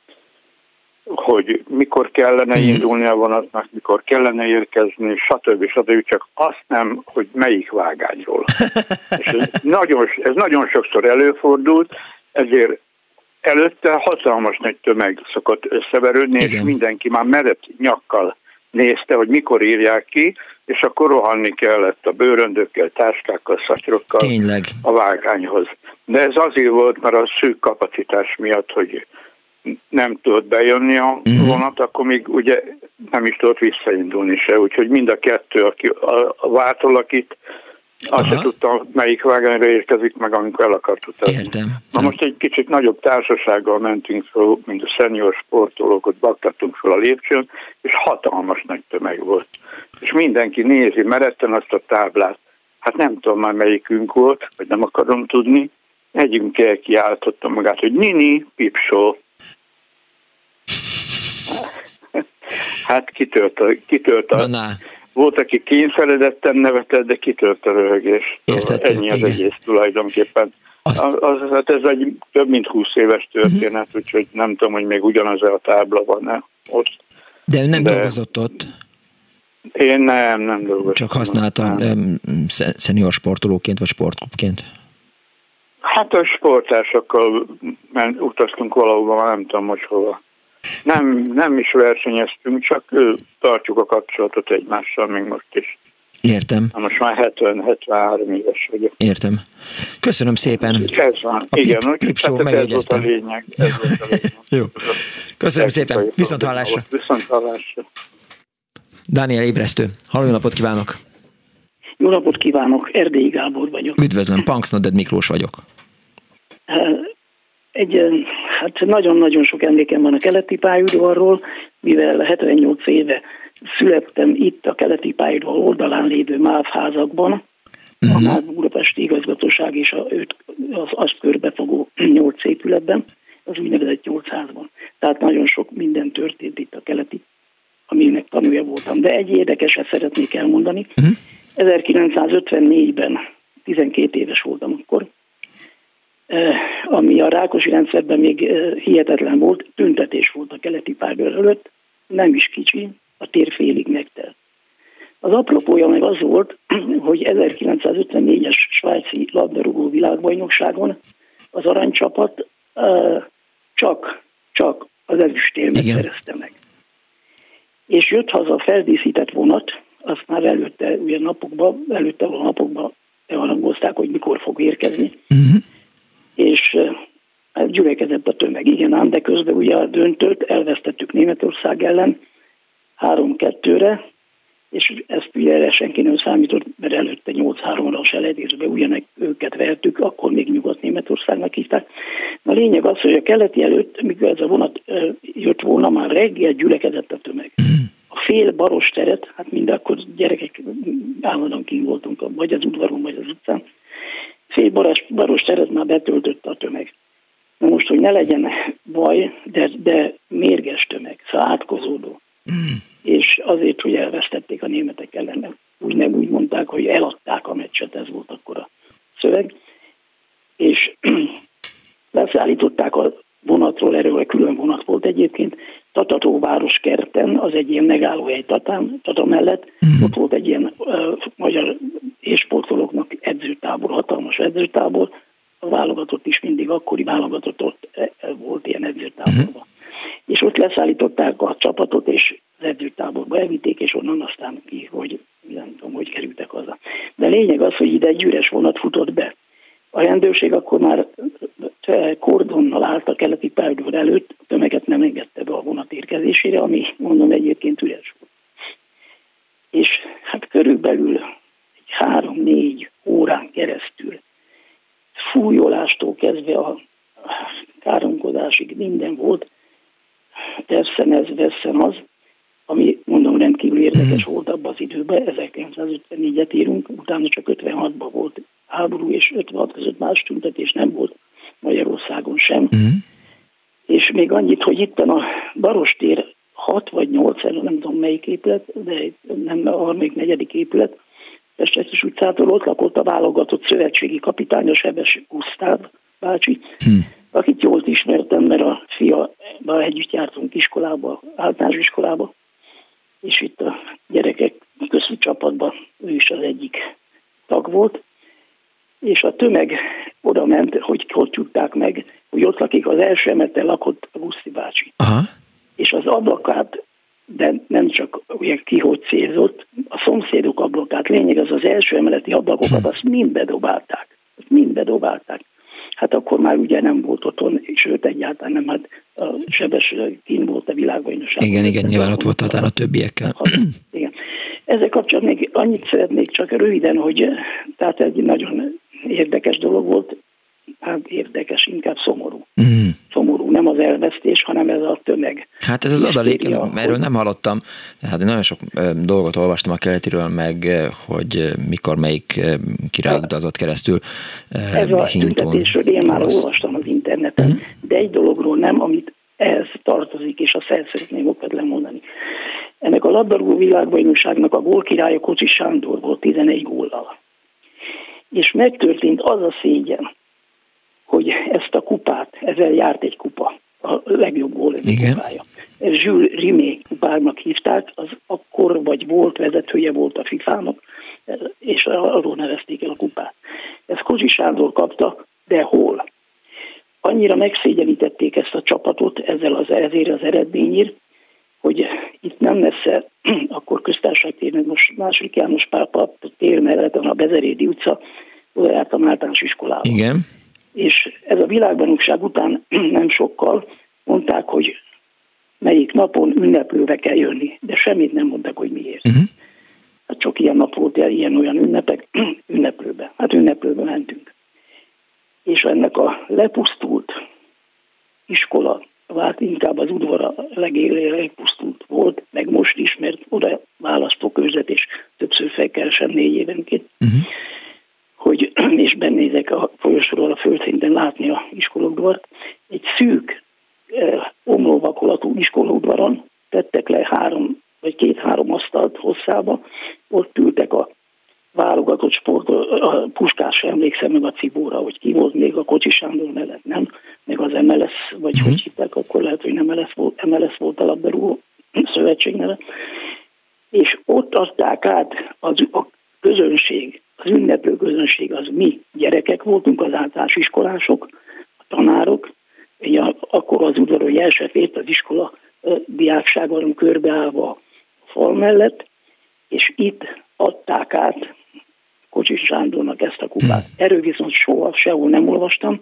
Speaker 15: hogy mikor kellene mm. indulni a vonatnak, mikor kellene érkezni, stb. stb. Csak azt nem, hogy melyik vágányról. És ez, nagyon, ez nagyon sokszor előfordult, ezért előtte hatalmas nagy tömeg szokott összeverődni, igen, és mindenki már merett nyakkal nézte, hogy mikor írják ki, és akkor rohanni kellett a bőröndökkel, táskákkal, szatyrokkal
Speaker 2: tényleg
Speaker 15: a vágányhoz. De ez azért volt, mert a szűk kapacitás miatt, hogy nem tudott bejönni a vonat, akkor még ugye nem is tudott visszaindulni se, úgyhogy mind a kettő, aki a, a váltól, akit azt se tudta, melyik vágányra érkezik meg, amikor el akart utazni.
Speaker 2: Értem.
Speaker 15: Na most egy kicsit nagyobb társasággal mentünk fel, mint a senior sportolók, ott baktattunk fel a lépcsőn, és hatalmas nagy tömeg volt. És mindenki nézi meretten azt a táblát. Hát nem tudom már melyikünk volt, vagy nem akarom tudni. Együnk el kiáltotta magát, hogy Nini, Pipsó. Hát kitört a... Kitört a volt, aki kényszeredetten nevetett, de kitört a röhögés.
Speaker 2: Értető,
Speaker 15: ennyi az
Speaker 2: igen.
Speaker 15: egész tulajdonképpen.
Speaker 2: Azt...
Speaker 15: Az, az, hát ez egy több mint húsz éves történet, uh-huh. úgyhogy nem tudom, hogy még ugyanaz a tábla van-e ott.
Speaker 2: De nem
Speaker 15: de...
Speaker 2: dolgozott ott?
Speaker 15: Én nem, nem dolgoztam.
Speaker 2: Csak használta szenior sportolóként, vagy sportklubként?
Speaker 15: Hát a sportársakkal ment, utaztunk valahova, nem tudom, hogy hova. Nem, nem is versenyeztünk, csak tartjuk a kapcsolatot egymással még most is.
Speaker 2: Értem.
Speaker 15: Na most már hetven-hetvenhárom éves vagyok.
Speaker 2: Értem. Köszönöm szépen.
Speaker 15: Ez van.
Speaker 2: A
Speaker 15: Igen,
Speaker 2: pip, pip show megjegyeztem.
Speaker 15: Ez volt a lényeg. Ez volt a lényeg.
Speaker 2: Jó. Köszönöm szépen. Viszont hallásra.
Speaker 15: Viszont hallásra.
Speaker 2: Dániel ébresztő. Halló, jó napot kívánok.
Speaker 16: Jó napot kívánok. Erdélyi Gábor vagyok.
Speaker 2: Üdvözlöm. Punks Not Dead Miklós vagyok.
Speaker 16: Egy, hát nagyon-nagyon sok emlékem van a keleti pályaudvarról, mivel hetvennyolc éve születtem itt a keleti pályaudvar oldalán lévő MÁV házakban, uh-huh. a MÁV Budapesti Igazgatóság és a, az azt körbefogó nyolc épületben, az úgynevezett nyolc házban. Tehát nagyon sok minden történt itt a keleti, aminek tanulja voltam. De egy érdekeset szeretnék elmondani. Uh-huh. ezerkilencszázötvennégyben, tizenkét éves voltam akkor, ami a Rákosi rendszerben még hihetetlen volt, tüntetés volt a keleti pályaudvar előtt, nem is kicsi, a tér félig megtelt. Az apropója meg az volt, hogy ezerkilencszázötvennégyes svájci labdarúgó világbajnokságon az aranycsapat csak, csak az ezüstérmet szerezte meg. És jött haza a feldíszített vonat, azt már előtte, ugye napokban, előtte a napokban elhangozták, hogy mikor fog érkezni. Uh-huh. És Hát gyülekezett a tömeg, igen ám, de közben ugye döntött, elvesztettük Németország ellen három kettőre, és ezt ugye erre senki nem számított, mert előtte nyolc háromra a selejtezőbe ugyanek őket vertük, akkor még Nyugat-Németországnak hívták. A lényeg az, hogy a keleti előtt, mikor ez a vonat jött volna, már reggel gyülekezett a tömeg. A fél baros teret, hát mindakkor gyerekek állandóan kint voltunk, vagy az udvaron, vagy az utcán, fél baros, baros teret már betöltötte a tömeg. Na most, hogy ne legyen baj, de, de mérges tömeg, szóval átkozódó. Mm. És azért, hogy elvesztették a németek ellen. Úgy nem úgy mondták, hogy eladták a meccset, ez volt akkor a szöveg. És leszállították a vonatról, erről egy külön vonat volt egyébként, Tatatóváros kerten, az egy ilyen megállóhely Tatán, Tata mellett, mm. ott volt egy ilyen uh, magyar élsportolóknak edzőtábor, hatalmas edzőtábor, a válogatott is mindig, akkori válogatott ott volt ilyen edzőtáborban. És ott leszállították a csapatot, és az edzőtáborba elvitték, és onnan aztán ki, hogy nem tudom, hogy kerültek haza. De lényeg az, hogy ide egy üres vonat futott be. A rendőrség akkor már kordonnal állt a keleti pályaudvar előtt, a tömeget nem engedte be a vonat érkezésére, ami mondom egyébként üres volt. És hát körülbelül egy három-négy órán keresztül fújolástól kezdve a káromkodásig minden volt, Tesszen ez, vesszen az, ami mondom rendkívül érdekes volt abban az időben, ezerkilencszázötvennégyet írunk, utána csak ötvenhatban volt háború, és ötvenhat között más tüntetés nem volt Magyarországon sem. Mm. És még annyit, hogy itten a Barostér hat vagy nyolc, nem tudom melyik épület, de nem a harmadik, negyedik épület, Pestes utcától ott lakott a válogatott szövetségi kapitány, a Sebes Gusztáv bácsi, hm. akit jól ismertem, mert a fiával együtt jártunk iskolába, általános iskolába, és itt a gyerekek között csapatban ő is az egyik tag volt, és a tömeg oda ment, hogy hogy tudták meg, hogy ott lakik, az első emeleten lakott a Guszti bácsi. Aha. És az ablakát, de nem csak ugye ki hogy célzott, a szomszédok ablakát, lényeg az az első emeleti ablakokat, azt mind bedobálták. Mind bedobálták. Hát akkor már ugye nem volt otthon, sőt egyáltalán nem, hát a Sebes kín volt a világbajnokság.
Speaker 2: Igen, igen, nyilván ott volt talán a többiekkel.
Speaker 16: Igen. Ezzel kapcsolatban még annyit szeretnék csak röviden, hogy tehát egy nagyon érdekes dolog volt, hát érdekes, inkább szomorú. Mm. Szomorú, nem az elvesztés, hanem ez a tömeg.
Speaker 2: Hát ez az adalék, erről nem hallottam, hát nagyon sok dolgot olvastam a keletiről, meg hogy mikor melyik király utazott keresztül
Speaker 16: Ez a tüntetésről én már olvastam az interneten, mm. de egy dologról nem, amit ehhez tartozik, és azt el szeretném okat lemondani. Ennek a labdarúgó világbajnokságnak a gólkirálya Kocsis Sándor volt tizenegy góllal. És megtörtént az a szégyen, hogy ezt a kupát, ezzel járt egy kupa, a legjobb gólövő kupája. Jules Rimet kupának hívták, az akkor vagy volt vezetője volt a fifának, és arról nevezték el a kupát. Ezt Kocsis Sándor kapta, de hol? Annyira megszégyenítették ezt a csapatot ezzel az, ezért az eredményért, hogy itt nem messze, akkor Köztársaság térnek most második János Pál pap tér mellett a Bezerédi utca, oda jártam általános iskolába.
Speaker 2: Igen.
Speaker 16: És ez a világbajnokság után nem sokkal mondták, hogy melyik napon ünneplőbe kell jönni, de semmit nem mondtak, hogy miért. Uh-huh. Hát csak ilyen nap volt, ilyen-olyan ünnepek, ünneplőbe. Hát ünneplőbe mentünk. És ennek a lepusztult iskola, vált inkább az udvara legpusztult volt, meg most is, mert oda választókörzet, és többször felkeresem négy évenként, uh-huh. hogy, és bennézek a folyosóról a földszinten látni a iskolaudvart. Egy szűk, eh, omlóvakolatú iskolaudvaron tettek le három, vagy két-három asztalt hosszába, ott ültek a válogatott sport, a Puskás emlékszem meg a Cibóra, hogy ki volt még a Kocsis Sándor mellett, nem? Meg az em el es, vagy uh-huh. hogy hittek, akkor lehet, hogy nem em el es volt, em el es volt a labdarúgó szövetség neve. És ott adták át az, a közönség, az ünneplő közönség, az mi gyerekek voltunk, az általános iskolások, a tanárok, ugye akkor az udvaron jelsefért az iskola diákságon körbeállva a fal mellett, és itt adták át Kocsis Sándornak ezt a kupát. Erről viszont soha sehol nem olvastam,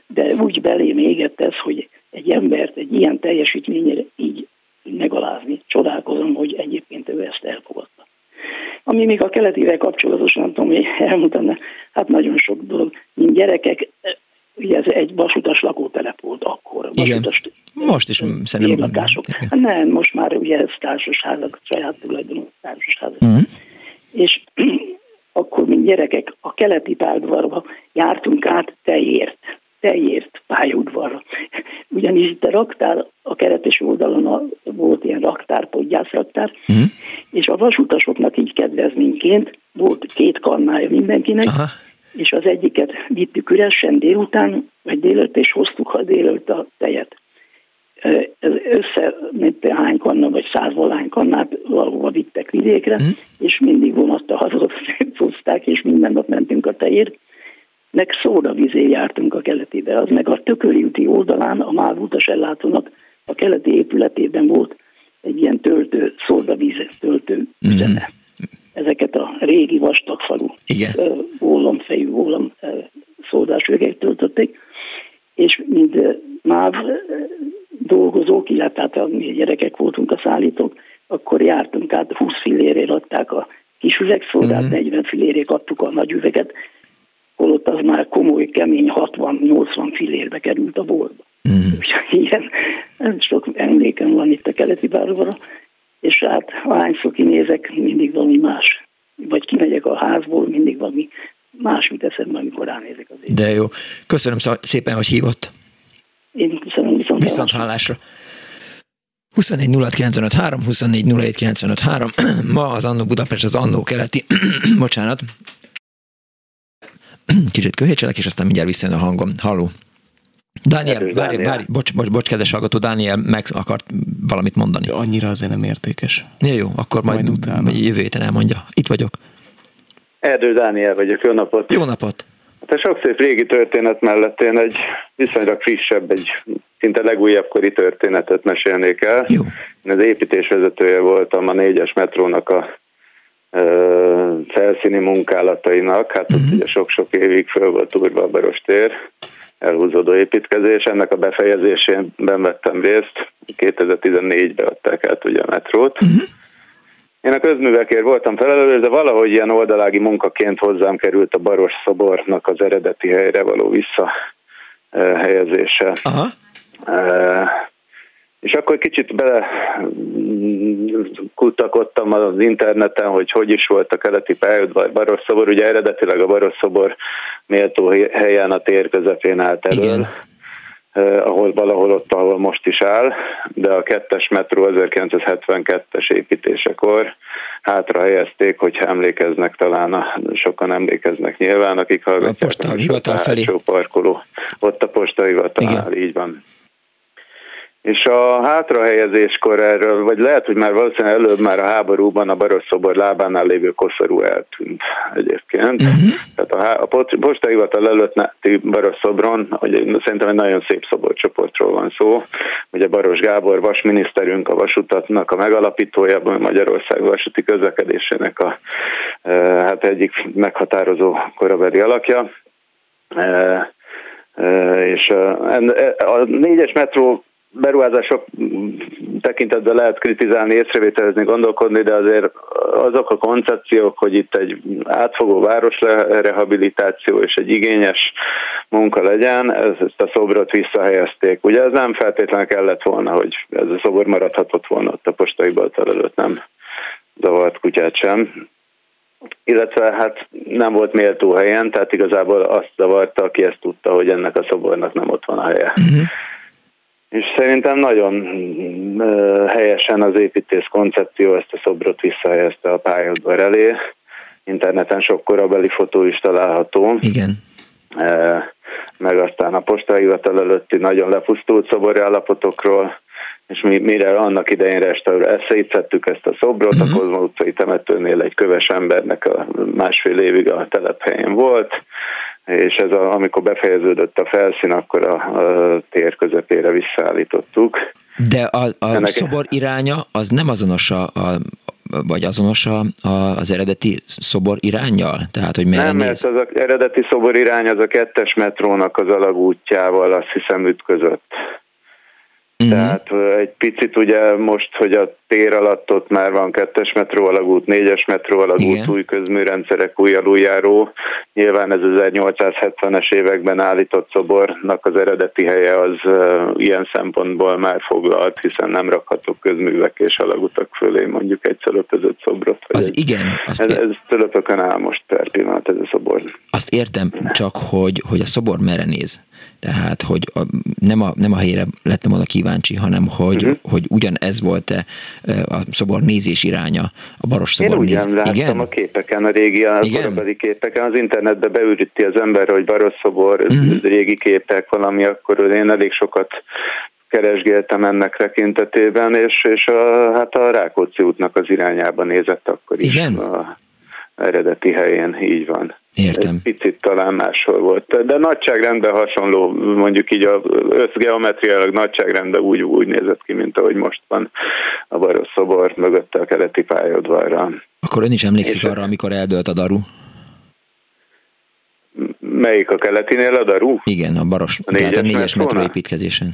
Speaker 16: de úgy belém égett ez, hogy egy embert egy ilyen teljesítményre így megalázni. Csodálkozom, hogy egyébként ő ezt elfogadta. Ami még a keletivel kapcsolatosan, nem tudom, hogy elmondtam, hát nagyon sok dolog. Mint gyerekek, ugye ez egy vasutas lakótelep volt akkor. Vasutas,
Speaker 2: igen, most is szerintem.
Speaker 16: Hát nem, most már ugye ez társasházak, saját tulajdonú társasházak.
Speaker 2: Uh-huh.
Speaker 16: És akkor, mint gyerekek, a keleti pályaudvarba jártunk át tejért, tejért pályaudvarra. Ugyanis itt a raktár, a keretes oldalon a, volt ilyen raktár, podgyászraktár, uh-huh. és a vasutasoknak így kedvezményként volt két kannája mindenkinek, aha. és az egyiket vittük üresen délután, vagy délelőtt, és hoztuk ha délelőtt a tejet. Ez össze, mint hány kanna, vagy százvalány kannát valahova vittek vidékre, uh-huh. és mindig vonattal hazahozták, és minden nap mentünk a tejért. Meg szódavízé jártunk a keletibe. Az meg a Tököli úti oldalán a MÁV utasellátónak a keleti épületében volt egy ilyen töltő, szódavíz töltő üzeme. Mm-hmm. Ezeket a régi vastagfalú ólomfejű, ólom szódás üvegek töltötték, és mint MÁV dolgozók, illetve hát mi gyerekek voltunk a szállítók, akkor jártunk át, húsz fillérért adták a kis üvegszódát, mm-hmm. negyven fillérért adtuk a nagy üveget, holott az már komoly, kemény hatvan-nyolcvan fillérbe került a boltba. Mm. Ilyen, sok emlékem van itt a keleti pályaudvarra, és hát ahányszor kinézek, mindig valami más. Vagy kimegyek a házból, mindig valami más jut eszembe, amikor ránézek az élet.
Speaker 2: De jó. Köszönöm szépen, hogy hívott.
Speaker 16: Én köszönöm, viszont,
Speaker 2: viszont hallásra. huszonnégy nulla kilencvenöt három, huszonnégy nulla hét kilencvenöt három. Ma az Annó Budapest, az Annó keleti. Bocsánat. Kicsit köhétselek, és aztán mindjárt visszajön a hangom. Halló. Dániel, várj, várj, bocs, bocs, bocs, kedves hallgató, Dániel meg akart valamit mondani.
Speaker 5: De annyira azért nem értékes.
Speaker 2: Ja, jó, akkor majd, majd utána. Jövő héten elmondja. Itt vagyok.
Speaker 17: Erdő Dániel vagyok, jó napot.
Speaker 2: Jó napot.
Speaker 17: Hát a sok szép régi történet mellett én egy viszonylag frissebb, egy szinte legújabb kori történetet mesélnék el.
Speaker 2: Jó.
Speaker 17: Én az építésvezetője voltam a négyes metrónak a ö, felszíni munkálatainak. Hát uh-huh. ott ugye sok-sok évig föl volt túrva a Barostér, elhúzódó építkezés. Ennek a befejezésében vettem részt. kétezer-tizennégyben adták át ugye a metrót. Uh-huh. Én a közművekért voltam felelős, de valahogy ilyen oldalági munkaként hozzám került a Baross szobornak az eredeti helyre való visszahelyezése.
Speaker 2: Aha.
Speaker 17: E, és akkor kicsit bele kutakodtam az interneten, hogy hogy is volt a keleti pályaudvar, Baross szobor. Ugye eredetileg a Baross szobor méltó helyen a tér közepén állt elől. Igen. Eh, ahol valahol ott, ahol most is áll, de a kettes metró ezerkilencszázhetvenkettes építésekor hátra helyezték, hogyha emlékeznek, talán a, sokan emlékeznek nyilván, akik hallgatják.
Speaker 2: A postahivatal felé.
Speaker 17: Parkoló. Ott a postahivatalnál, így van. És a hátrahelyezéskor erről, vagy lehet, hogy már valószínűleg előbb már a háborúban a Baross szobor lábánál lévő koszorú eltűnt egyébként. Uh-huh. Tehát a, a postahivatal előtti Baross szobron, hogy szerintem egy nagyon szép szoborcsoportról van szó. Ugye Baross Gábor vasminiszterünk, a vasutatnak a megalapítója, Magyarország vasúti közlekedésének a e, hát egyik meghatározó korabeli alakja. E, e, és a, a négyes metró beruházások tekintetben lehet kritizálni, észrevételezni, gondolkodni, de azért azok a koncepciók, hogy itt egy átfogó városrehabilitáció és egy igényes munka legyen, ezt a szobrot visszahelyezték. Ugye ez nem feltétlenül kellett volna, hogy ez a szobor maradhatott volna ott a postahivatal előtt, nem zavart kutyát sem. Illetve hát nem volt méltó helyen, tehát igazából azt zavarta, aki ezt tudta, hogy ennek a szobornak nem ott van a helye. Uh-huh. És szerintem nagyon helyesen az építész koncepció ezt a szobrot visszahelyezte a pályaudvar elé. Interneten sok korabeli fotó is található.
Speaker 2: Igen.
Speaker 17: Meg aztán a postahivatal előtti nagyon lepusztult szobori állapotokról, és mi, mire annak idején restauráltuk, összeítszettük ezt a szobrot, uh-huh. a Kozma utcai temetőnél egy köves embernek a másfél évig a telephelyén volt, és ez a, amikor befejeződött a felszín, akkor a, a tér közepére visszaállítottuk.
Speaker 2: De a, a Ennek szobor iránya az nem azonos a, a vagy azonos a, a, az eredeti szobor iránnyal? Tehát, hogy merre
Speaker 17: Nem,
Speaker 2: néz?
Speaker 17: mert az a eredeti szobor irány az a kettes metrónak az alagútjával azt hiszem ütközött. Uh-huh. Tehát egy picit ugye most, hogy a tér alatt ott már van kettes metró alagút, négyes metró alagút, igen, új közműrendszerek, új aluljáró. Nyilván ez ezernyolcszázhetvenes években állított szobornak az eredeti helye az uh, ilyen szempontból már foglalt, hiszen nem rakhatok közművek és alagutak fölé mondjuk egy cölöpözött szobrot.
Speaker 2: Az
Speaker 17: egy,
Speaker 2: igen.
Speaker 17: Azt ez, ez cölöpökön áll most per pillanat ez a szobor.
Speaker 2: Azt értem, csak hogy, hogy a szobor merre néz. Tehát, hogy a, nem, a, nem a helyére lettem volna kíváncsi, hanem hogy, uh-huh. hogy ugyanez volt-e a szobor nézés iránya, a Baross szobor.
Speaker 17: Én
Speaker 2: néz...
Speaker 17: ugyan láttam igen? a képeken, a régi, a korabeli képeken, az internetbe beüríti az ember, hogy Baross szobor, uh-huh. régi képek, valami, akkor én elég sokat keresgéltem ennek tekintetében, és, és a, hát a Rákóczi útnak az irányába nézett akkor is.
Speaker 2: Igen?
Speaker 17: A eredeti helyén, így van.
Speaker 2: Értem.
Speaker 17: Egy picit talán máshol volt, de nagyságrendben hasonló, mondjuk így az összgeometriailag nagyságrendben úgy, úgy nézett ki, mint ahogy most van a Baross szobor mögötte a keleti pályaudvarra.
Speaker 2: Akkor ön is emlékszik és arra, amikor eldőlt a daru?
Speaker 17: Melyik a keletinél a daru?
Speaker 2: Igen, a Baross, a tehát a négyes metró építkezésen.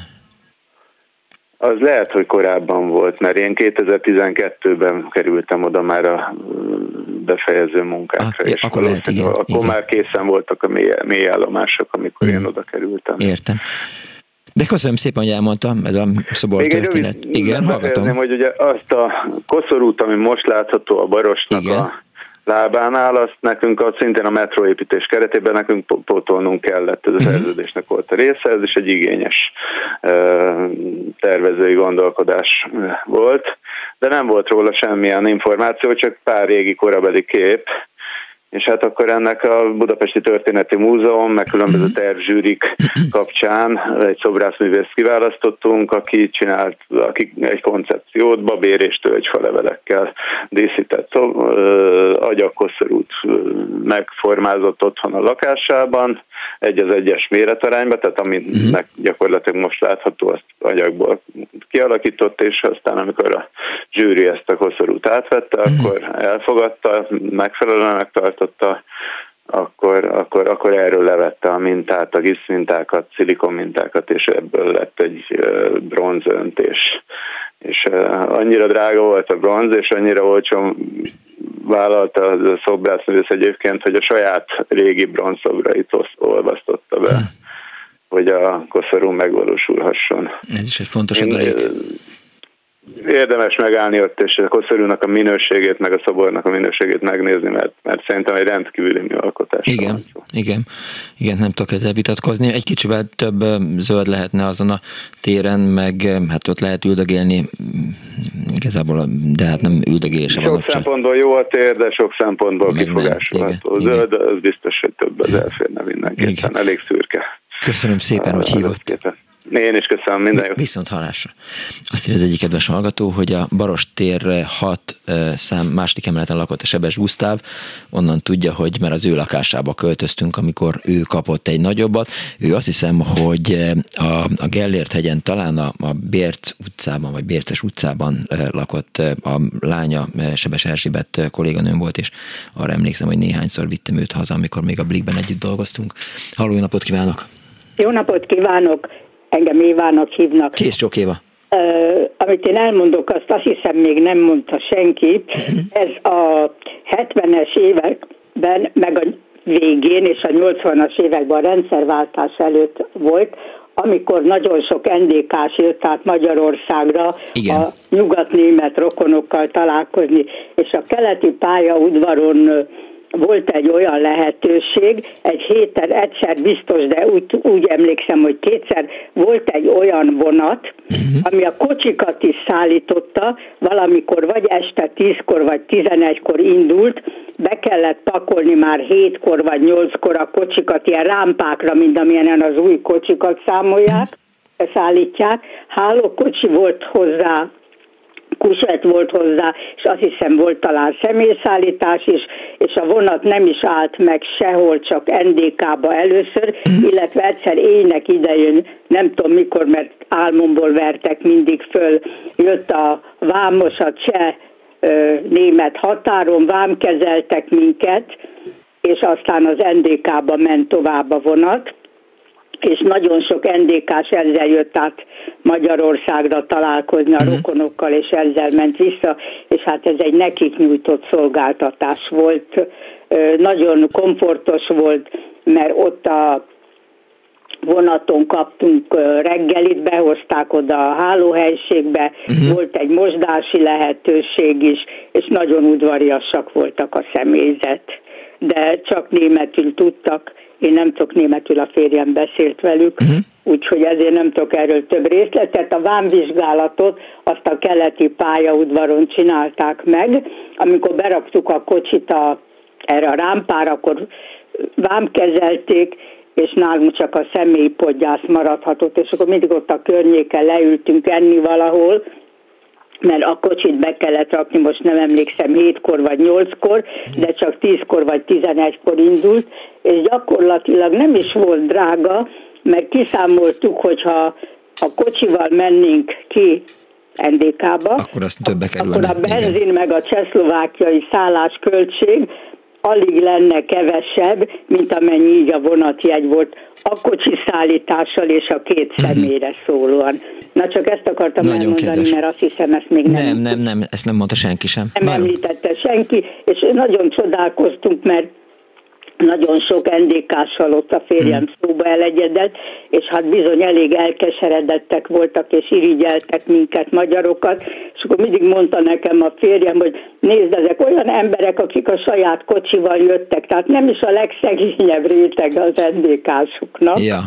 Speaker 17: Az lehet, hogy korábban volt, mert én kétezer-tizenkettőben kerültem oda már a befejező munkákra. Ah, és
Speaker 2: akkor lehet, igen,
Speaker 17: akkor
Speaker 2: igen.
Speaker 17: már készen voltak a mély, mély állomások, amikor hmm. én oda kerültem.
Speaker 2: Értem. De köszönöm szépen, hogy elmondtam, ez a szobor történet. Igen, hallgatom.
Speaker 17: Hogy ugye azt a koszorút, ami most látható a Barossnak igen. a lábánál, azt nekünk a, szintén a metróépítés keretében nekünk pótolnunk kellett, ez a szerződésnek volt a része, ez is egy igényes uh, tervezői gondolkodás volt, de nem volt róla semmilyen információ, csak pár régi korabeli kép, és hát akkor ennek a Budapesti Történeti Múzeum, meg különböző tervzsűrik kapcsán egy szobrászművészt kiválasztottunk, aki csinált aki egy koncepciót babér és tölgyfalevelekkel díszített szob, agyagkoszorút megformázott otthon a lakásában, egy az egyes méretarányba, tehát aminek gyakorlatilag most látható, azt agyagból kialakított, és aztán amikor a zsűri ezt a koszorút átvette, akkor elfogadta, megfelelően megtartotta, akkor, akkor, akkor erről levette a mintát, a gips mintákat, szilikon mintákat, és ebből lett egy bronzöntés. És annyira drága volt a bronz, és annyira olcsón vállalta a szobrászművész egyébként, hogy a saját régi bronzszobrait olvasztotta be, hogy a koszorú megvalósulhasson.
Speaker 2: Ez is egy fontos adalék.
Speaker 17: Érdemes megállni ott, és a koszorúnak a minőségét, meg a szobornak a minőségét megnézni, mert, mert szerintem egy rendkívüli műalkotás.
Speaker 2: Igen, igen, igen, nem tudok ezzel vitatkozni. Egy kicsivel több zöld lehetne azon a téren, meg hát ott lehet üldögélni, igazából, de hát nem üldögélése van.
Speaker 17: Sok szempontból jó a tér, de sok szempontból kifogásolható. Zöld, az biztos, hogy több az elférne mindenképpen, elég szürke.
Speaker 2: Köszönöm szépen, hogy hívott.
Speaker 17: Én is köszönöm, minden jót.
Speaker 2: Viszont hallásra. Azt írja az egyik kedves hallgató, hogy a Baross tér hat szám második emeleten lakott a Sebes Gusztáv, onnan tudja, hogy mert az ő lakásába költöztünk, amikor ő kapott egy nagyobbat. Ő azt hiszem, hogy a, a Gellért hegyen talán a, a Bérc utcában, vagy Bérces utcában lakott a lánya, Sebes Erzsébet kolléganőm volt, és arra emlékszem, hogy néhányszor vittem őt haza, amikor még a Blikben együtt dolgoztunk. Halló, jó napot kívánok!
Speaker 18: Jó napot kívánok! Engem Évának hívnak.
Speaker 2: Kész csók, Éva.
Speaker 18: Uh, amit én elmondok, azt azt hiszem még nem mondta senki. Ez a hetvenes években, meg a végén és a nyolcvanas években a rendszerváltás előtt volt, amikor nagyon sok en dé ká-s jött át Magyarországra. Igen. A nyugat-német rokonokkal találkozni, és a keleti pályaudvaron volt egy olyan lehetőség, egy héten egyszer biztos, de úgy, úgy emlékszem, hogy kétszer volt egy olyan vonat, uh-huh. ami a kocsikat is szállította, valamikor vagy este tízkor, vagy tizenegykor indult, be kellett pakolni már hétkor, vagy nyolckor a kocsikat ilyen rámpákra, mint amilyen az új kocsikat számolják, uh-huh. szállítják. Hálókocsi volt hozzá, kuset volt hozzá, és azt hiszem volt talán személyszállítás is, és a vonat nem is állt meg sehol, csak en dé ká-ba először, uh-huh. illetve egyszer éjnek idején, nem tudom mikor, mert álmomból vertek mindig föl, jött a vámos, a cseh német határon, vámkezeltek minket, és aztán az en dé ká-ba ment tovább a vonat, és nagyon sok en dé ká-s ezzel jött át Magyarországra találkozni a rokonokkal, és ezzel ment vissza, és hát ez egy nekik nyújtott szolgáltatás volt. Nagyon komfortos volt, mert ott a vonaton kaptunk reggelit, behozták oda a hálóhelyiségbe, uh-huh. volt egy mosdási lehetőség is, és nagyon udvariasak voltak a személyzet. De csak németül tudtak, én nem tudok németül, a férjem beszélt velük, uh-huh. úgyhogy ezért nem tudok erről több részletet. A vámvizsgálatot azt a keleti pályaudvaron csinálták meg, amikor beraktuk a kocsit a, erre a rámpára, akkor vámkezelték, és nálunk csak a személypodgyász maradhatott, és akkor mindig ott a környéken leültünk enni valahol, mert a kocsit be kellett rakni, most nem emlékszem, hétkor vagy nyolckor, de csak tízkor vagy tizenegykor indult, és gyakorlatilag nem is volt drága, mert kiszámoltuk, hogyha a kocsival mennénk ki en dé ká-ba,
Speaker 2: akkor azt többe kerülne.
Speaker 18: Akkor a benzin igen. meg a csehszlovákiai szállásköltség alig lenne kevesebb, mint amennyi így a vonatjegy volt, a kocsi szállítással és a két személyre szólóan. Na csak ezt akartam nagyon elmondani, kedves. Mert azt hiszem, ezt még nem...
Speaker 2: Nem, nem, nem, ezt nem mondta senki sem.
Speaker 18: Nem nagyon. Említette senki, és nagyon csodálkoztunk, mert nagyon sok en dé ká-ssal ott a férjem hmm. szóba elegyedett, és hát bizony elég elkeseredettek voltak, és irigyeltek minket, magyarokat, és akkor mindig mondta nekem a férjem, hogy nézd, ezek olyan emberek, akik a saját kocsival jöttek, tehát nem is a legszegényebb réteg az en dé ká-suknak.
Speaker 2: Ja.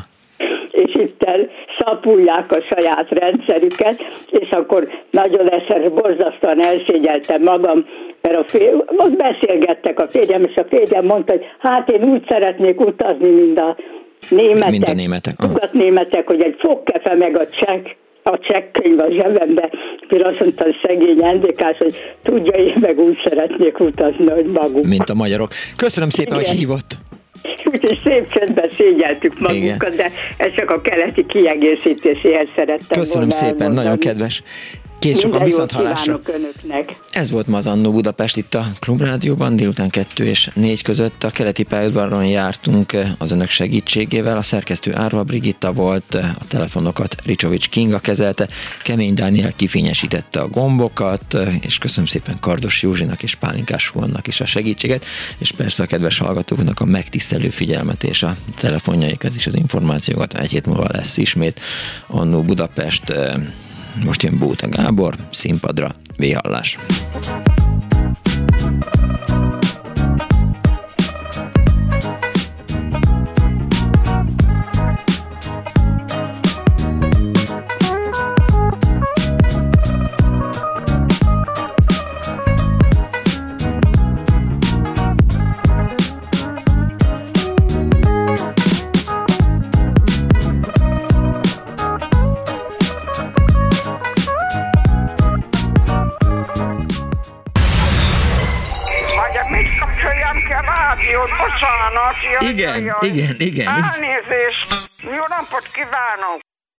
Speaker 18: És itt szapulják a saját rendszerüket, és akkor nagyon egyszer borzasztóan elszégyeltem magam, mert a fér, ott beszélgettek a férjem, és a férjem mondta, hogy hát én úgy szeretnék utazni, mint a németek,
Speaker 2: mint a németek,
Speaker 18: németek hogy egy fogkefe meg a csekk, a csekkönyv a zsebembe, és azt mondta a szegény en dé ká-s, hogy tudja, én meg úgy szeretnék utazni, hogy maguk.
Speaker 2: Mint a magyarok. Köszönöm szépen, igen. hogy hívott.
Speaker 18: Úgyhogy szép csöndben szégyeltük magunkat, igen. de ez csak a keleti kiegészítéséhez szerettem
Speaker 2: Köszönöm szépen, elmondani. Nagyon kedves. Kész sokan viszont hallásra. Ez volt ma az Annó Budapest itt a Klubrádióban, délután kettő és négy között. A keleti pályaudvaron jártunk az önök segítségével. A szerkesztő Árva Brigitta volt, a telefonokat Ricsovics Kinga kezelte, Kemény Dániel kifényesítette a gombokat, és köszönöm szépen Kardos Józsinak és Pálinkás Huannak is a segítséget, és persze a kedves hallgatóknak a megtisztelő figyelmet és a telefonjaikat és az információkat. Egy hét múlva lesz ismét Annó Budapest. Most jön Bóta Gábor, színpadra, véhallás.
Speaker 10: Bocsánat, jaj,
Speaker 2: igen,
Speaker 10: jaj, jaj.
Speaker 2: igen, igen.
Speaker 10: Elnézést, jó napot kívánok!